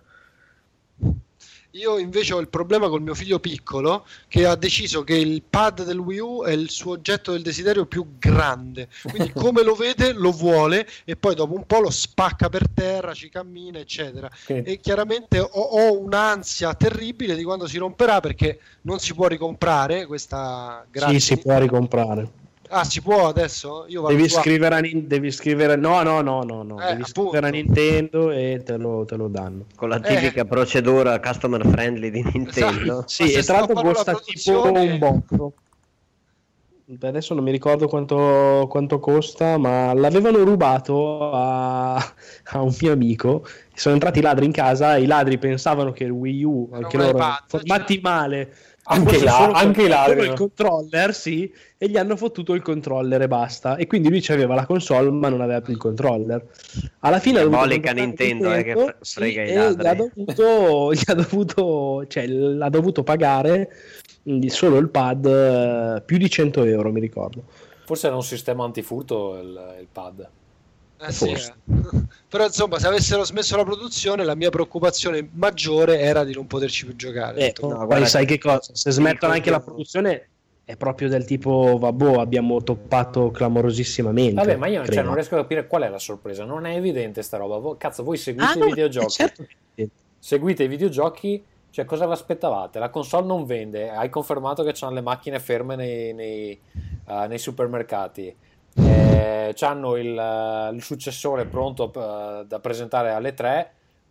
Io invece ho il problema col mio figlio piccolo, che ha deciso che il pad del Wii U è il suo oggetto del desiderio più grande, quindi come lo vede lo vuole e poi dopo un po' lo spacca per terra, ci cammina eccetera. Quindi... e chiaramente ho, ho un'ansia terribile di quando si romperà, perché non si può ricomprare questa grande... Sì, si può ricomprare. Ah, si può adesso? Io devi, scrivere a, devi scrivere no no no no, no. Eh, devi appunto. scrivere a Nintendo e te lo, te lo danno con la tipica eh. procedura customer friendly di Nintendo. Esatto. Sì, e tra l'altro costa tipo un botto. Adesso non mi ricordo quanto, quanto costa, ma l'avevano rubato a, a un mio amico. Sono entrati i ladri in casa, i ladri pensavano che il Wii U, anche loro formati male, anche, là, anche i ladri il controller, sì, e gli hanno fottuto il controller e basta, e quindi lui aveva la console ma non aveva più il controller. Alla fine Diabolica Nintendo, Nintendo eh, che frega sì, i ladri. Gli ha dovuto, gli ha dovuto, cioè l'ha dovuto pagare solo il pad più di cento euro, mi ricordo. Forse era un sistema antifurto il, il pad. Eh sì, eh. Però insomma, se avessero smesso la produzione, la mia preoccupazione maggiore era di non poterci più giocare. Eh, no, poi sai che cosa? Se smettono anche la produzione è proprio del tipo vabbè, abbiamo toppato clamorosissimamente. Vabbè, ma io cioè, non riesco a capire qual è la sorpresa. Non è evidente sta roba. Voi, cazzo, voi seguite ah, i videogiochi. Certo. Seguite i videogioci. Cioè, cosa vi aspettavate? La console non vende. Hai confermato che c'hanno le macchine ferme nei, nei, uh, nei supermercati. Eh, c'hanno il, uh, il successore pronto uh, da presentare alle tre,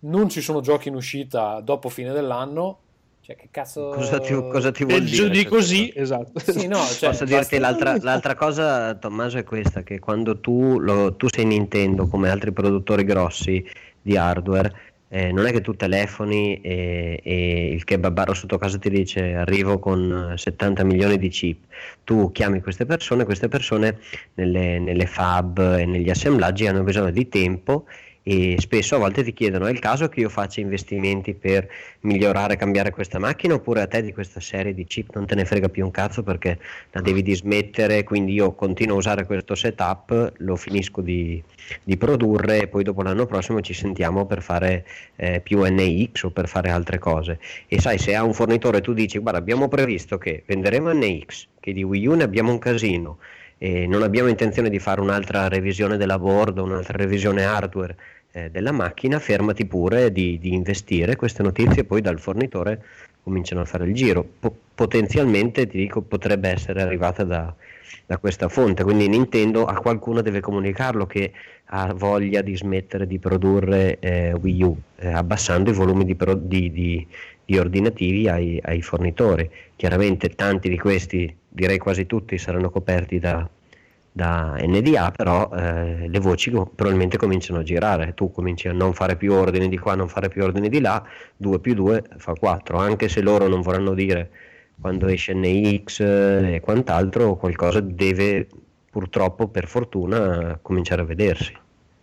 non ci sono giochi in uscita dopo fine dell'anno. Cioè, che cazzo... Cosa ti, cosa ti vuol Peggio dire? di così, esatto. Sì, no, cioè, Posso basta... dirti l'altra, l'altra cosa, Tommaso, è questa, che quando tu, lo, tu sei Nintendo, come altri produttori grossi di hardware, eh, non è che tu telefoni e, e il kebabaro sotto casa ti dice arrivo con settanta milioni di chip. Tu chiami queste persone, queste persone nelle, nelle fab e negli assemblaggi hanno bisogno di tempo, e spesso a volte ti chiedono: è il caso che io faccia investimenti per migliorare, cambiare questa macchina, oppure a te di questa serie di chip non te ne frega più un cazzo perché la devi dismettere, quindi io continuo a usare questo setup, lo finisco di, di produrre e poi dopo l'anno prossimo ci sentiamo per fare eh, più N X o per fare altre cose. E sai, se a un fornitore tu dici: guarda, abbiamo previsto che venderemo N X, che di Wii U ne abbiamo un casino e non abbiamo intenzione di fare un'altra revisione della board, un'altra revisione hardware eh, della macchina, fermati pure di, di investire. Queste notizie poi dal fornitore cominciano a fare il giro. Po- potenzialmente, ti dico, potrebbe essere arrivata da, da questa fonte, quindi Nintendo a qualcuno deve comunicarlo che ha voglia di smettere di produrre eh, Wii U, eh, abbassando i volumi di, pro- di, di, di ordinativi ai, ai fornitori. Chiaramente tanti di questi, direi quasi tutti, saranno coperti da, da N D A, però eh, le voci co- probabilmente cominciano a girare. Tu cominci a non fare più ordini di qua, non fare più ordini di là, due più due fa quattro, anche se loro non vorranno dire quando esce N X e quant'altro, qualcosa deve purtroppo, per fortuna, cominciare a vedersi.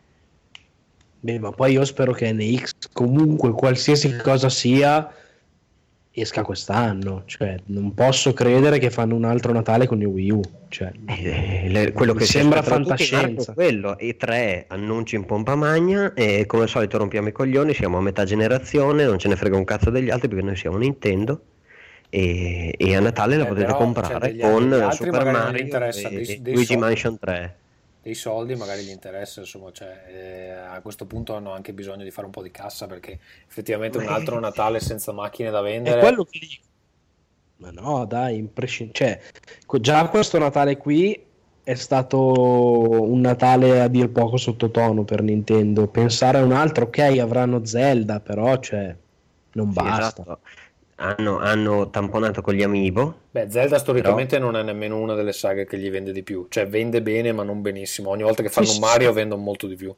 Beh, ma poi io spero che N X, comunque qualsiasi cosa sia, esca quest'anno. Cioè, non posso credere che fanno un altro Natale con il Wii U. Cioè, eh, le, quello che sembra si aspettano tutti, fantascienza. Marco, quello, e tre annunci in pompa magna, e come al solito rompiamo i coglioni, siamo a metà generazione, non ce ne frega un cazzo degli altri perché noi siamo Nintendo. E, e a Natale la Eh, potete però, comprare cioè, con altri Super magari non Mario gli interessa, e, dei- e dei Luigi soldi. Mansion tre. Dei soldi magari gli interessa, insomma, cioè, eh, a questo punto hanno anche bisogno di fare un po' di cassa, perché effettivamente un altro Natale senza macchine da È vendere. quello che dico. Ma no, dai, imprescindibile. Cioè, co- già questo Natale qui è stato un Natale a dir poco sottotono per Nintendo. Pensare a un altro, ok, avranno Zelda, però, cioè, non Sì, basta. esatto. Hanno, hanno tamponato con gli Amiibo. Beh, Zelda storicamente non è nemmeno una delle saghe che gli vende di più, cioè vende bene ma non benissimo, ogni volta che fanno Sì, un sì, Mario sì. vendono molto di più,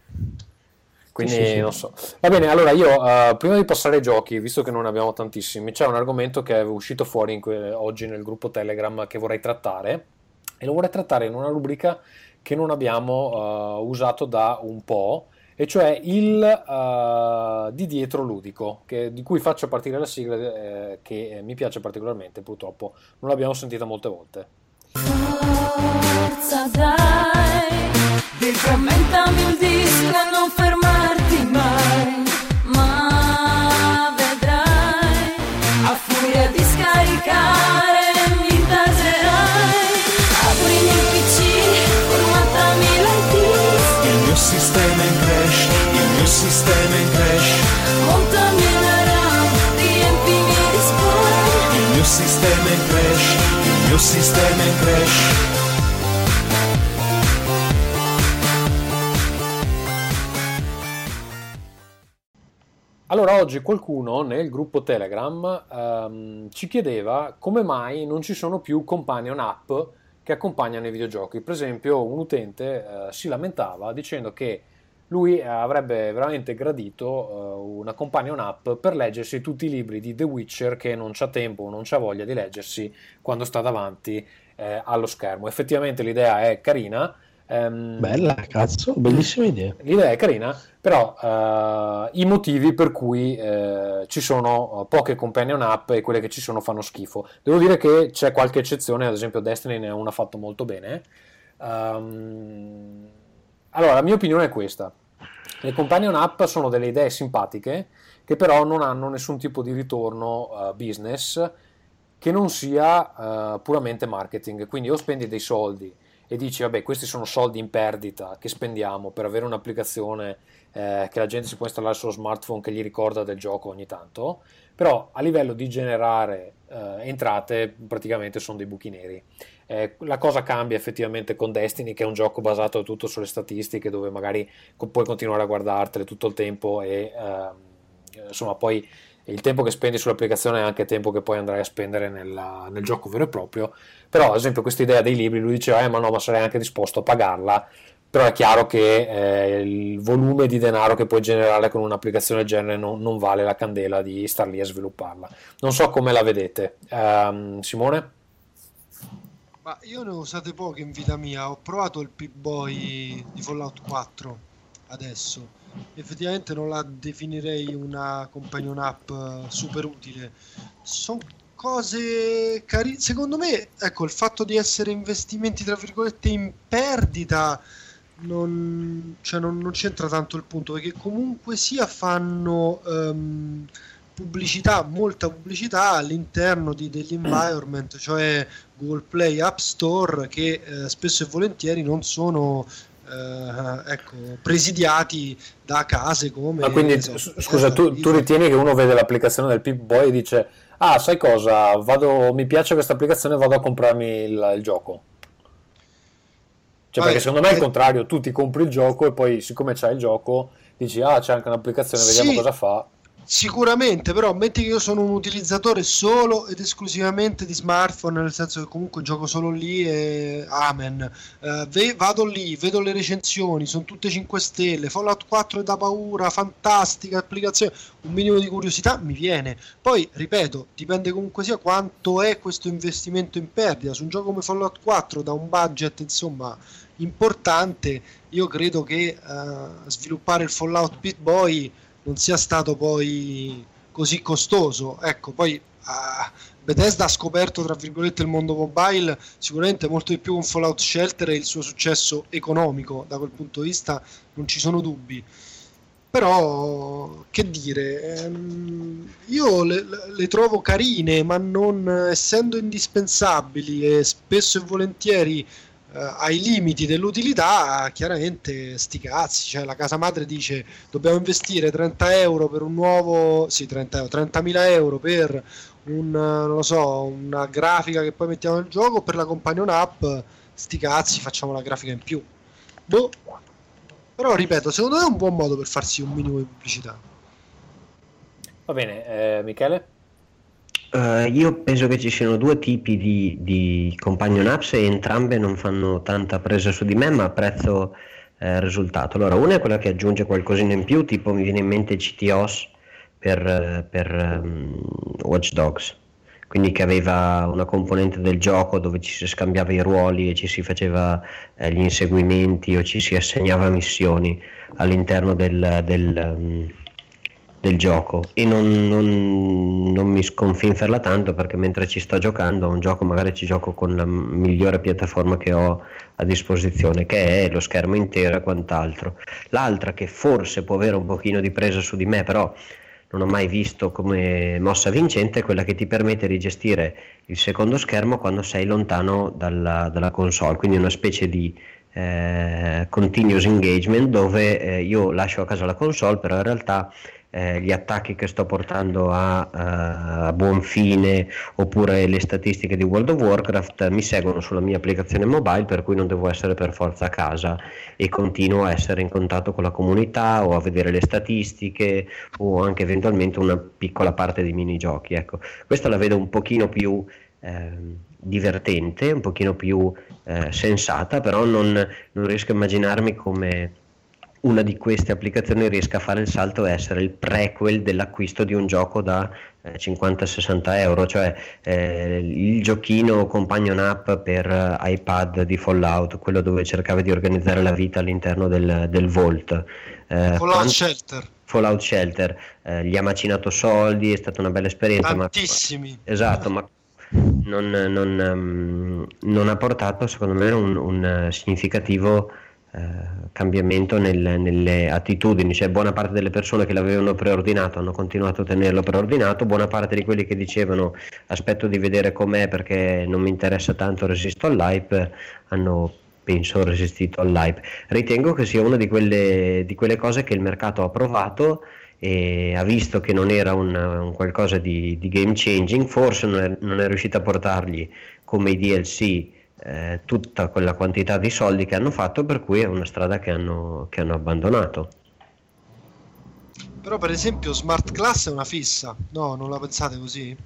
quindi Sì, sì, sì. non so. Va bene, allora io eh, prima di passare ai giochi, visto che non ne abbiamo tantissimi, c'è un argomento che è uscito fuori in que- oggi nel gruppo Telegram che vorrei trattare, e lo vorrei trattare in una rubrica che non abbiamo eh, usato da un po', e cioè il eh, di dietro ludico, che- di cui faccio partire la sigla, eh, che eh, mi piace particolarmente, purtroppo non l'abbiamo sentita molte volte. Forza dai, riframmentami il disco e non fermarti mai, ma vedrai, a furia di scaricare mi taserai, aprimi il P C, formattami l'I T, il mio sistema in crash, il mio sistema in crash, montami la RAM, riempimi di spore, il mio sistema in crash, il mio sistema in crash. Allora, oggi qualcuno nel gruppo Telegram ehm, ci chiedeva come mai non ci sono più companion app che accompagnano i videogiochi. Per esempio, un utente eh, si lamentava dicendo che lui avrebbe veramente gradito eh, una companion app per leggersi tutti i libri di The Witcher che non c'ha tempo, non c'ha voglia di leggersi quando sta davanti eh, allo schermo. Effettivamente l'idea è carina. ehm, Bella, cazzo, bellissima idea. L'idea è carina, però eh, i motivi per cui eh, ci sono eh, poche companion app e quelle che ci sono fanno schifo. Devo dire che c'è qualche eccezione, ad esempio Destiny ne ha una fatto molto bene. Um, allora, la mia opinione è questa. Le companion app sono delle idee simpatiche che però non hanno nessun tipo di ritorno uh, business che non sia uh, puramente marketing. Quindi o spendi dei soldi e dici vabbè, questi sono soldi in perdita che spendiamo per avere un'applicazione eh, che la gente si può installare sullo smartphone che gli ricorda del gioco ogni tanto, però a livello di generare eh, entrate praticamente sono dei buchi neri. Eh, la cosa cambia effettivamente con Destiny, che è un gioco basato tutto sulle statistiche, dove magari co- puoi continuare a guardartele tutto il tempo e eh, insomma poi il tempo che spendi sull'applicazione è anche tempo che poi andrai a spendere nella, nel gioco vero e proprio. Però ad esempio questa idea dei libri, lui diceva eh ma no, ma sarei anche disposto a pagarla, però è chiaro che eh, il volume di denaro che puoi generare con un'applicazione del genere non, non vale la candela di star lì a svilupparla. Non so come la vedete. um, Simone? Ma io ne ho usate poche in vita mia, ho provato il Pip-Boy di Fallout quattro adesso, effettivamente non la definirei una companion app super utile, sono cose carine, secondo me, ecco, il fatto di essere investimenti tra virgolette in perdita non, cioè non, non c'entra tanto il punto, perché comunque sia fanno um, pubblicità, molta pubblicità all'interno di, degli environment, cioè Google Play, App Store, che eh, spesso e volentieri non sono eh, ecco, presidiati da case come... Ma quindi, so, scusa, tu, tu ritieni che uno vede l'applicazione del Pip-Boy e dice ah, sai cosa, vado, mi piace questa applicazione, vado a comprarmi il, il gioco? Cioè, Vabbè, perché secondo me è il eh, contrario, tu ti compri il gioco e poi siccome c'hai il gioco dici ah, c'è anche un'applicazione, vediamo sì, cosa fa. Sicuramente, però metti che io sono un utilizzatore solo ed esclusivamente di smartphone, nel senso che comunque gioco solo lì e amen, eh, ve- vado lì, vedo le recensioni, sono tutte cinque stelle, Fallout quattro è da paura, fantastica applicazione, un minimo di curiosità mi viene. Poi ripeto, dipende comunque sia quanto è questo investimento in perdita. Su un gioco come Fallout quattro da un budget insomma importante, io credo che uh, sviluppare il Fallout Pip-Boy non sia stato poi così costoso. Ecco, poi uh, Bethesda ha scoperto tra virgolette il mondo mobile sicuramente molto di più con Fallout Shelter e il suo successo economico, da quel punto di vista non ci sono dubbi. Però che dire, ehm, io le, le trovo carine, ma non essendo indispensabili e spesso e volentieri Uh, ai limiti dell'utilità, chiaramente sti cazzi, cioè la casa madre dice dobbiamo investire trenta euro per un nuovo, sì trenta euro, trentamila euro per un, non lo so, una grafica che poi mettiamo nel gioco, per la companion app sti cazzi, facciamo la grafica in più, boh. Però ripeto, secondo me è un buon modo per farsi un minimo di pubblicità. Va bene, eh, Michele? Uh, io penso che ci siano due tipi di, di companion apps e entrambe non fanno tanta presa su di me, ma apprezzo il eh, risultato. Allora, una è quella che aggiunge qualcosina in più, tipo mi viene in mente C T O S per, per um, Watch Dogs, quindi che aveva una componente del gioco dove ci si scambiava i ruoli e ci si faceva eh, gli inseguimenti o ci si assegnava missioni all'interno del... del um, del gioco, e non, non, non mi sconfinferla tanto, perché mentre ci sto giocando a un gioco magari ci gioco con la migliore piattaforma che ho a disposizione, che è lo schermo intero e quant'altro. L'altra, che forse può avere un pochino di presa su di me, però non ho mai visto come mossa vincente, è quella che ti permette di gestire il secondo schermo quando sei lontano dalla, dalla console, quindi una specie di eh, continuous engagement dove eh, io lascio a casa la console, però in realtà Eh, gli attacchi che sto portando a, a, a buon fine, oppure le statistiche di World of Warcraft, mi seguono sulla mia applicazione mobile, per cui non devo essere per forza a casa e continuo a essere in contatto con la comunità o a vedere le statistiche o anche eventualmente una piccola parte di minigiochi. Ecco, questa la vedo un pochino più eh, divertente, un pochino più eh, sensata, però non, non riesco a immaginarmi come una di queste applicazioni riesca a fare il salto e essere il prequel dell'acquisto di un gioco da eh, cinquanta sessanta euro, cioè eh, il giochino companion app per uh, iPad di Fallout, quello dove cercavi di organizzare la vita all'interno del, del Vault. Eh, Fallout quant- Shelter. Fallout Shelter, eh, gli ha macinato soldi, è stata una bella esperienza. Tantissimi. Ma, esatto, ma non, non, um, non ha portato secondo me un, un significativo Uh, cambiamento nel, nelle attitudini, cioè buona parte delle persone che l'avevano preordinato hanno continuato a tenerlo preordinato, buona parte di quelli che dicevano aspetto di vedere com'è perché non mi interessa tanto, resisto all'hype, hanno penso resistito all'hype. Ritengo che sia una di quelle, di quelle cose che il mercato ha provato e ha visto che non era un, un qualcosa di, di game changing, forse non è, non è riuscito a portargli come i D L C eh, tutta quella quantità di soldi che hanno fatto, per cui è una strada che hanno, che hanno abbandonato. Però per esempio Smart Glass è una fissa, no? Non la pensate così?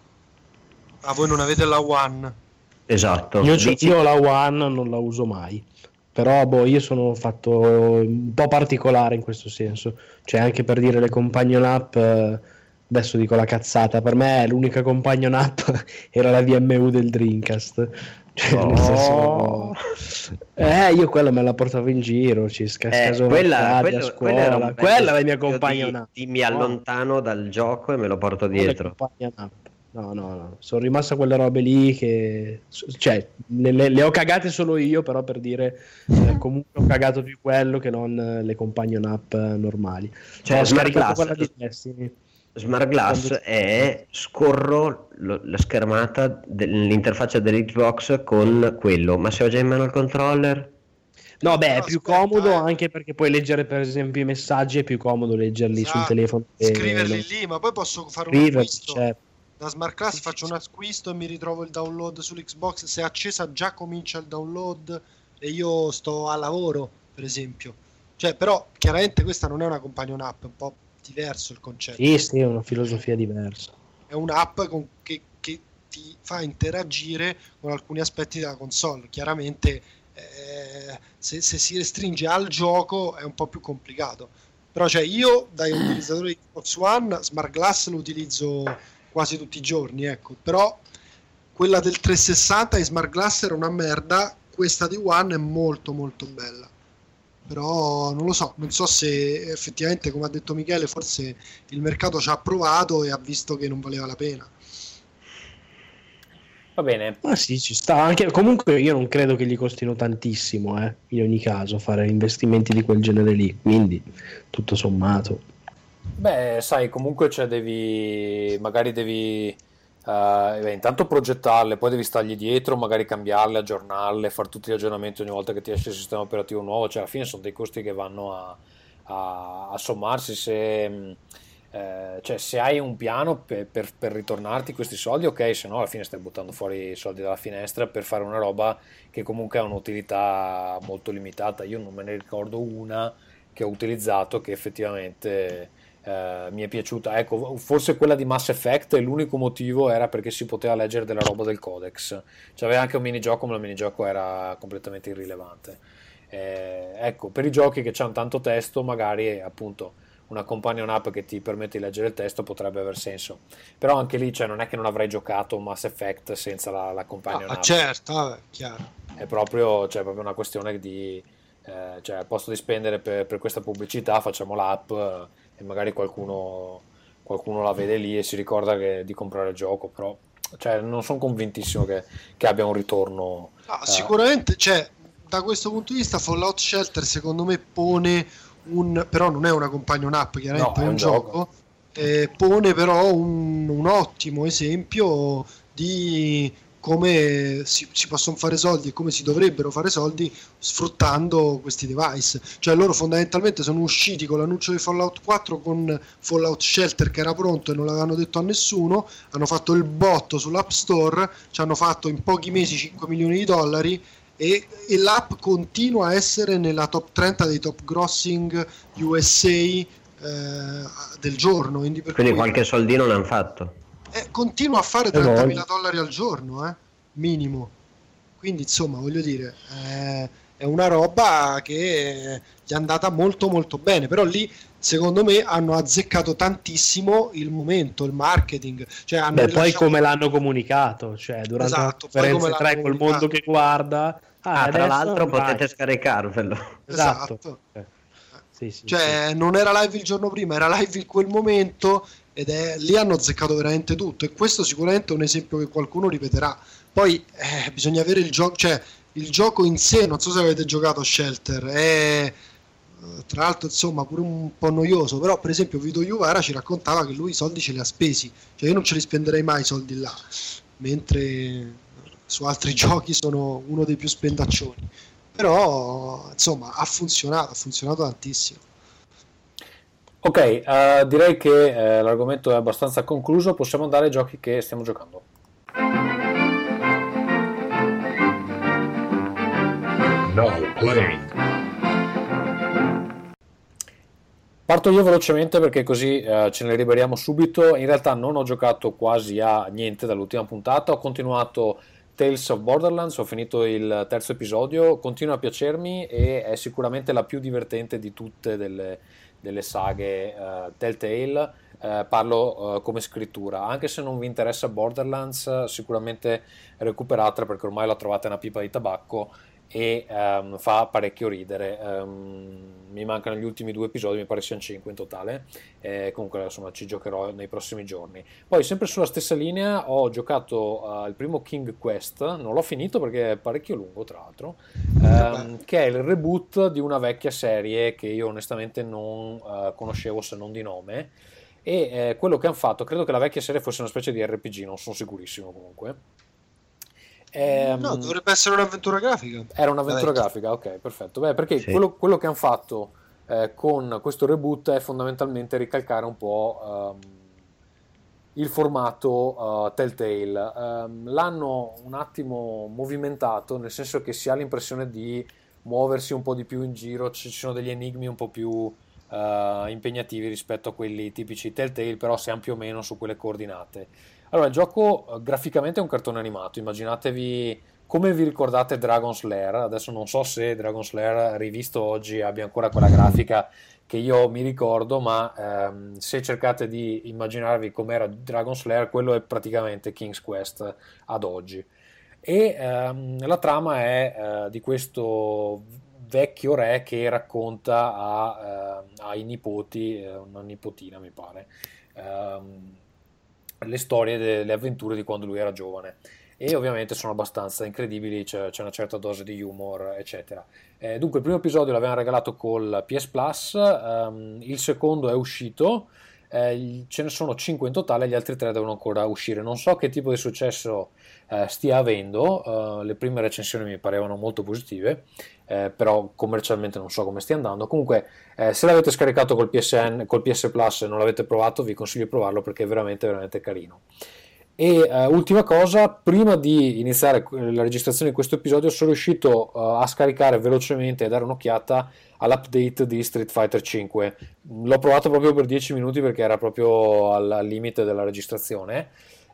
Ah, voi non avete la One? Esatto. Io, io ho la One, non la uso mai. Però boh, io sono fatto un po' particolare in questo senso. Cioè, anche per dire le companion app, eh, adesso dico la cazzata, per me l'unica companion app era la V M U del Dreamcast. Cioè, oh. nel senso, eh, io quella me la portavo in giro, ci scascaso eh, quella, quello, a scuola. Quella, quella è la mia companion app. Di, di mi allontano oh. dal gioco e me lo porto dietro. No, no, no, sono rimasto a quelle robe lì che, cioè, le, le, le ho cagate solo io, però per dire, eh, comunque ho cagato più quello che non le companion app normali. Cioè, ho scaricato quella di Destiny. Smart Glass Quando... è scorro lo, la schermata dell'interfaccia dell'Xbox con quello, ma se ho già in mano il controller... No, beh, è più aspetta, comodo eh. anche perché puoi leggere per esempio i messaggi, è più comodo leggerli esatto. sul telefono. Scriverli e... lì, ma poi posso fare un Scriverli, acquisto. Certo. Da Smart Glass faccio un acquisto e mi ritrovo il download sull'Xbox, se è accesa già comincia il download e io sto a lavoro, per esempio. Cioè, però chiaramente questa non è una companion app, è un po' diverso il concetto. Sì, sì, è una filosofia diversa. È un'app con, che, che ti fa interagire con alcuni aspetti della console. Chiaramente eh, se, se si restringe al gioco è un po' più complicato. Però cioè io, da utilizzatore di Xbox One, Smart Glass lo utilizzo quasi tutti i giorni, ecco. Però quella del trecentosessanta e Smart Glass era una merda, questa di One è molto molto bella. Però non lo so, non so se effettivamente, come ha detto Michele, forse il mercato ci ha provato e ha visto che non valeva la pena. Va bene. Ma sì, ci sta. Anche, comunque io non credo che gli costino tantissimo, eh, in ogni caso, fare investimenti di quel genere lì, quindi tutto sommato. Beh, sai, comunque cioè devi, magari devi uh, beh, intanto progettarle, poi devi stargli dietro, magari cambiarle, aggiornarle, fare tutti gli aggiornamenti ogni volta che ti esce il sistema operativo nuovo, cioè alla fine sono dei costi che vanno a, a, a sommarsi. Se, eh, cioè, se hai un piano per, per, per ritornarti questi soldi, ok, se no alla fine stai buttando fuori i soldi dalla finestra per fare una roba che comunque ha un'utilità molto limitata. Io non me ne ricordo una che ho utilizzato che effettivamente... Uh, mi è piaciuta, ecco, forse quella di Mass Effect, e l'unico motivo era perché si poteva leggere della roba del codex, cioè aveva anche un minigioco, ma il minigioco era completamente irrilevante. Eh, ecco, per i giochi che hanno tanto testo, magari appunto una companion app che ti permette di leggere il testo potrebbe aver senso, però anche lì cioè, non è che non avrei giocato Mass Effect senza la, la companion ah, app. Certo, vabbè, chiaro. È proprio, cioè, proprio una questione di eh, cioè al posto di spendere per, per questa pubblicità facciamo l'app e magari qualcuno, qualcuno la vede lì e si ricorda che, di comprare il gioco, però cioè, non sono convintissimo che, che abbia un ritorno. No, eh. Sicuramente, cioè, da questo punto di vista Fallout Shelter secondo me pone un, però non è una companion app, chiaramente no, è un, un gioco, gioco. Eh, pone però un, un ottimo esempio di come si, si possono fare soldi e come si dovrebbero fare soldi sfruttando questi device. Cioè loro fondamentalmente sono usciti con l'annuncio di Fallout quattro con Fallout Shelter che era pronto e non l'avevano detto a nessuno, hanno fatto il botto sull'App Store, ci hanno fatto in pochi mesi cinque milioni di dollari e, e l'app continua a essere nella top trenta dei top grossing U S A eh, del giorno. Quindi, per quindi cui, qualche soldino l'hanno fatto. Eh, continua a fare trentamila dollari al giorno, eh, minimo. Quindi insomma voglio dire eh, è una roba che gli è andata molto molto bene, però lì secondo me hanno azzeccato tantissimo il momento, il marketing, cioè hanno Beh, poi come l'hanno comunicato, cioè durante esatto, la conferenza tre col mondo che guarda ah, ah tra l'altro potete scaricarvelo, esatto, esatto. Eh. Sì, sì, cioè sì. Non era live il giorno prima, era live in quel momento ed è lì hanno azzeccato veramente tutto, e questo sicuramente è un esempio che qualcuno ripeterà. Poi eh, bisogna avere il gioco, cioè il gioco in sé, non so se avete giocato a Shelter, è tra l'altro insomma pure un po' noioso, però per esempio Vito Juvara ci raccontava che lui i soldi ce li ha spesi, cioè io non ce li spenderei mai i soldi là, mentre su altri giochi sono uno dei più spendaccioni. però insomma ha funzionato, ha funzionato tantissimo. Ok, uh, direi che uh, l'argomento è abbastanza concluso, possiamo andare ai giochi che stiamo giocando. Now playing. Parto io velocemente perché così uh, ce ne liberiamo subito. In realtà non ho giocato quasi a niente dall'ultima puntata, ho continuato Tales of Borderlands, ho finito il terzo episodio, continua a piacermi e è sicuramente la più divertente di tutte delle, delle saghe uh, Telltale. Uh, parlo uh, come scrittura, anche se non vi interessa Borderlands, sicuramente recuperatela perché ormai la trovate una pipa di tabacco e um, fa parecchio ridere. Um, mi mancano gli ultimi due episodi, mi pare siano cinque in totale, eh, comunque insomma ci giocherò nei prossimi giorni. Poi sempre sulla stessa linea ho giocato uh, il primo King Quest, non l'ho finito perché è parecchio lungo tra l'altro, um, che è il reboot di una vecchia serie che io onestamente non uh, conoscevo se non di nome, e eh, quello che hanno fatto, credo che la vecchia serie fosse una specie di R P G, non sono sicurissimo comunque. Eh, no, dovrebbe essere un'avventura grafica. Era un'avventura grafica, ok, perfetto. Beh, perché sì. quello, quello che hanno fatto eh, con questo reboot è fondamentalmente ricalcare un po' um, il formato uh, Telltale. Um, l'hanno un attimo movimentato, nel senso che si ha l'impressione di muoversi un po' di più in giro, ci sono degli enigmi un po' più uh, impegnativi rispetto a quelli tipici Telltale, però siamo più o meno su quelle coordinate. Allora, il gioco graficamente è un cartone animato, immaginatevi come vi ricordate Dragon Slayer. Adesso non so se Dragon Slayer rivisto oggi abbia ancora quella grafica che io mi ricordo, ma ehm, se cercate di immaginarvi com'era Dragon Slayer, quello è praticamente King's Quest ad oggi. E ehm, la trama è eh, di questo vecchio re che racconta a, eh, ai nipoti, eh, una nipotina mi pare, ehm, le storie delle avventure di quando lui era giovane, e ovviamente sono abbastanza incredibili, c'è, c'è una certa dose di humor eccetera. Eh, dunque il primo episodio l'avevano regalato col P S Plus, um, il secondo è uscito, eh, ce ne sono cinque in totale, gli altri tre devono ancora uscire. Non so che tipo di successo eh, stia avendo, uh, le prime recensioni mi parevano molto positive, eh, però commercialmente non so come stia andando. Comunque eh, se l'avete scaricato col P S N, col P S Plus e non l'avete provato, vi consiglio di provarlo perché è veramente veramente carino. E uh, ultima cosa, prima di iniziare la registrazione di questo episodio sono riuscito uh, a scaricare velocemente e dare un'occhiata all'update di Street Fighter cinque. L'ho provato proprio per dieci minuti perché era proprio al, al limite della registrazione.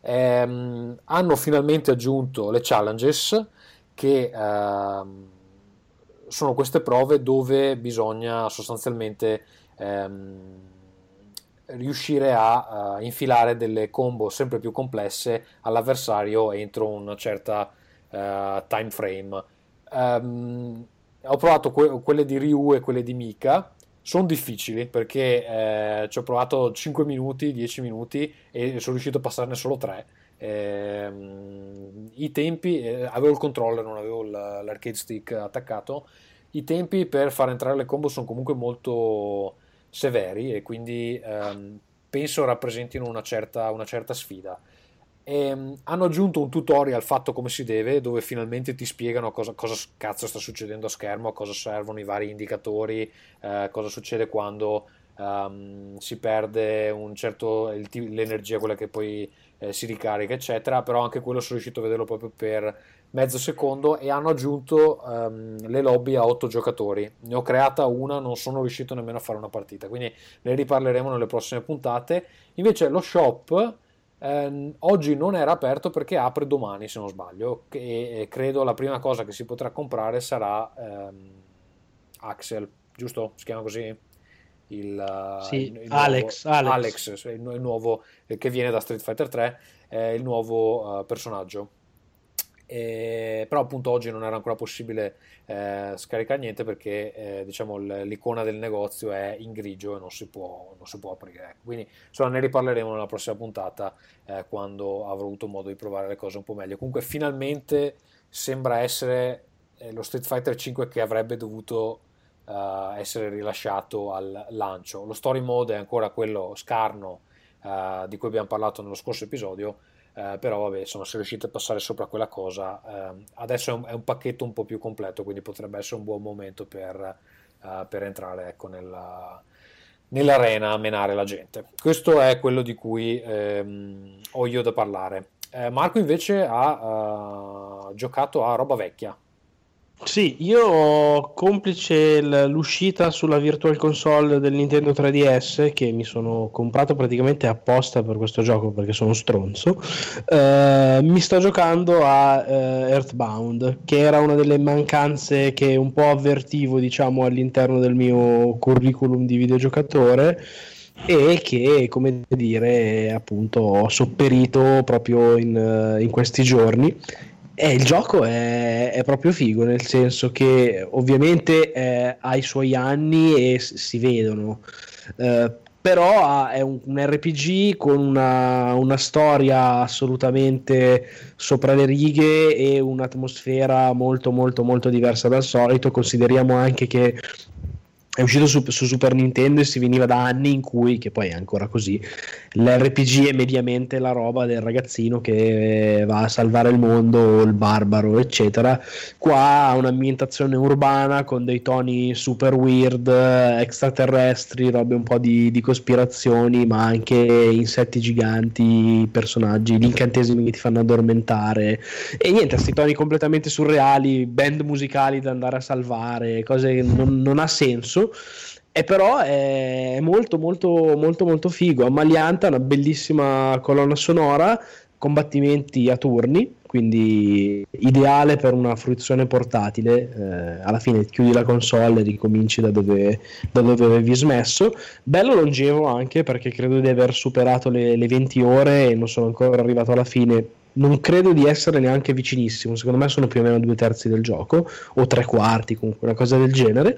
Ehm, hanno finalmente aggiunto le challenges, che ehm, sono queste prove dove bisogna sostanzialmente ehm, riuscire a uh, infilare delle combo sempre più complesse all'avversario entro una certa uh, time frame. Um, ho provato que- quelle di Ryu e quelle di Mika, sono difficili perché eh, ci ho provato cinque minuti, dieci minuti e sono riuscito a passarne solo tre. Eh, i tempi, eh, avevo il controller, non avevo l'arcade stick attaccato, i tempi per far entrare le combo sono comunque molto severi e quindi ehm, penso rappresentino una certa, una certa sfida. E, um, hanno aggiunto un tutorial fatto come si deve, dove finalmente ti spiegano cosa, cosa cazzo sta succedendo a schermo, a cosa servono i vari indicatori, eh, cosa succede quando um, si perde un certo, il, l'energia, quella che poi eh, si ricarica eccetera. Però anche quello sono riuscito a vederlo proprio per mezzo secondo, e hanno aggiunto um, le lobby a otto giocatori. Ne ho creata una, non sono riuscito nemmeno a fare una partita, quindi ne riparleremo nelle prossime puntate. Invece lo shop eh, oggi non era aperto perché apre domani se non sbaglio, e credo la prima cosa che si potrà comprare sarà ehm, Axel, giusto? Si chiama così? Il, sì, il, il Alex, nuovo, Alex. Alex il, il nuovo che viene da Street Fighter tre, è il nuovo uh, personaggio. E, però appunto oggi non era ancora possibile eh, scaricare niente perché eh, diciamo l'icona del negozio è in grigio e non si può, non si può aprire, quindi insomma ne riparleremo nella prossima puntata eh, quando avrò avuto modo di provare le cose un po' meglio. Comunque finalmente sembra essere eh, lo Street Fighter cinque che avrebbe dovuto uh, essere rilasciato al lancio. Lo story mode è ancora quello scarno uh, di cui abbiamo parlato nello scorso episodio. eh, però vabbè, insomma, se riuscite a passare sopra quella cosa, eh, adesso è un, è un pacchetto un po' più completo, quindi potrebbe essere un buon momento per, eh, per entrare, ecco, nella, nell'arena a menare la gente. Questo è quello di cui ehm, ho io da parlare. eh, Marco invece ha uh, giocato a roba vecchia. Sì, io complice l'uscita sulla Virtual Console del Nintendo tre D S, che mi sono comprato praticamente apposta per questo gioco perché sono stronzo, eh, mi sto giocando a eh, Earthbound, che era una delle mancanze che un po' avvertivo, diciamo, all'interno del mio curriculum di videogiocatore, e che, come dire, appunto ho sopperito proprio in, in questi giorni. E il gioco è, è proprio figo, nel senso che ovviamente eh, ha i suoi anni e s- si vedono, eh, però ha, è un, un R P G con una, una storia assolutamente sopra le righe e un'atmosfera molto molto molto diversa dal solito. Consideriamo anche che è uscito su, su Super Nintendo e si veniva da anni in cui, che poi è ancora così, l'R P G è mediamente la roba del ragazzino che va a salvare il mondo, o il barbaro, eccetera. Qua ha un'ambientazione urbana con dei toni super weird, extraterrestri, robe un po' di, di cospirazioni, ma anche insetti giganti, personaggi, gli incantesimi che ti fanno addormentare, e niente, questi toni completamente surreali, band musicali da andare a salvare, cose che non, non ha senso. E però è molto molto molto molto figo. Ammalianta, una bellissima colonna sonora, combattimenti a turni, quindi ideale per una fruizione portatile. Eh, alla fine chiudi la console e ricominci da dove, da dove avevi smesso. Bello longevo anche, perché credo di aver superato le, le venti ore e non sono ancora arrivato alla fine. Non credo di essere neanche vicinissimo, secondo me sono più o meno due terzi del gioco, o tre quarti, comunque una cosa del genere.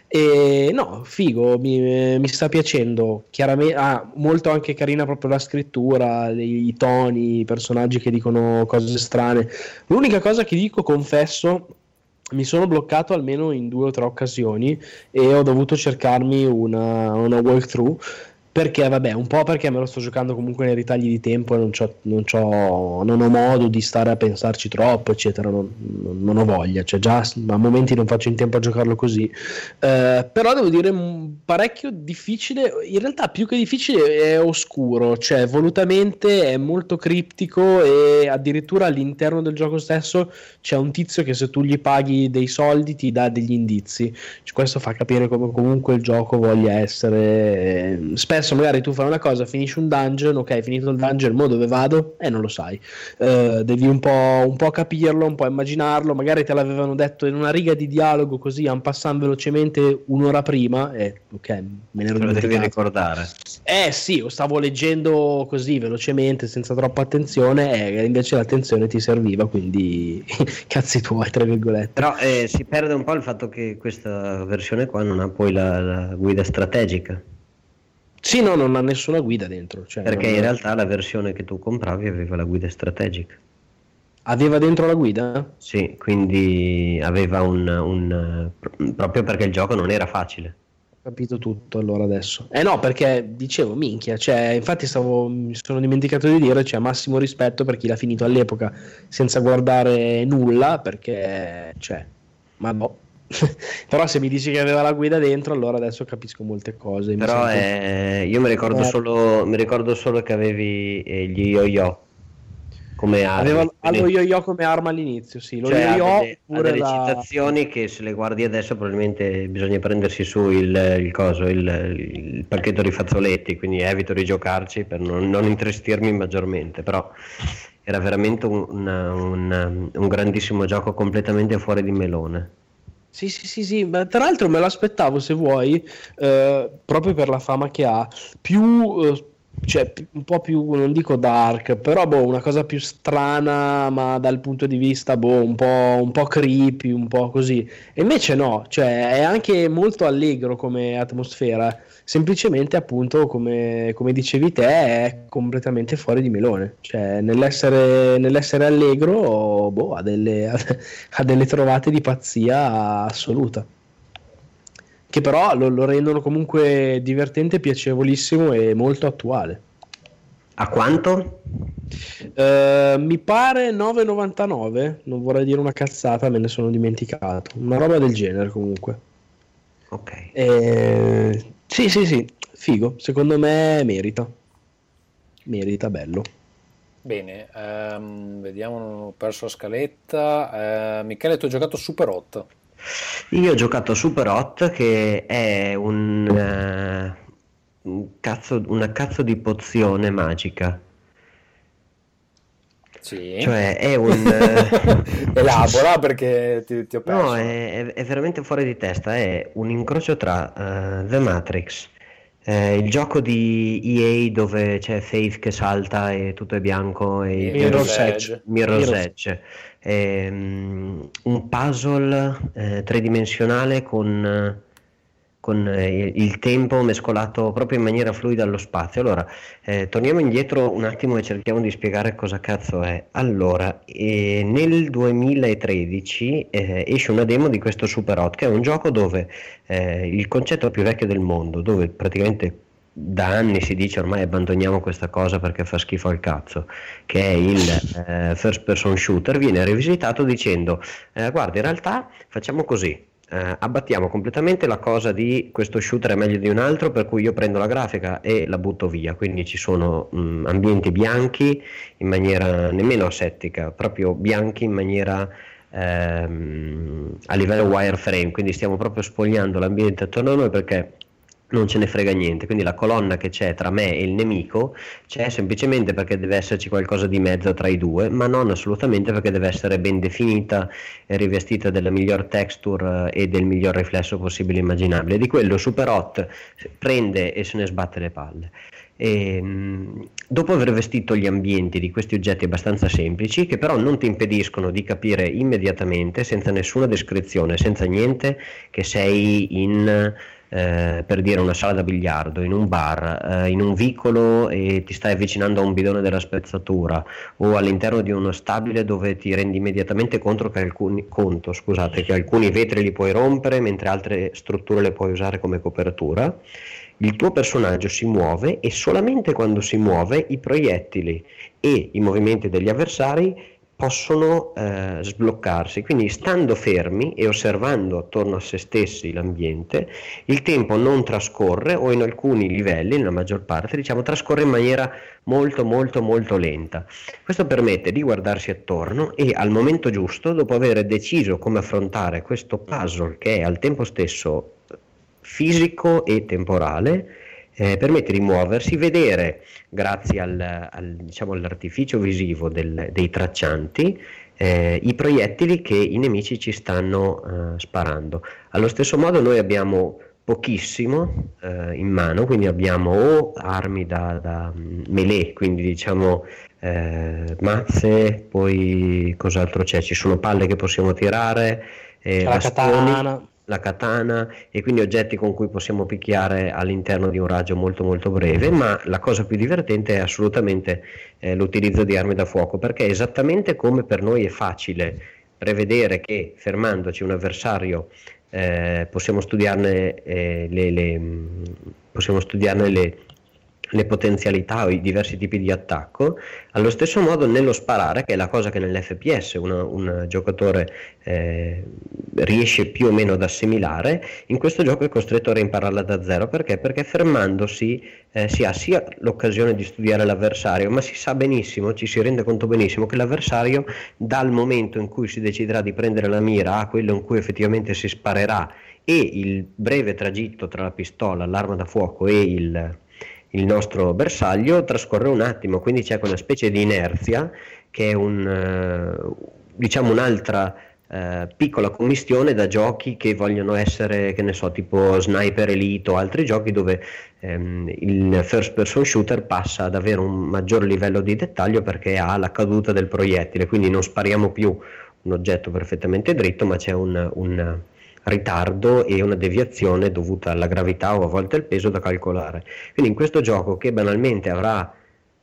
E no, figo, mi, mi sta piacendo. Chiaramente, ah, molto anche carina proprio la scrittura, i, i toni, i personaggi che dicono cose strane. L'unica cosa che dico, confesso, mi sono bloccato almeno in due o tre occasioni e ho dovuto cercarmi una, una walkthrough. Perché vabbè, un po' perché me lo sto giocando comunque nei ritagli di tempo e non, c'ho, non, c'ho, non ho modo di stare a pensarci troppo, eccetera, non, non ho voglia, cioè già a momenti non faccio in tempo a giocarlo così, eh, però devo dire parecchio difficile, in realtà più che difficile è oscuro, cioè volutamente è molto criptico, e addirittura all'interno del gioco stesso c'è un tizio che se tu gli paghi dei soldi ti dà degli indizi, cioè, questo fa capire come comunque il gioco voglia essere, eh, spesso magari tu fai una cosa, finisci un dungeon, ok, finito il dungeon, mo dove vado? Eh, non lo sai, uh, devi un po', un po' capirlo, un po' immaginarlo, magari te l'avevano detto in una riga di dialogo così, en passant velocemente un'ora prima, e eh, ok, me ne ero lo devi ricordare. Eh sì, o stavo leggendo così velocemente, senza troppa attenzione, e invece l'attenzione ti serviva, quindi cazzi tuoi, tra virgolette. Però eh, si perde un po' il fatto che questa versione qua non ha poi la, la guida strategica. Sì, no, non ha nessuna guida dentro. Cioè perché non... in realtà la versione che tu compravi aveva la guida strategica. Aveva dentro la guida? Sì, quindi aveva un, un... proprio perché il gioco non era facile. Ho capito tutto allora adesso. Eh no, perché dicevo, minchia, cioè, infatti stavo, mi sono dimenticato di dire, cioè massimo rispetto per chi l'ha finito all'epoca senza guardare nulla, perché, cioè, ma no. Però se mi dici che aveva la guida dentro, allora adesso capisco molte cose. Però mi sento... eh, io mi ricordo, solo, mi ricordo solo che avevi eh, gli yo-yo come arma. Aveva lo yo-yo come arma all'inizio, sì. Lo cioè, yo-yo ha delle, pure ha delle la... citazioni che se le guardi adesso probabilmente bisogna prendersi su il, il coso, il, il pacchetto di fazzoletti, quindi evito di giocarci per non, non intristirmi maggiormente, però era veramente un, una, una, un grandissimo gioco completamente fuori di melone. Sì, sì, sì, sì, ma tra l'altro me l'aspettavo, se vuoi, eh, proprio per la fama che ha, più, eh, cioè un po' più, non dico dark, però boh, una cosa più strana, ma dal punto di vista, boh, un po', un po' creepy, un po' così. E invece no, cioè è anche molto allegro come atmosfera, semplicemente appunto, come, come dicevi te, è completamente fuori di melone, cioè nell'essere, nell'essere allegro, boh, ha delle, ha delle trovate di pazzia assoluta, che però lo, lo rendono comunque divertente, piacevolissimo e molto attuale. A quanto? Uh, mi pare nove e novantanove, non vorrei dire una cazzata, me ne sono dimenticato, una roba del genere comunque. Ok. Eh, sì, sì, sì, figo, secondo me merita. Merita, bello. Bene, um, vediamo, non ho perso la scaletta. Uh, Michele, tu hai giocato Super Hot. Io ho giocato Super Hot, che è un, uh, un cazzo, una cazzo di pozione magica. Sì. Cioè è un elabora perché ti, ti ho perso. No, è, è veramente fuori di testa. È un incrocio tra uh, The Matrix, eh, il gioco di E A dove c'è Faith che salta e tutto è bianco, e Mirror's Edge, Mirror's Edge. È, um, un puzzle eh, tridimensionale con con eh, il tempo mescolato proprio in maniera fluida allo spazio. Allora, eh, torniamo indietro un attimo e cerchiamo di spiegare cosa cazzo è. Allora, eh, nel duemilatredici eh, esce una demo di questo Super Hot, che è un gioco dove eh, il concetto più vecchio del mondo, dove praticamente da anni si dice ormai abbandoniamo questa cosa perché fa schifo al cazzo, che è il eh, first person shooter, viene rivisitato dicendo eh, guarda, in realtà facciamo così. Uh, abbattiamo completamente la cosa di questo shooter è meglio di un altro, per cui io prendo la grafica e la butto via, quindi ci sono um, ambienti bianchi in maniera nemmeno asettica, proprio bianchi in maniera um, a livello wireframe, quindi stiamo proprio spogliando l'ambiente attorno a noi perché non ce ne frega niente, quindi la colonna che c'è tra me e il nemico c'è semplicemente perché deve esserci qualcosa di mezzo tra i due, ma non assolutamente perché deve essere ben definita e rivestita della miglior texture e del miglior riflesso possibile e immaginabile. Di quello Super Hot prende e se ne sbatte le palle. E, dopo aver vestito gli ambienti di questi oggetti abbastanza semplici, che però non ti impediscono di capire immediatamente, senza nessuna descrizione, senza niente, che sei in... Eh, per dire una sala da biliardo, in un bar, eh, in un vicolo e ti stai avvicinando a un bidone della spezzatura, o all'interno di uno stabile dove ti rendi immediatamente conto che alcuni, conto, scusate, che alcuni vetri li puoi rompere mentre altre strutture le puoi usare come copertura. Il tuo personaggio si muove e solamente quando si muove i proiettili e i movimenti degli avversari possono eh, sbloccarsi, quindi stando fermi e osservando attorno a se stessi l'ambiente, il tempo non trascorre, o in alcuni livelli, nella maggior parte, diciamo, trascorre in maniera molto molto molto lenta. Questo permette di guardarsi attorno e al momento giusto, dopo aver deciso come affrontare questo puzzle che è al tempo stesso fisico e temporale, Eh, permette di muoversi, vedere grazie al, al, diciamo, all'artificio visivo del, dei traccianti eh, i proiettili che i nemici ci stanno eh, sparando. Allo stesso modo noi abbiamo pochissimo eh, in mano, quindi abbiamo o armi da, da melee, quindi diciamo eh, mazze, poi cos'altro c'è? Ci sono palle che possiamo tirare, eh, la bastoni, katana. la katana, e quindi oggetti con cui possiamo picchiare all'interno di un raggio molto molto breve. Ma la cosa più divertente è assolutamente eh, l'utilizzo di armi da fuoco, perché esattamente come per noi è facile prevedere che fermandoci un avversario eh, possiamo studiarne eh, le, le possiamo studiarne le le potenzialità o i diversi tipi di attacco, allo stesso modo nello sparare, che è la cosa che nell'F P S una, un giocatore eh, riesce più o meno ad assimilare, in questo gioco è costretto a reimpararla da zero. Perché? Perché fermandosi eh, si ha sia l'occasione di studiare l'avversario, ma si sa benissimo, ci si rende conto benissimo che l'avversario, dal momento in cui si deciderà di prendere la mira a quello in cui effettivamente si sparerà, e il breve tragitto tra la pistola, l'arma da fuoco e il il nostro bersaglio trascorre un attimo, quindi c'è quella specie di inerzia che è un, eh, diciamo un'altra eh, piccola commistione da giochi che vogliono essere, che ne so, tipo Sniper Elite o altri giochi dove ehm, il first person shooter passa ad avere un maggior livello di dettaglio perché ha la caduta del proiettile, quindi non spariamo più un oggetto perfettamente dritto, ma c'è un, un ritardo e una deviazione dovuta alla gravità o a volte al peso da calcolare. Quindi in questo gioco, che banalmente avrà,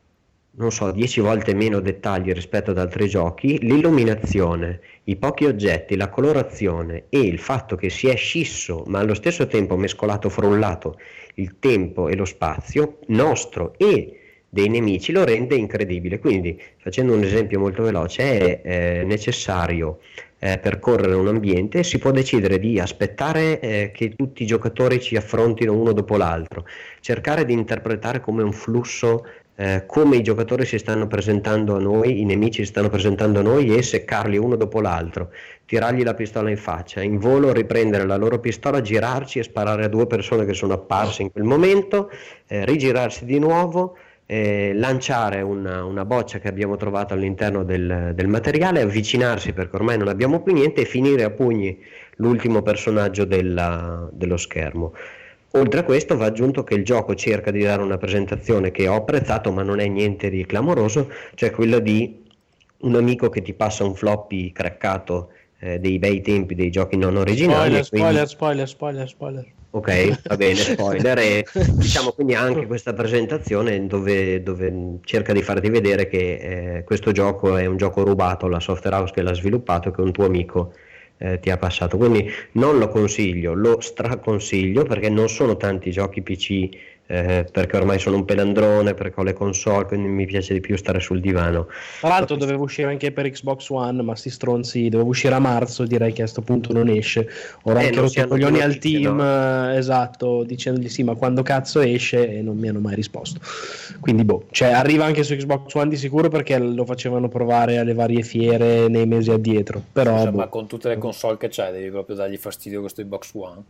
non so, dieci volte meno dettagli rispetto ad altri giochi, l'illuminazione, i pochi oggetti, la colorazione e il fatto che si è scisso ma allo stesso tempo mescolato fra un lato il tempo e lo spazio nostro e dei nemici lo rende incredibile. Quindi, facendo un esempio molto veloce, è eh, necessario eh, percorrere un ambiente, si può decidere di aspettare eh, che tutti i giocatori ci affrontino uno dopo l'altro, cercare di interpretare come un flusso eh, come i giocatori si stanno presentando a noi, i nemici si stanno presentando a noi, e seccarli uno dopo l'altro, tirargli la pistola in faccia, in volo riprendere la loro pistola, girarci e sparare a due persone che sono apparse in quel momento, eh, rigirarsi di nuovo, Eh, lanciare una, una boccia che abbiamo trovato all'interno del, del materiale, avvicinarsi perché ormai non abbiamo più niente, e finire a pugni l'ultimo personaggio della, dello schermo. Oltre a questo va aggiunto che il gioco cerca di dare una presentazione che ho apprezzato, ma non è niente di clamoroso, cioè quello di un amico che ti passa un floppy craccato eh, dei bei tempi dei giochi non originali. Spoiler, quindi... spoiler, spoiler, spoiler, spoiler. Ok, va bene, spoiler. E diciamo quindi anche questa presentazione dove, dove cerca di farti vedere che eh, questo gioco è un gioco rubato alla software house che l'ha sviluppato, che un tuo amico eh, ti ha passato. Quindi non lo consiglio, lo straconsiglio, perché non sono tanti giochi P C, eh, perché ormai sono un pelandrone, perché ho le console, quindi mi piace di più stare sul divano. Tra l'altro doveva uscire anche per Xbox One, ma sti stronzi, doveva uscire a marzo, direi che a sto punto non esce. Ora Eh, anche non rotto si i hanno coglioni più al notizie, team, no? eh, esatto, dicendogli sì, ma quando cazzo esce, e non mi hanno mai risposto. Quindi boh, cioè arriva anche su Xbox One di sicuro, perché lo facevano provare alle varie fiere nei mesi addietro. Però Scusa, boh. ma con tutte le console che c'hai devi proprio dargli fastidio questo Xbox One?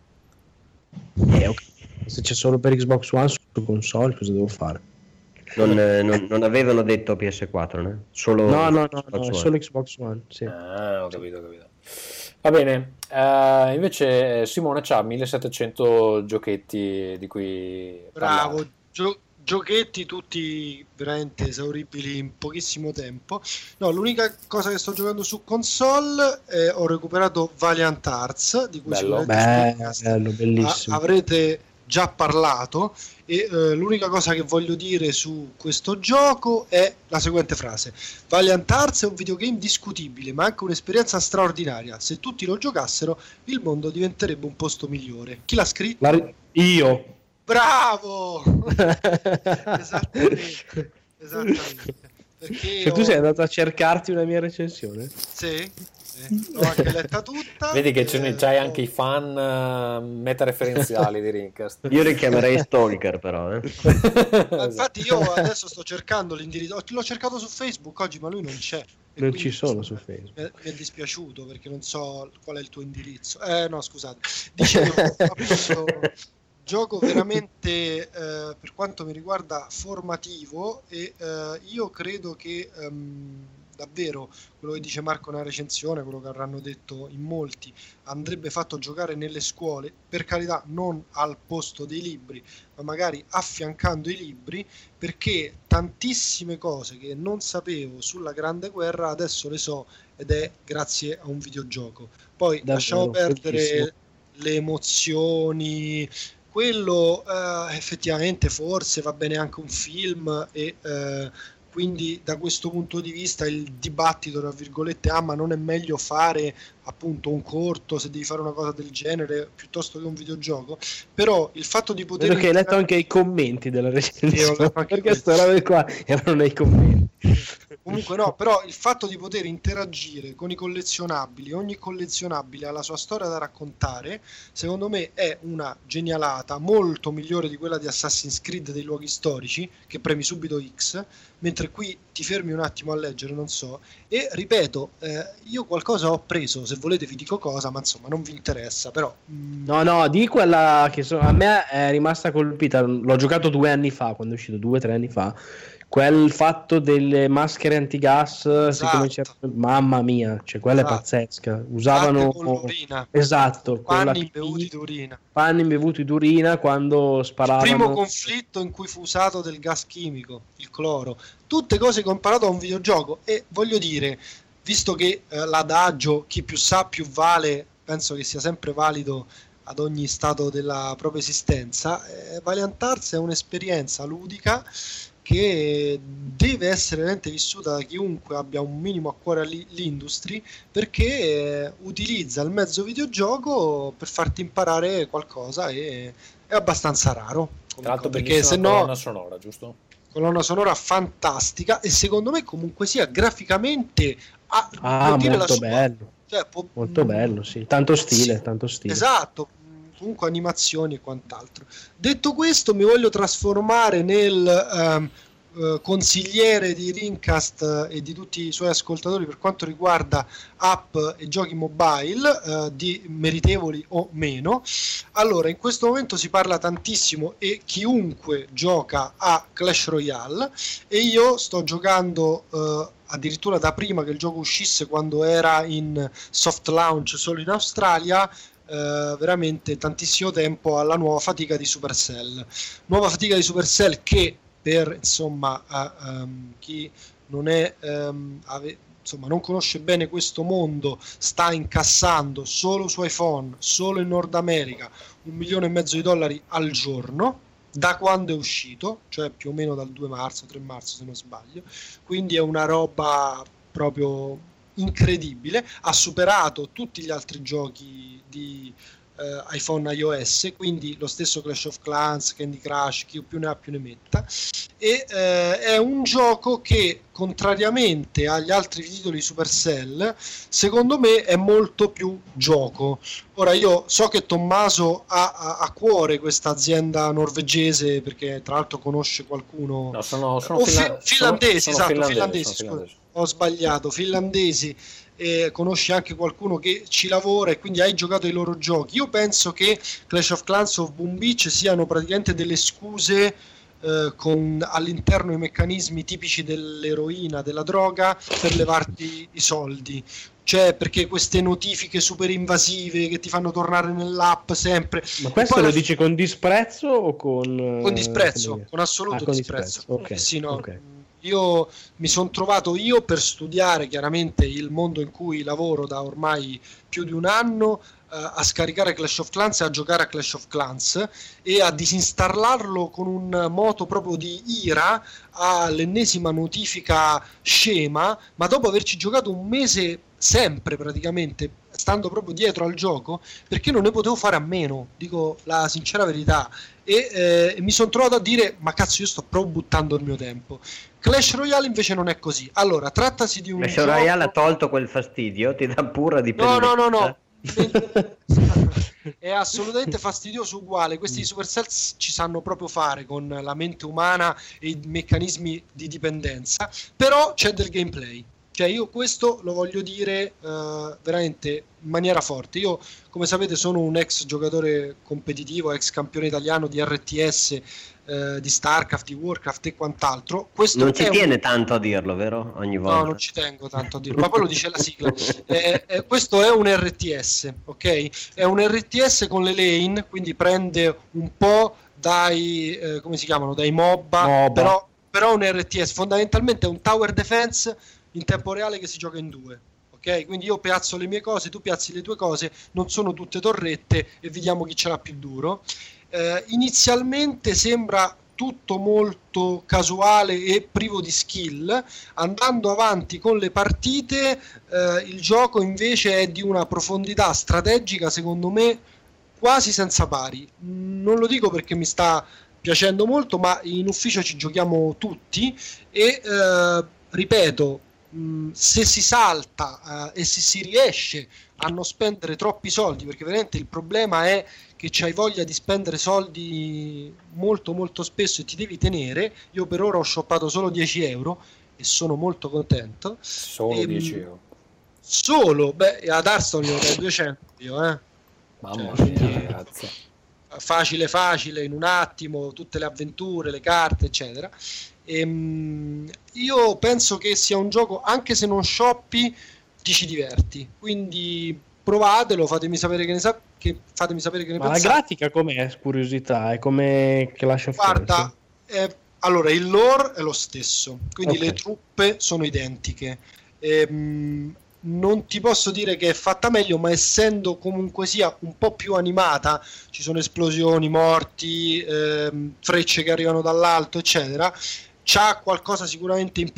Eh, okay. Se c'è solo per Xbox One su console, cosa devo fare? Non, eh, non, non avevano detto P S quattro, né? Solo No, no, no, Xbox no, è One. solo Xbox One, sì. Ah, ho capito, ho capito. Va bene, eh, invece Simone c'ha millesettecento giochetti di cui Bravo, parlare. gio- giochetti tutti veramente esauribili in pochissimo tempo. No, l'unica cosa che sto giocando su console è ho recuperato Valiant Hearts, di cui Bello. sicuramente Bello, bello, bellissimo. a- avrete già parlato, e eh, l'unica cosa che voglio dire su questo gioco è la seguente frase: Valiant Hearts è un videogame discutibile, ma anche un'esperienza straordinaria. Se tutti lo giocassero, il mondo diventerebbe un posto migliore. Chi l'ha scritto? La ri- Io. Bravo! Esattamente, esattamente. Perché Cioè, tu ho- sei andato a cercarti una mia recensione? Sì, sì, l'ho anche letta tutta. Vedi che ce ne- eh, c'hai ho- anche i fan eh, metareferenziali di Rincast. Io li chiamerei stalker, però. Eh. Ma infatti io adesso sto cercando l'indirizzo, l'ho cercato su Facebook oggi, ma lui non c'è. E Non quindi ci sono su Facebook. Mi è, mi è dispiaciuto perché non so qual è il tuo indirizzo. Eh no, scusate. Dicevo, appunto, gioco veramente eh, per quanto mi riguarda formativo, e eh, io credo che ehm, davvero quello che dice Marco nella recensione, quello che avranno detto in molti, andrebbe fatto giocare nelle scuole, per carità non al posto dei libri, ma magari affiancando i libri, perché tantissime cose che non sapevo sulla Grande Guerra adesso le so, ed è grazie a un videogioco. Poi Davvero, lasciamo perdere bellissimo. le emozioni, quello eh, effettivamente forse va bene anche un film, e eh, quindi da questo punto di vista il dibattito tra virgolette, ah ma non è meglio fare appunto un corto se devi fare una cosa del genere piuttosto che un videogioco. Però il fatto di poter Vedo che hai letto intera- anche i commenti della Sì, ho recensione, letto anche perché questo. queste robe qua erano nei commenti. Comunque no, però il fatto di poter interagire con i collezionabili, ogni collezionabile ha la sua storia da raccontare, secondo me è una genialata, molto migliore di quella di Assassin's Creed dei luoghi storici, che premi subito X, mentre qui ti fermi un attimo a leggere, non so, e ripeto, eh, io qualcosa ho preso, se volete vi dico cosa, ma insomma non vi interessa, però... mm, No, no, di quella che so- a me è rimasta colpita, l'ho giocato due anni fa, quando è uscito, due o tre anni fa, quel fatto delle maschere antigas, siccome c'era- mamma mia, cioè quella Esatto. è pazzesca, usavano... Latte con l'urina. Esatto, con la Panni P- imbevuti d'urina. panni imbevuti d'urina quando Il sparavano... primo conflitto in cui fu usato del gas chimico, il cloro, tutte cose che ho imparato a un videogioco, e voglio dire, visto che eh, l'adagio chi più sa più vale, penso che sia sempre valido ad ogni stato della propria esistenza, eh, Valiant Hearts è un'esperienza ludica che deve essere veramente vissuta da chiunque abbia un minimo a cuore l'i- l'industry, perché eh, utilizza il mezzo videogioco per farti imparare qualcosa, e è abbastanza raro. Tra l'altro perché bellissima se no colonna sonora, giusto? colonna sonora fantastica, e secondo me comunque sia graficamente ha, ah, dire molto la sua, bello, cioè, può, molto bello, sì, tanto stile, sì, tanto stile. Esatto, comunque animazioni e quant'altro. Detto questo, mi voglio trasformare nel um, uh, consigliere di Rincast e di tutti i suoi ascoltatori per quanto riguarda app e giochi mobile, uh, di meritevoli o meno. Allora, in questo momento si parla tantissimo e chiunque gioca a Clash Royale, e io sto giocando uh, addirittura da prima che il gioco uscisse, quando era in soft launch solo in Australia, eh, veramente tantissimo tempo, alla nuova fatica di Supercell. Nuova fatica di Supercell che per insomma uh, um, chi non è um, ave- insomma non conosce bene questo mondo, sta incassando solo su iPhone, solo in Nord America, un milione e mezzo di dollari al giorno da quando è uscito, cioè più o meno dal due marzo, tre marzo se non sbaglio. Quindi è una roba proprio incredibile, ha superato tutti gli altri giochi di eh, iPhone iOS, quindi lo stesso Clash of Clans, Candy Crush, chi più ne ha più ne metta, e eh, è un gioco che, contrariamente agli altri titoli Supercell, secondo me è molto più gioco. Ora, io so che Tommaso ha a, a cuore questa azienda norvegese, perché tra l'altro conosce qualcuno. No, sono, sono o finla- fi- finlandesi, sono, sono esatto, finlandesi, finlandesi, sono finlandesi. Scusa, ho sbagliato, finlandesi. E conosci anche qualcuno che ci lavora e quindi hai giocato i loro giochi. Io penso che Clash of Clans of Boom Beach siano praticamente delle scuse eh, con all'interno i meccanismi tipici dell'eroina, della droga, per levarti i soldi. Cioè, perché queste notifiche super invasive che ti fanno tornare nell'app sempre. Ma questo lo la... dici con disprezzo o con... Con disprezzo, con assoluto ah, con disprezzo. disprezzo. Okay. Sì, no. Okay. Io mi sono trovato io per studiare chiaramente il mondo in cui lavoro da ormai più di un anno, eh, a scaricare Clash of Clans e a giocare a Clash of Clans e a disinstallarlo con un moto proprio di ira all'ennesima notifica scema, ma dopo averci giocato un mese sempre praticamente, stando proprio dietro al gioco, perché non ne potevo fare a meno, dico la sincera verità, e eh, mi sono trovato a dire ma cazzo, io sto proprio buttando il mio tempo. Clash Royale invece non è così. Allora, trattasi di un Clash gioco... Royale ha tolto quel fastidio, ti dà pura dipendenza. No, no, no, no. È assolutamente fastidioso uguale. Questi Supercell ci sanno proprio fare con la mente umana e i meccanismi di dipendenza, però c'è del gameplay. Cioè, io questo lo voglio dire uh, veramente in maniera forte. Io, come sapete, sono un ex giocatore competitivo, ex campione italiano di R T S, uh, di StarCraft, di Warcraft e quant'altro. Questo non ci tiene un... tanto a dirlo, vero? Ogni volta. No, non ci tengo tanto a dirlo, ma poi lo dice la sigla. eh, eh, questo è un R T S, ok? È un R T S con le lane, quindi prende un po' dai, eh, come si chiamano, dai MOBA, MOBA. Però, però un R T S fondamentalmente è un tower defense in tempo reale che si gioca in due, ok? Quindi io piazzo le mie cose, tu piazzi le tue cose, non sono tutte torrette e vediamo chi ce l'ha più duro. Eh, inizialmente sembra tutto molto casuale e privo di skill. Andando avanti con le partite, eh, il gioco invece è di una profondità strategica, secondo me, quasi senza pari. Non lo dico perché mi sta piacendo molto, ma in ufficio ci giochiamo tutti e eh, ripeto, mh, se si salta eh, e se si riesce a non spendere troppi soldi, perché veramente il problema è che c'hai voglia di spendere soldi molto molto spesso e ti devi tenere. Io per ora ho shoppato solo dieci euro e sono molto contento. Solo e, dieci euro? Solo? Beh, ad Hearthstone io ho dai duecento io, eh. Mamma cioè, mia, ragazzi. Facile facile, in un attimo, tutte le avventure, le carte, eccetera. E, mh, io penso che sia un gioco, anche se non shoppi, ti ci diverti. Quindi provatelo, fatemi sapere che ne sa- che fatemi sapere che ne Ma pensate. la grafica com'è, curiosità? È come Clash of Clans? Guarda, eh, allora il lore è lo stesso, quindi Okay. le truppe sono identiche. Ehm, non ti posso dire che è fatta meglio, ma essendo comunque sia un po' più animata, ci sono esplosioni, morti, ehm, frecce che arrivano dall'alto, eccetera, c'ha qualcosa sicuramente in più.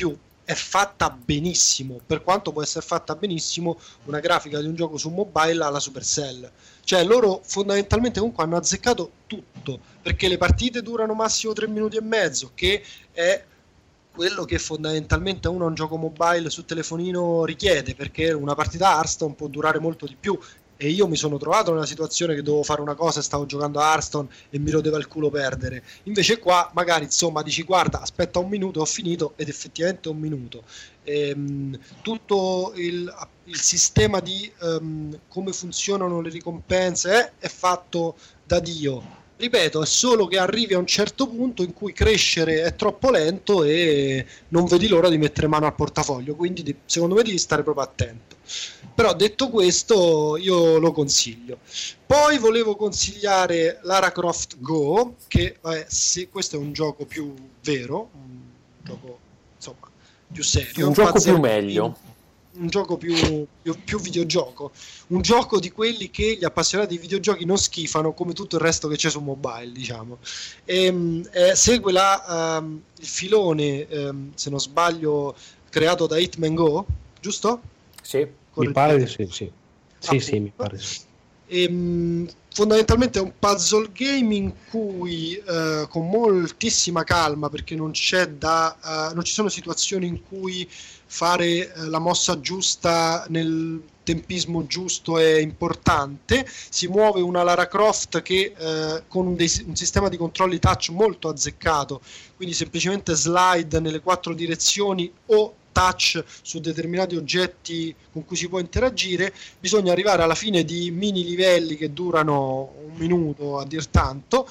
è fatta benissimo, per quanto può essere fatta benissimo una grafica di un gioco su mobile alla Supercell. Cioè loro fondamentalmente comunque hanno azzeccato tutto, perché le partite durano massimo tre minuti e mezzo, che è quello che fondamentalmente uno a un gioco mobile su telefonino richiede, perché una partita Hearthstone può durare molto di più. E io mi sono trovato nella situazione che dovevo fare una cosa e stavo giocando a Hearthstone e mi rodeva il culo perdere. Invece qua magari insomma dici guarda, aspetta un minuto, ho finito, ed effettivamente un minuto. Ehm, tutto il, il sistema di um, come funzionano le ricompense eh, è fatto da Dio. Ripeto, è solo che arrivi a un certo punto in cui crescere è troppo lento e non vedi l'ora di mettere mano al portafoglio, quindi secondo me devi stare proprio attento. Però detto questo io lo consiglio. Poi volevo consigliare Lara Croft Go, che vabbè, se questo è un gioco più vero, un gioco insomma più serio, un gioco più meglio, un gioco più, più, più videogioco, un gioco di quelli che gli appassionati di videogiochi non schifano, come tutto il resto che c'è su mobile, diciamo. E, eh, segue la, um, il filone, um, se non sbaglio, creato da Hitman Go, giusto? Sì. Mi pare di sì, sì. Sì, sì, mi pare sì. E, um, fondamentalmente è un puzzle game in cui uh, con moltissima calma, perché non c'è da uh, non ci sono situazioni in cui fare uh, la mossa giusta nel tempismo giusto è importante. Si muove una Lara Croft che uh, con un, dei, un sistema di controlli touch molto azzeccato, quindi semplicemente slide nelle quattro direzioni o touch su determinati oggetti con cui si può interagire. Bisogna arrivare alla fine di mini livelli che durano un minuto a dir tanto,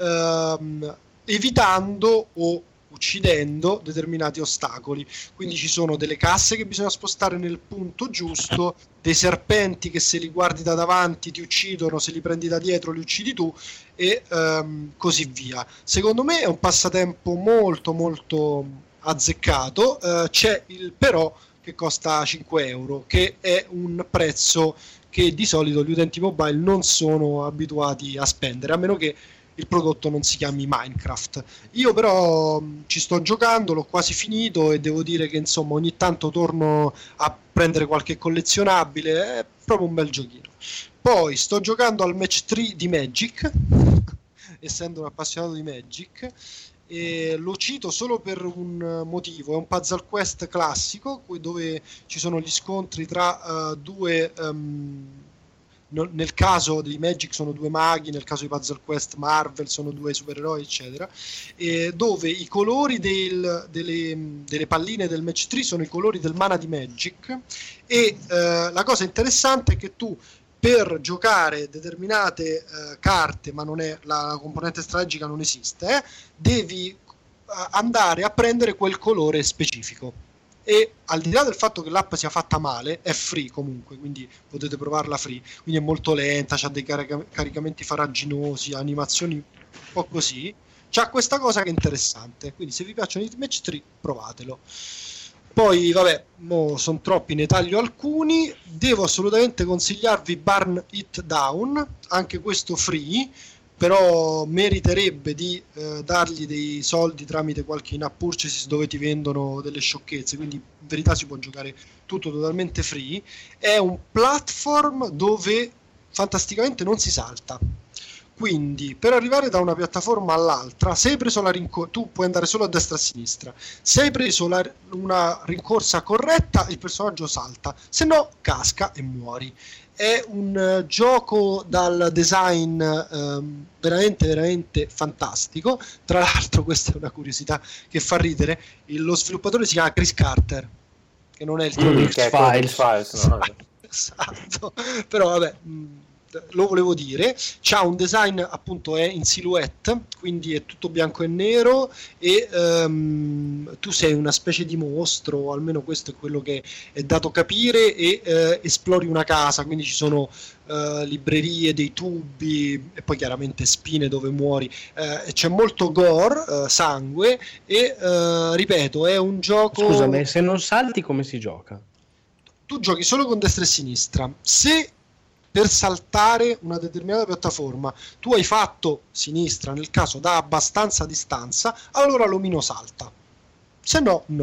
ehm, evitando o uccidendo determinati ostacoli. Quindi ci sono delle casse che bisogna spostare nel punto giusto, dei serpenti che se li guardi da davanti ti uccidono, se li prendi da dietro li uccidi tu, e ehm, così via. Secondo me è un passatempo molto molto azzeccato. Uh, c'è il però che costa cinque euro, che è un prezzo che di solito gli utenti mobile non sono abituati a spendere, a meno che il prodotto non si chiami Minecraft. Io però mh, ci sto giocando, l'ho quasi finito e devo dire che insomma ogni tanto torno a prendere qualche collezionabile, è proprio un bel giochino. Poi sto giocando al match tre di Magic essendo un appassionato di Magic. E lo cito solo per un motivo: è un puzzle quest classico dove ci sono gli scontri tra uh, due um, no, nel caso di Magic sono due maghi, nel caso di puzzle quest Marvel sono due supereroi eccetera, e dove i colori del, delle, delle palline del match tre sono i colori del mana di Magic. E uh, la cosa interessante è che tu per giocare determinate uh, carte, ma non è la componente strategica non esiste, eh, devi uh, andare a prendere quel colore specifico. E al di là del fatto che l'app sia fatta male, è free comunque, quindi potete provarla free, quindi è molto lenta, c'ha dei carica- caricamenti farraginosi, animazioni un po' così, c'ha questa cosa che è interessante, quindi se vi piacciono i match tre provatelo. Poi vabbè, mo sono troppi, ne taglio alcuni. Devo assolutamente consigliarvi Burn It Down, anche questo free, però meriterebbe di eh, dargli dei soldi tramite qualche in-app purchases dove ti vendono delle sciocchezze, quindi in verità si può giocare tutto totalmente free. È un platform dove fantasticamente non si salta, quindi per arrivare da una piattaforma all'altra, se hai preso la rincorsa, tu puoi andare solo a destra e a sinistra, se hai preso la, una rincorsa corretta il personaggio salta, se no casca e muori. È un uh, gioco dal design um, veramente veramente fantastico. Tra l'altro, questa è una curiosità che fa ridere, il, lo sviluppatore si chiama Chris Carter, che non è il mm, X-Files, X-Files no? Esatto, però vabbè, mh, lo volevo dire. C'ha un design appunto, è in silhouette, quindi è tutto bianco e nero, e um, tu sei una specie di mostro, almeno questo è quello che è dato capire, e uh, esplori una casa, quindi ci sono uh, librerie, dei tubi e poi chiaramente spine dove muori. Uh, c'è molto gore, uh, sangue, e uh, ripeto, è un gioco... Scusami, se non salti come si gioca? Tu giochi solo con destra e sinistra. Se per saltare una determinata piattaforma tu hai fatto sinistra, nel caso da abbastanza distanza, allora l'omino salta, se no no.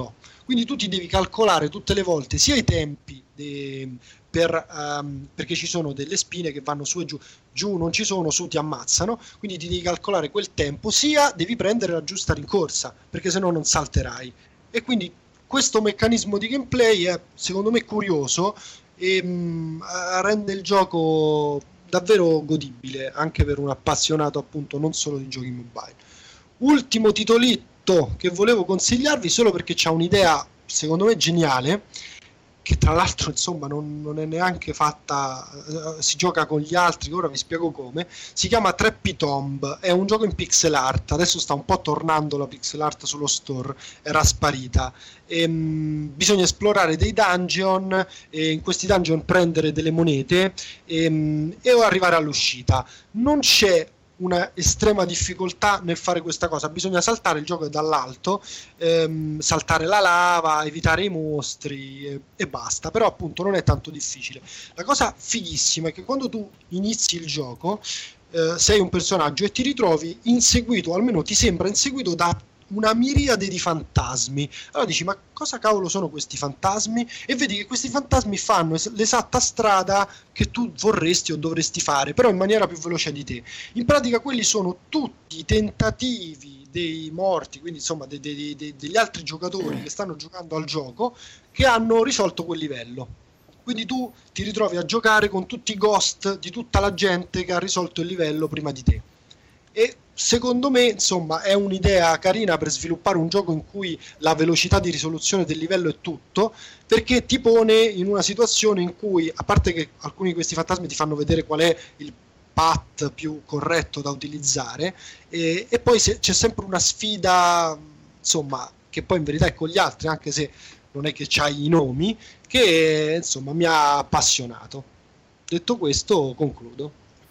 quindi tu ti devi calcolare tutte le volte sia i tempi de, per, um, perché ci sono delle spine che vanno su e giù, giù non ci sono, su ti ammazzano, quindi ti devi calcolare quel tempo, sia devi prendere la giusta rincorsa, perché sennò non salterai. E quindi questo meccanismo di gameplay è secondo me curioso e mh, rende il gioco davvero godibile anche per un appassionato appunto non solo di giochi mobile. Ultimo titolito che volevo consigliarvi solo perché c'ha un'idea secondo me geniale, che tra l'altro insomma non, non è neanche fatta, uh, si gioca con gli altri, ora vi spiego come. Si chiama Trappy Tomb, è un gioco in pixel art, adesso sta un po' tornando la pixel art sullo store, era sparita. E, um, bisogna esplorare dei dungeon e in questi dungeon prendere delle monete e, um, e arrivare all'uscita. Non c'è una estrema difficoltà nel fare questa cosa, bisogna saltare, il gioco è dall'alto, ehm, saltare la lava, evitare i mostri e, e basta, però appunto non è tanto difficile. La cosa fighissima è che quando tu inizi il gioco eh, sei un personaggio e ti ritrovi inseguito, o almeno ti sembra inseguito da una miriade di fantasmi. Allora dici, ma cosa cavolo sono questi fantasmi? E vedi che questi fantasmi fanno es- l'esatta strada che tu vorresti o dovresti fare, però in maniera più veloce di te. In pratica quelli sono tutti i tentativi dei morti, quindi insomma de- de- de- degli altri giocatori che stanno giocando al gioco, che hanno risolto quel livello. Quindi tu ti ritrovi a giocare con tutti i ghost di tutta la gente che ha risolto il livello prima di te. E secondo me insomma è un'idea carina per sviluppare un gioco in cui la velocità di risoluzione del livello è tutto, perché ti pone in una situazione in cui, a parte che alcuni di questi fantasmi ti fanno vedere qual è il path più corretto da utilizzare, e, e poi se, c'è sempre una sfida insomma che poi in verità è con gli altri, anche se non è che c'hai i nomi, che insomma mi ha appassionato. Detto questo concludo.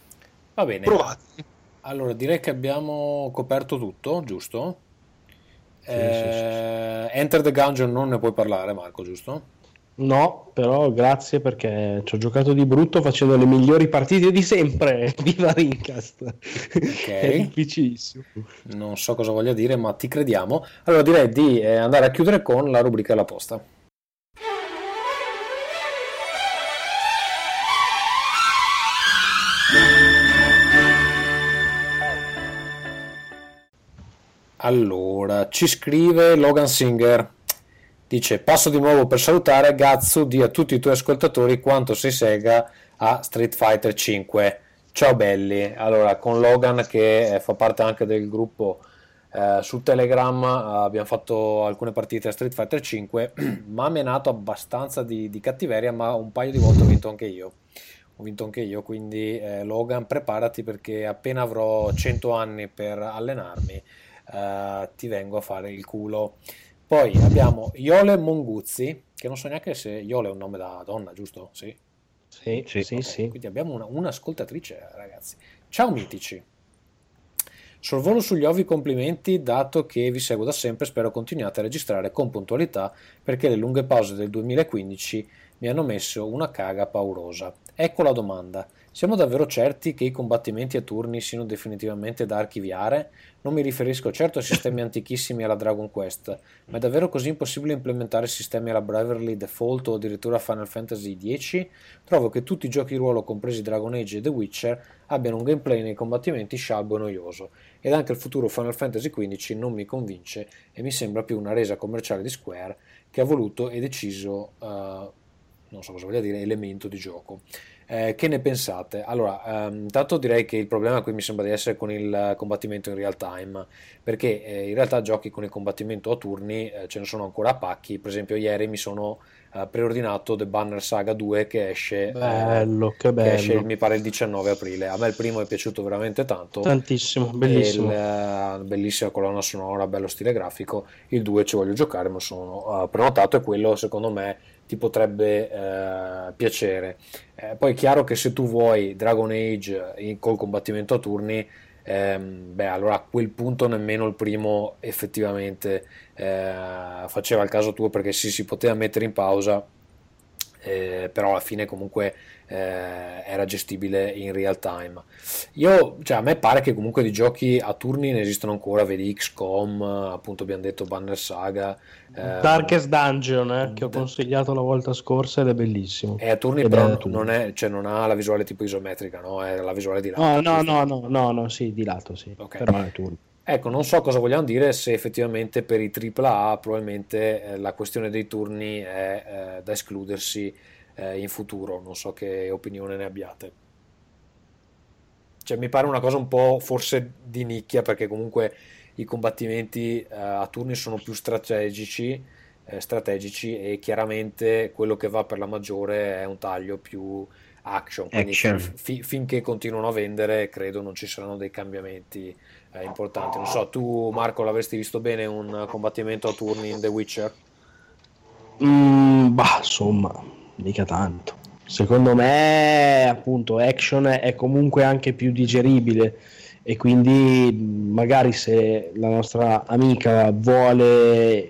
Va bene. Provate. Allora, direi che abbiamo coperto tutto, giusto? Sì, eh, sì, sì. Enter the Gungeon non ne puoi parlare, Marco, giusto? No, però grazie perché ci ho giocato di brutto facendo le migliori partite di sempre. Viva Rincast! Okay. È difficilissimo. Non so cosa voglia dire, ma ti crediamo. Allora direi di eh, andare a chiudere con la rubrica della posta. Allora, ci scrive Logan Singer, dice: passo di nuovo per salutare Gazzu, di a tutti i tuoi ascoltatori quanto sei sega a Street Fighter cinque. Ciao belli. Allora, con Logan che eh, fa parte anche del gruppo eh, su Telegram, eh, abbiamo fatto alcune partite a Street Fighter cinque, mi ha menato abbastanza di, di cattiveria, ma un paio di volte ho vinto anche io. Ho vinto anche io, quindi eh, Logan, preparati perché appena avrò cento anni per allenarmi Uh, ti vengo a fare il culo. Poi abbiamo Iole Monguzzi, che non so neanche se Iole è un nome da donna, giusto? Sì, sì, sì, okay. sì. Quindi abbiamo una, un'ascoltatrice, ragazzi. Ciao mitici, sorvolo sugli ovvi complimenti, dato che vi seguo da sempre, spero continuate a registrare con puntualità perché le lunghe pause del duemilaquindici mi hanno messo una caga paurosa. Ecco la domanda: siamo davvero certi che i combattimenti a turni siano definitivamente da archiviare? Non mi riferisco certo a sistemi antichissimi alla Dragon Quest, ma è davvero così impossibile implementare sistemi alla Bravely Default o addirittura Final Fantasy dieci? Trovo che tutti i giochi di ruolo, compresi Dragon Age e The Witcher, abbiano un gameplay nei combattimenti scialbo e noioso, ed anche il futuro Final Fantasy quindici non mi convince e mi sembra più una resa commerciale di Square che ha voluto e deciso, uh, non so cosa voglia dire, elemento di gioco. Eh, che ne pensate? Allora, ehm, intanto direi che il problema qui mi sembra di essere con il combattimento in real time, perché eh, in realtà giochi con il combattimento a turni eh, ce ne sono ancora a pacchi. Per esempio ieri mi sono eh, preordinato The Banner Saga due che esce, bello, eh, che bello. Che esce mi pare il diciannove aprile. A me il primo è piaciuto veramente tanto, tantissimo, bellissimo, il, eh, bellissima colonna sonora, bello stile grafico. Il due ci voglio giocare, ma sono uh, prenotato, e quello secondo me ti potrebbe eh, piacere. Eh, poi è chiaro che se tu vuoi Dragon Age in, col combattimento a turni, ehm, beh, allora a quel punto nemmeno il primo effettivamente eh, faceva il caso tuo, perché sì, si poteva mettere in pausa, eh, però alla fine comunque eh, era gestibile in real time. Io, cioè, a me pare che comunque di giochi a turni ne esistono ancora, vedi X COM, appunto abbiamo detto Banner Saga, eh, Darkest Dungeon, eh, che ho consigliato la volta scorsa ed è bellissimo. E a turni Ed però è turni. non, è, cioè, non ha la visuale tipo isometrica, no? È la visuale di lato. No, no, no, no, no, no, sì, di lato, sì. Okay. Però è turni. Ecco, non so cosa vogliamo dire, se effettivamente per i tripla A probabilmente eh, la questione dei turni è eh, da escludersi eh, in futuro. Non so che opinione ne abbiate. Cioè, mi pare una cosa un po' forse di nicchia, perché comunque i combattimenti eh, a turni sono più strategici, eh, strategici e chiaramente quello che va per la maggiore è un taglio più action. Quindi Action. fi- finché continuano a vendere, credo non ci saranno dei cambiamenti eh, importanti. Non so, tu Marco l'avresti visto bene un combattimento a turni in The Witcher? Mm, bah, insomma, mica tanto. Secondo me, appunto, action è comunque anche più digeribile e quindi magari se la nostra amica vuole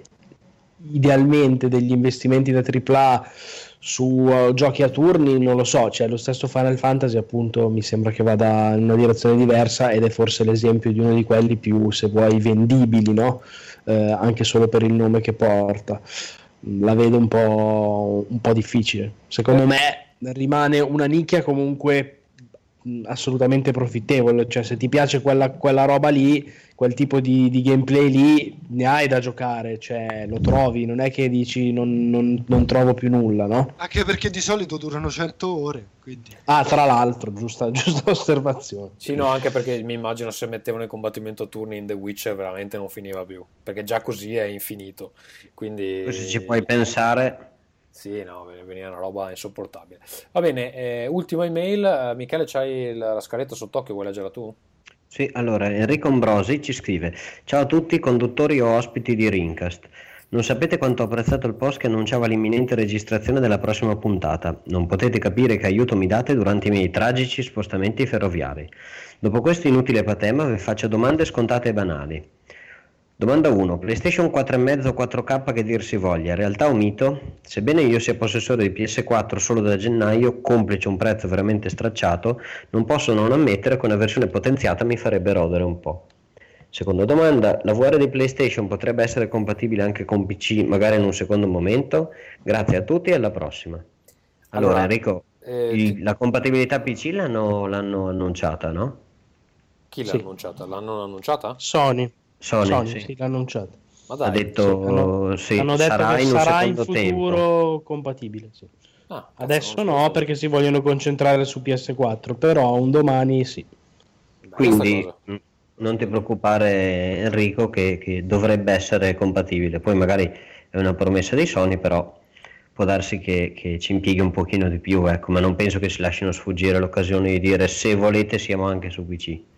idealmente degli investimenti da tripla A su uh, giochi a turni, non lo so, cioè lo stesso Final Fantasy appunto mi sembra che vada in una direzione diversa ed è forse l'esempio di uno di quelli più, se vuoi, vendibili, no? Eh, anche solo per il nome che porta. La vedo un po', un po' difficile. Secondo me rimane una nicchia comunque mh, assolutamente profittevole, cioè se ti piace quella, quella roba lì, quel tipo di, di gameplay lì, ne hai da giocare, cioè lo trovi, non è che dici non, non, non trovo più nulla, no? Anche perché di solito durano cento ore, quindi. Ah, tra l'altro, giusta, giusta osservazione. Sì, no, anche perché mi immagino se mettevano il combattimento a turni in The Witcher veramente non finiva più, perché già così è infinito. Quindi Se ci puoi pensare. sì, no, veniva una roba insopportabile. Va bene, eh, ultima email. Eh, Michele, c'hai la, la scaletta sott'occhio, vuoi leggerla tu? Sì, allora Enrico Ambrosi ci scrive: ciao a tutti conduttori o ospiti di Rincast. Non sapete quanto ho apprezzato il post che annunciava l'imminente registrazione della prossima puntata. Non potete capire che aiuto mi date durante i miei tragici spostamenti ferroviari. Dopo questo inutile patema vi faccio domande scontate e banali. Domanda uno. PlayStation quattro e mezzo quattro K che dir si voglia, realtà o mito? Sebbene io sia possessore di P S quattro solo da gennaio, complice un prezzo veramente stracciato, non posso non ammettere che una versione potenziata mi farebbe rodere un po'. Seconda domanda. La V R di PlayStation potrebbe essere compatibile anche con P C, magari in un secondo momento? Grazie a tutti e alla prossima. Allora, Allora, Enrico, eh, il- ti- la compatibilità P C l'hanno, l'hanno annunciata, no? chi l'ha Sì. annunciata? L'hanno annunciata? Sony, Sony, Sony, sì. sì, l'ha annunciato. Ma Ha dai. detto hanno, sì, hanno detto sarà che in un sarà in secondo futuro tempo. compatibile, sì. Ah, cazzo, Adesso non lo no, sapevo. perché si vogliono concentrare su P S quattro, però un domani sì. Bella Quindi sta cosa. mh, non ti preoccupare Enrico che, che dovrebbe essere compatibile. Poi magari è una promessa dei Sony, però può darsi che, che ci impieghi un pochino di più, ecco, ma non penso che si lasciano sfuggire l'occasione di dire se volete siamo anche su P C.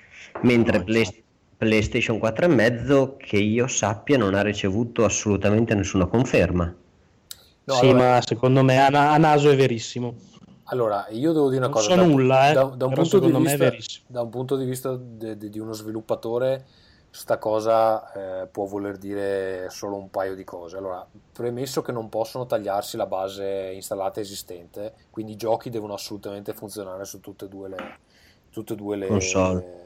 Mentre No, Play- infatti. PlayStation quattro e mezzo che io sappia non ha ricevuto assolutamente nessuna conferma. No, sì, allora, ma secondo me a, na- a naso è verissimo. allora, io devo dire una Non cosa. so da, nulla, eh, da- da un però punto di secondo me è vista, verissimo. da un punto di vista de- de- di uno sviluppatore, sta cosa eh, può voler dire solo un paio di cose. Allora, premesso che non possono tagliarsi la base installata esistente, quindi i giochi devono assolutamente funzionare su tutte e due le, tutte e due le Console.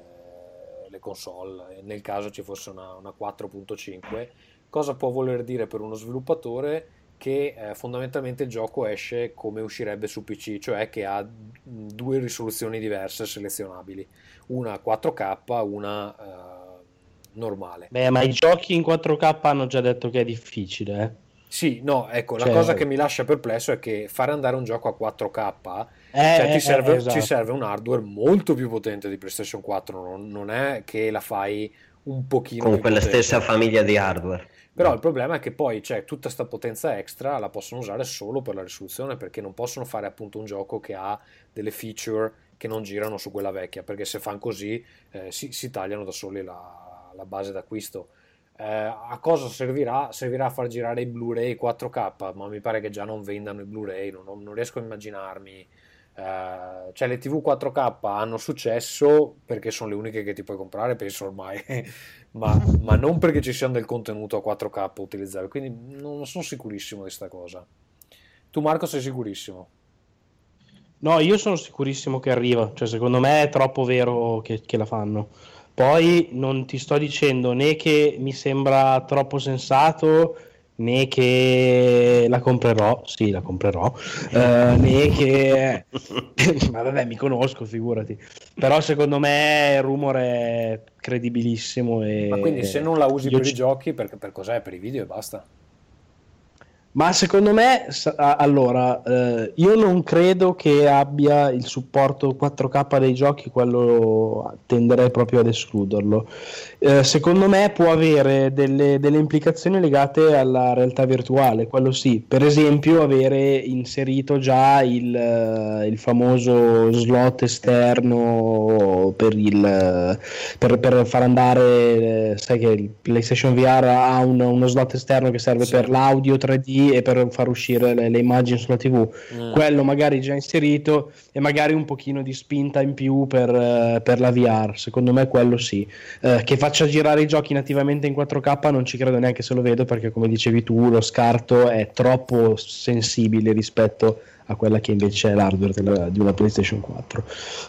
le console, e nel caso ci fosse una, una quattro punto cinque. Cosa può voler dire per uno sviluppatore? Che eh, fondamentalmente il gioco esce come uscirebbe su P C, cioè che ha due risoluzioni diverse selezionabili, una quattro K, una eh, normale. Beh, ma i giochi in quattro K hanno già detto che è difficile, eh. Sì, no, ecco, la Cioè- cosa che mi lascia perplesso è che fare andare un gioco a quattro K, Eh, cioè eh, ti serve, eh, esatto. ci serve un hardware molto più potente di PlayStation quattro, non, non è che la fai un pochino Con più quella potente. stessa famiglia di hardware. Però il problema è che poi c'è tutta questa potenza extra, la possono usare solo per la risoluzione, perché non possono fare appunto un gioco che ha delle feature che non girano su quella vecchia, perché se fanno così eh, si, si tagliano da soli la, la base d'acquisto. Eh, a cosa servirà? Servirà a far girare i Blu-ray quattro K, ma mi pare che già non vendano i Blu-ray, non, non riesco a immaginarmi. Eh, cioè le T V quattro K hanno successo perché sono le uniche che ti puoi comprare, penso ormai, ma, ma non perché ci sia del contenuto a quattro K utilizzabile, quindi non sono sicurissimo di sta cosa. Tu Marco sei sicurissimo? No, io sono sicurissimo che arriva, cioè secondo me è troppo vero che, che la fanno. Poi non ti sto dicendo né che mi sembra troppo sensato, né che la comprerò, sì la comprerò, eh, né che... ma vabbè, mi conosco, figurati. Però secondo me il rumore è credibilissimo. E... Ma quindi se non la usi Io per ci- i giochi, per, per cos'è? Per i video e basta. Ma secondo me, sa- a- allora, eh, io non credo che abbia il supporto quattro K dei giochi, quello tenderei proprio ad escluderlo. Eh, secondo me può avere delle, delle implicazioni legate alla realtà virtuale, quello sì. Per esempio, avere inserito già il, eh, il famoso slot esterno per, il, per, per far andare, eh, sai che il PlayStation V R ha un- uno slot esterno che serve Sì. per l'audio tre D e per far uscire le, le immagini sulla tivù. Mm. Quello magari già inserito e magari un pochino di spinta in più per, eh, per la V R, secondo me quello sì. Eh, che faccia girare i giochi nativamente in quattro K non ci credo neanche se lo vedo, perché come dicevi tu lo scarto è troppo sensibile rispetto a quella che invece è l'hardware della- di una PlayStation quattro.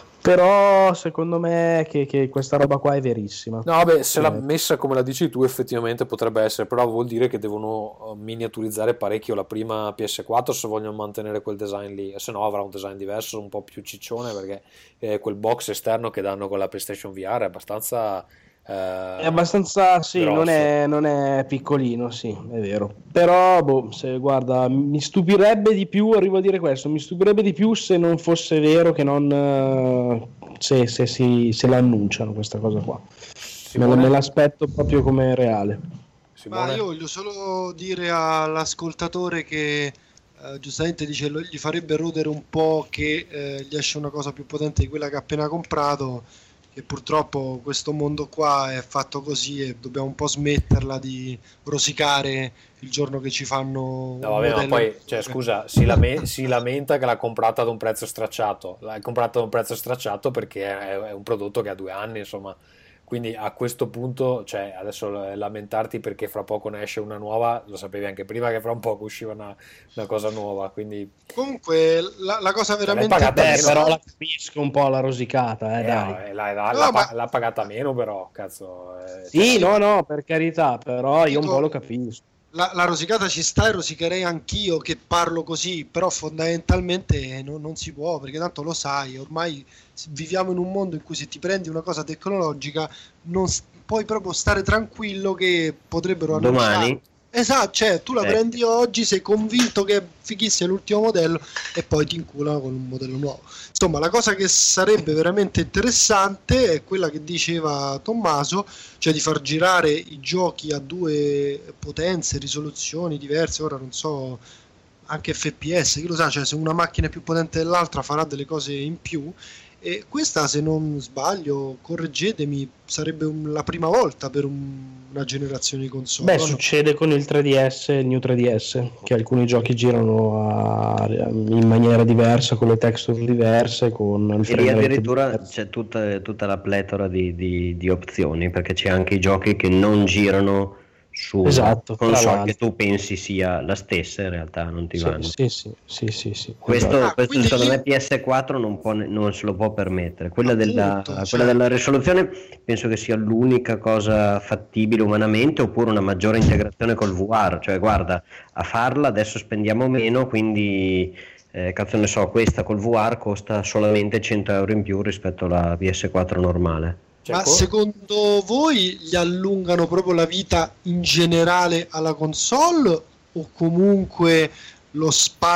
Però secondo me che, che questa roba qua è verissima. No, vabbè, se Eh, l'ha messa come la dici tu, effettivamente potrebbe essere, però vuol dire che devono eh, miniaturizzare parecchio la prima P S quattro se vogliono mantenere quel design lì, se no avrà un design diverso, un po' più ciccione, perché eh, quel box esterno che danno con la PlayStation V R è abbastanza... eh, È abbastanza, sì, grosso. non è, non è piccolino, sì, è vero. Però, boh, se, guarda, mi stupirebbe di più, arrivo a dire questo, mi stupirebbe di più se non fosse vero che non... eh, se, se, si, se la annunciano questa cosa qua. Me, la- me l'aspetto proprio come reale. Ma io voglio solo dire all'ascoltatore che eh, giustamente dice lo- gli farebbe rodere un po' che eh, gli esce una cosa più potente di quella che ha appena comprato, che purtroppo questo mondo qua è fatto così e dobbiamo un po' smetterla di rosicare il giorno che ci fanno No, un vabbè, ma modello- poi, cioè, scusa, si, lame- si lamenta che l'ha comprata ad un prezzo stracciato. L'ha comprata ad un prezzo stracciato perché è, è un prodotto che ha due anni, insomma. Quindi a questo punto, cioè, adesso lamentarti perché fra poco ne esce una nuova, lo sapevi anche prima che fra un poco usciva una, una cosa nuova, quindi... Comunque la, la cosa veramente pagata Beh, meno. però la capisco un po' la rosicata, eh, Eh, dai. no, eh, l'ha, l'ha- No, l'ha- ma- l'ha pagata meno però, cazzo. eh, Sì, cioè, no, no, per carità, però io un Dico- po' lo capisco. La, la rosicata ci sta e rosicherei anch'io che parlo così, però fondamentalmente non, non si può, perché tanto lo sai, ormai s- viviamo in un mondo in cui se ti prendi una cosa tecnologica non s- puoi proprio stare tranquillo che potrebbero Domani? annunciare. Esatto, cioè tu la Eh. prendi oggi, sei convinto che è fighissimo l'ultimo modello e poi ti inculano con un modello nuovo. Insomma, la cosa che sarebbe veramente interessante è quella che diceva Tommaso, cioè di far girare i giochi a due potenze, risoluzioni diverse. Ora non so, anche F P S, chi lo sa, cioè se una macchina è più potente dell'altra farà delle cose in più. E questa, se non sbaglio, correggetemi, sarebbe un- la prima volta per un- una generazione di console. Beh, no? succede con il tre D S e il New tre D S, che alcuni giochi girano a- in maniera diversa, con le texture diverse, con il E lì frame rate addirittura diverso. c'è tutta, tutta la pletora di, di- di opzioni, perché c'è anche i giochi che non girano su Esatto, tra console l'altro. che tu pensi sia la stessa, in realtà non ti Sì, vanno. sì, sì, sì, sì, sì, Questo, esatto. Ah, questo quindi secondo lì- me P S quattro non, può ne- non se lo può permettere. Quella, della, Appunto, cioè- quella della risoluzione penso che sia l'unica cosa fattibile umanamente, oppure una maggiore integrazione col V R. Cioè, guarda, a farla adesso spendiamo meno, quindi eh, cazzo ne so, questa col V R costa solamente cento euro in più rispetto alla P S quattro normale. cioè, Ma co- secondo voi gli allungano proprio la vita in generale alla console o comunque lo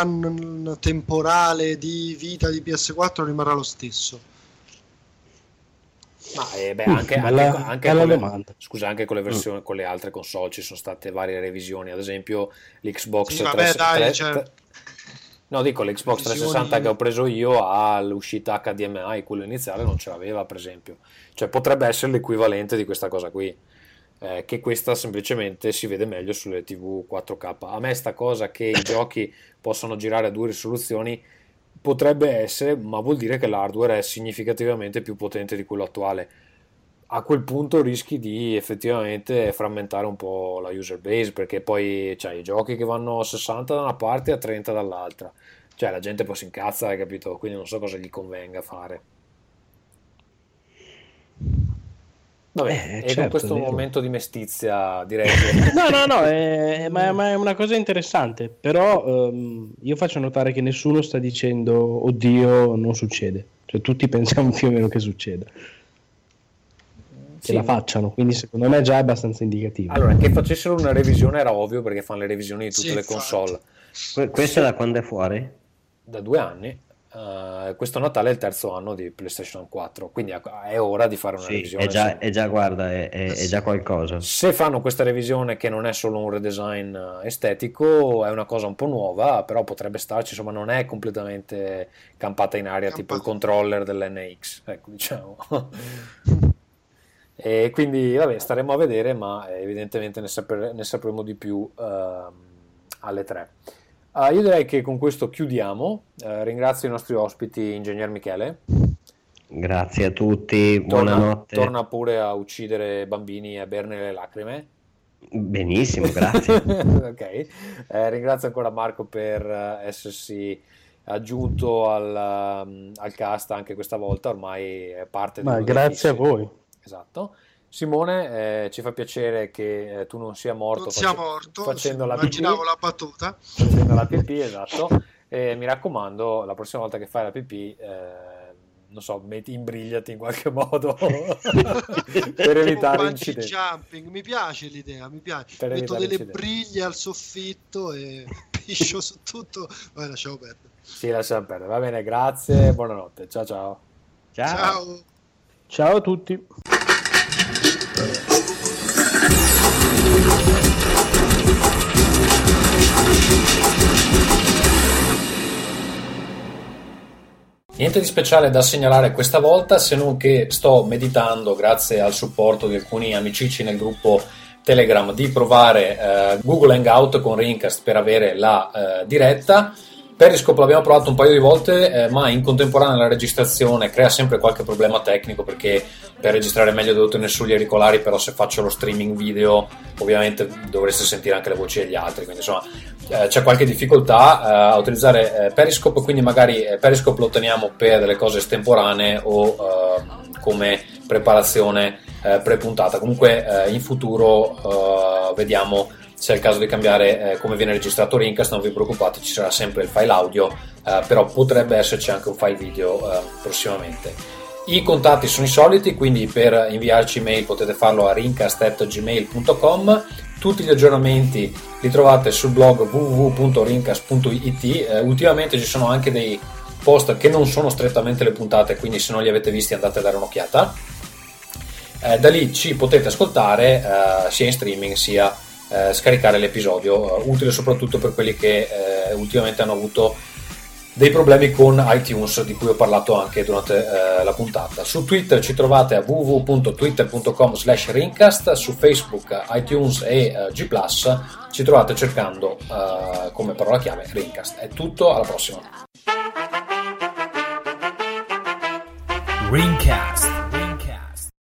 span temporale di vita di P S quattro rimarrà lo stesso? Ma eh, beh, Uh, anche, bella- anche, anche bella con le, domanda. scusa, anche con le versioni, con le altre console ci sono state varie revisioni, ad esempio l'Xbox Sì, vabbè, tre- dai, tre- cioè- tre- no, dico l'Xbox Revisioni- trecentosessanta che ho preso io all'uscita H D M I, quello iniziale non ce l'aveva, per esempio. Cioè potrebbe essere l'equivalente di questa cosa qui, eh, che questa semplicemente si vede meglio sulle T V quattro K. A me sta cosa che i giochi possono girare a due risoluzioni potrebbe essere, ma vuol dire che l'hardware è significativamente più potente di quello attuale. a quel punto rischi di effettivamente frammentare un po' la user base, perché poi c'hai i giochi che vanno a sessanta da una parte e a trenta dall'altra, cioè la gente poi si incazza, hai capito? Quindi non so cosa gli convenga fare. Vabbè, Eh, e certo, con questo è vero. momento di mestizia direi che No, no, no, è, ma, ma è una cosa interessante, però ehm, io faccio notare che nessuno sta dicendo oddio, non succede, cioè tutti pensiamo più o meno che succeda, che sì, la facciano, quindi secondo me già è abbastanza indicativo. allora che facessero una revisione era ovvio, perché fanno le revisioni di tutte Sì, le infatti. console Que- questo da quando è fuori? da due anni. Uh, questo Natale è il terzo anno di PlayStation quattro, quindi è ora di fare una Sì, revisione. è già, Sì. è già guarda, è, è- è già qualcosa. Se fanno questa revisione, che non è solo un redesign eh, estetico, è una cosa un po' nuova, però potrebbe starci, insomma non è completamente campata in aria tipo il Campata. controller dell'N X, ecco, diciamo. E quindi vabbè, staremo a vedere, ma evidentemente ne, sapere- ne sapremo di più ehm, alle tre. Ah, io direi che con questo chiudiamo. Eh, ringrazio i nostri ospiti, Ingegner Michele. Grazie a tutti, Torna, buonanotte. torna pure a uccidere bambini e a berne le lacrime. Benissimo, grazie. Ok. Eh, ringrazio ancora Marco per eh, essersi aggiunto al, um, al cast anche questa volta, ormai è parte Ma di uno dei grazie a fissi. voi. Esatto. Simone, eh, ci fa piacere che eh, tu non sia morto, Non sia face- morto, facendo la immaginavo pipì, la battuta. facendo la pipì, esatto. E mi raccomando, la prossima volta che fai la pipì, eh, non so, metti, imbrigliati in qualche modo per evitare Bungee incidenti. jumping, mi piace l'idea, mi piace. Per Metto evitare delle incidenti. briglie al soffitto e piscio su tutto. Vai, lasciamo perdere. Sì, lasciamo perdere. Va bene, grazie, buonanotte. Ciao ciao. Ciao. Ciao. Ciao a tutti. Niente di speciale da segnalare questa volta, se non che sto meditando, grazie al supporto di alcuni amicici nel gruppo Telegram, di provare eh, Google Hangout con Rincast per avere la eh, diretta. Periscope l'abbiamo provato un paio di volte, eh, ma in contemporanea alla registrazione crea sempre qualche problema tecnico, perché per registrare meglio devo tenere sugli auricolari, però se faccio lo streaming video ovviamente dovreste sentire anche le voci degli altri, quindi insomma eh, c'è qualche difficoltà eh, a utilizzare eh, Periscope, quindi magari eh, Periscope lo teniamo per delle cose estemporanee o eh, come preparazione eh, pre-puntata. Comunque eh, in futuro eh, vediamo se è il caso di cambiare eh, come viene registrato Rincast. Non vi preoccupate, ci sarà sempre il file audio, eh, però potrebbe esserci anche un file video eh, prossimamente. I contatti sono i soliti, quindi per inviarci email potete farlo a rincast at gmail punto com. Tutti gli aggiornamenti li trovate sul blog w w w punto rincast punto i t. Eh, ultimamente ci sono anche dei post che non sono strettamente le puntate, quindi se non li avete visti andate a dare un'occhiata. Eh, da lì ci potete ascoltare eh, sia in streaming sia eh, scaricare l'episodio, eh, utile soprattutto per quelli che eh, ultimamente hanno avuto dei problemi con iTunes, di cui ho parlato anche durante eh, la puntata. Su Twitter ci trovate a w w w punto twitter punto com slash rincast, su Facebook, iTunes e uh, G plus ci trovate cercando uh, come parola chiave Rincast. È tutto, alla prossima. Rincast.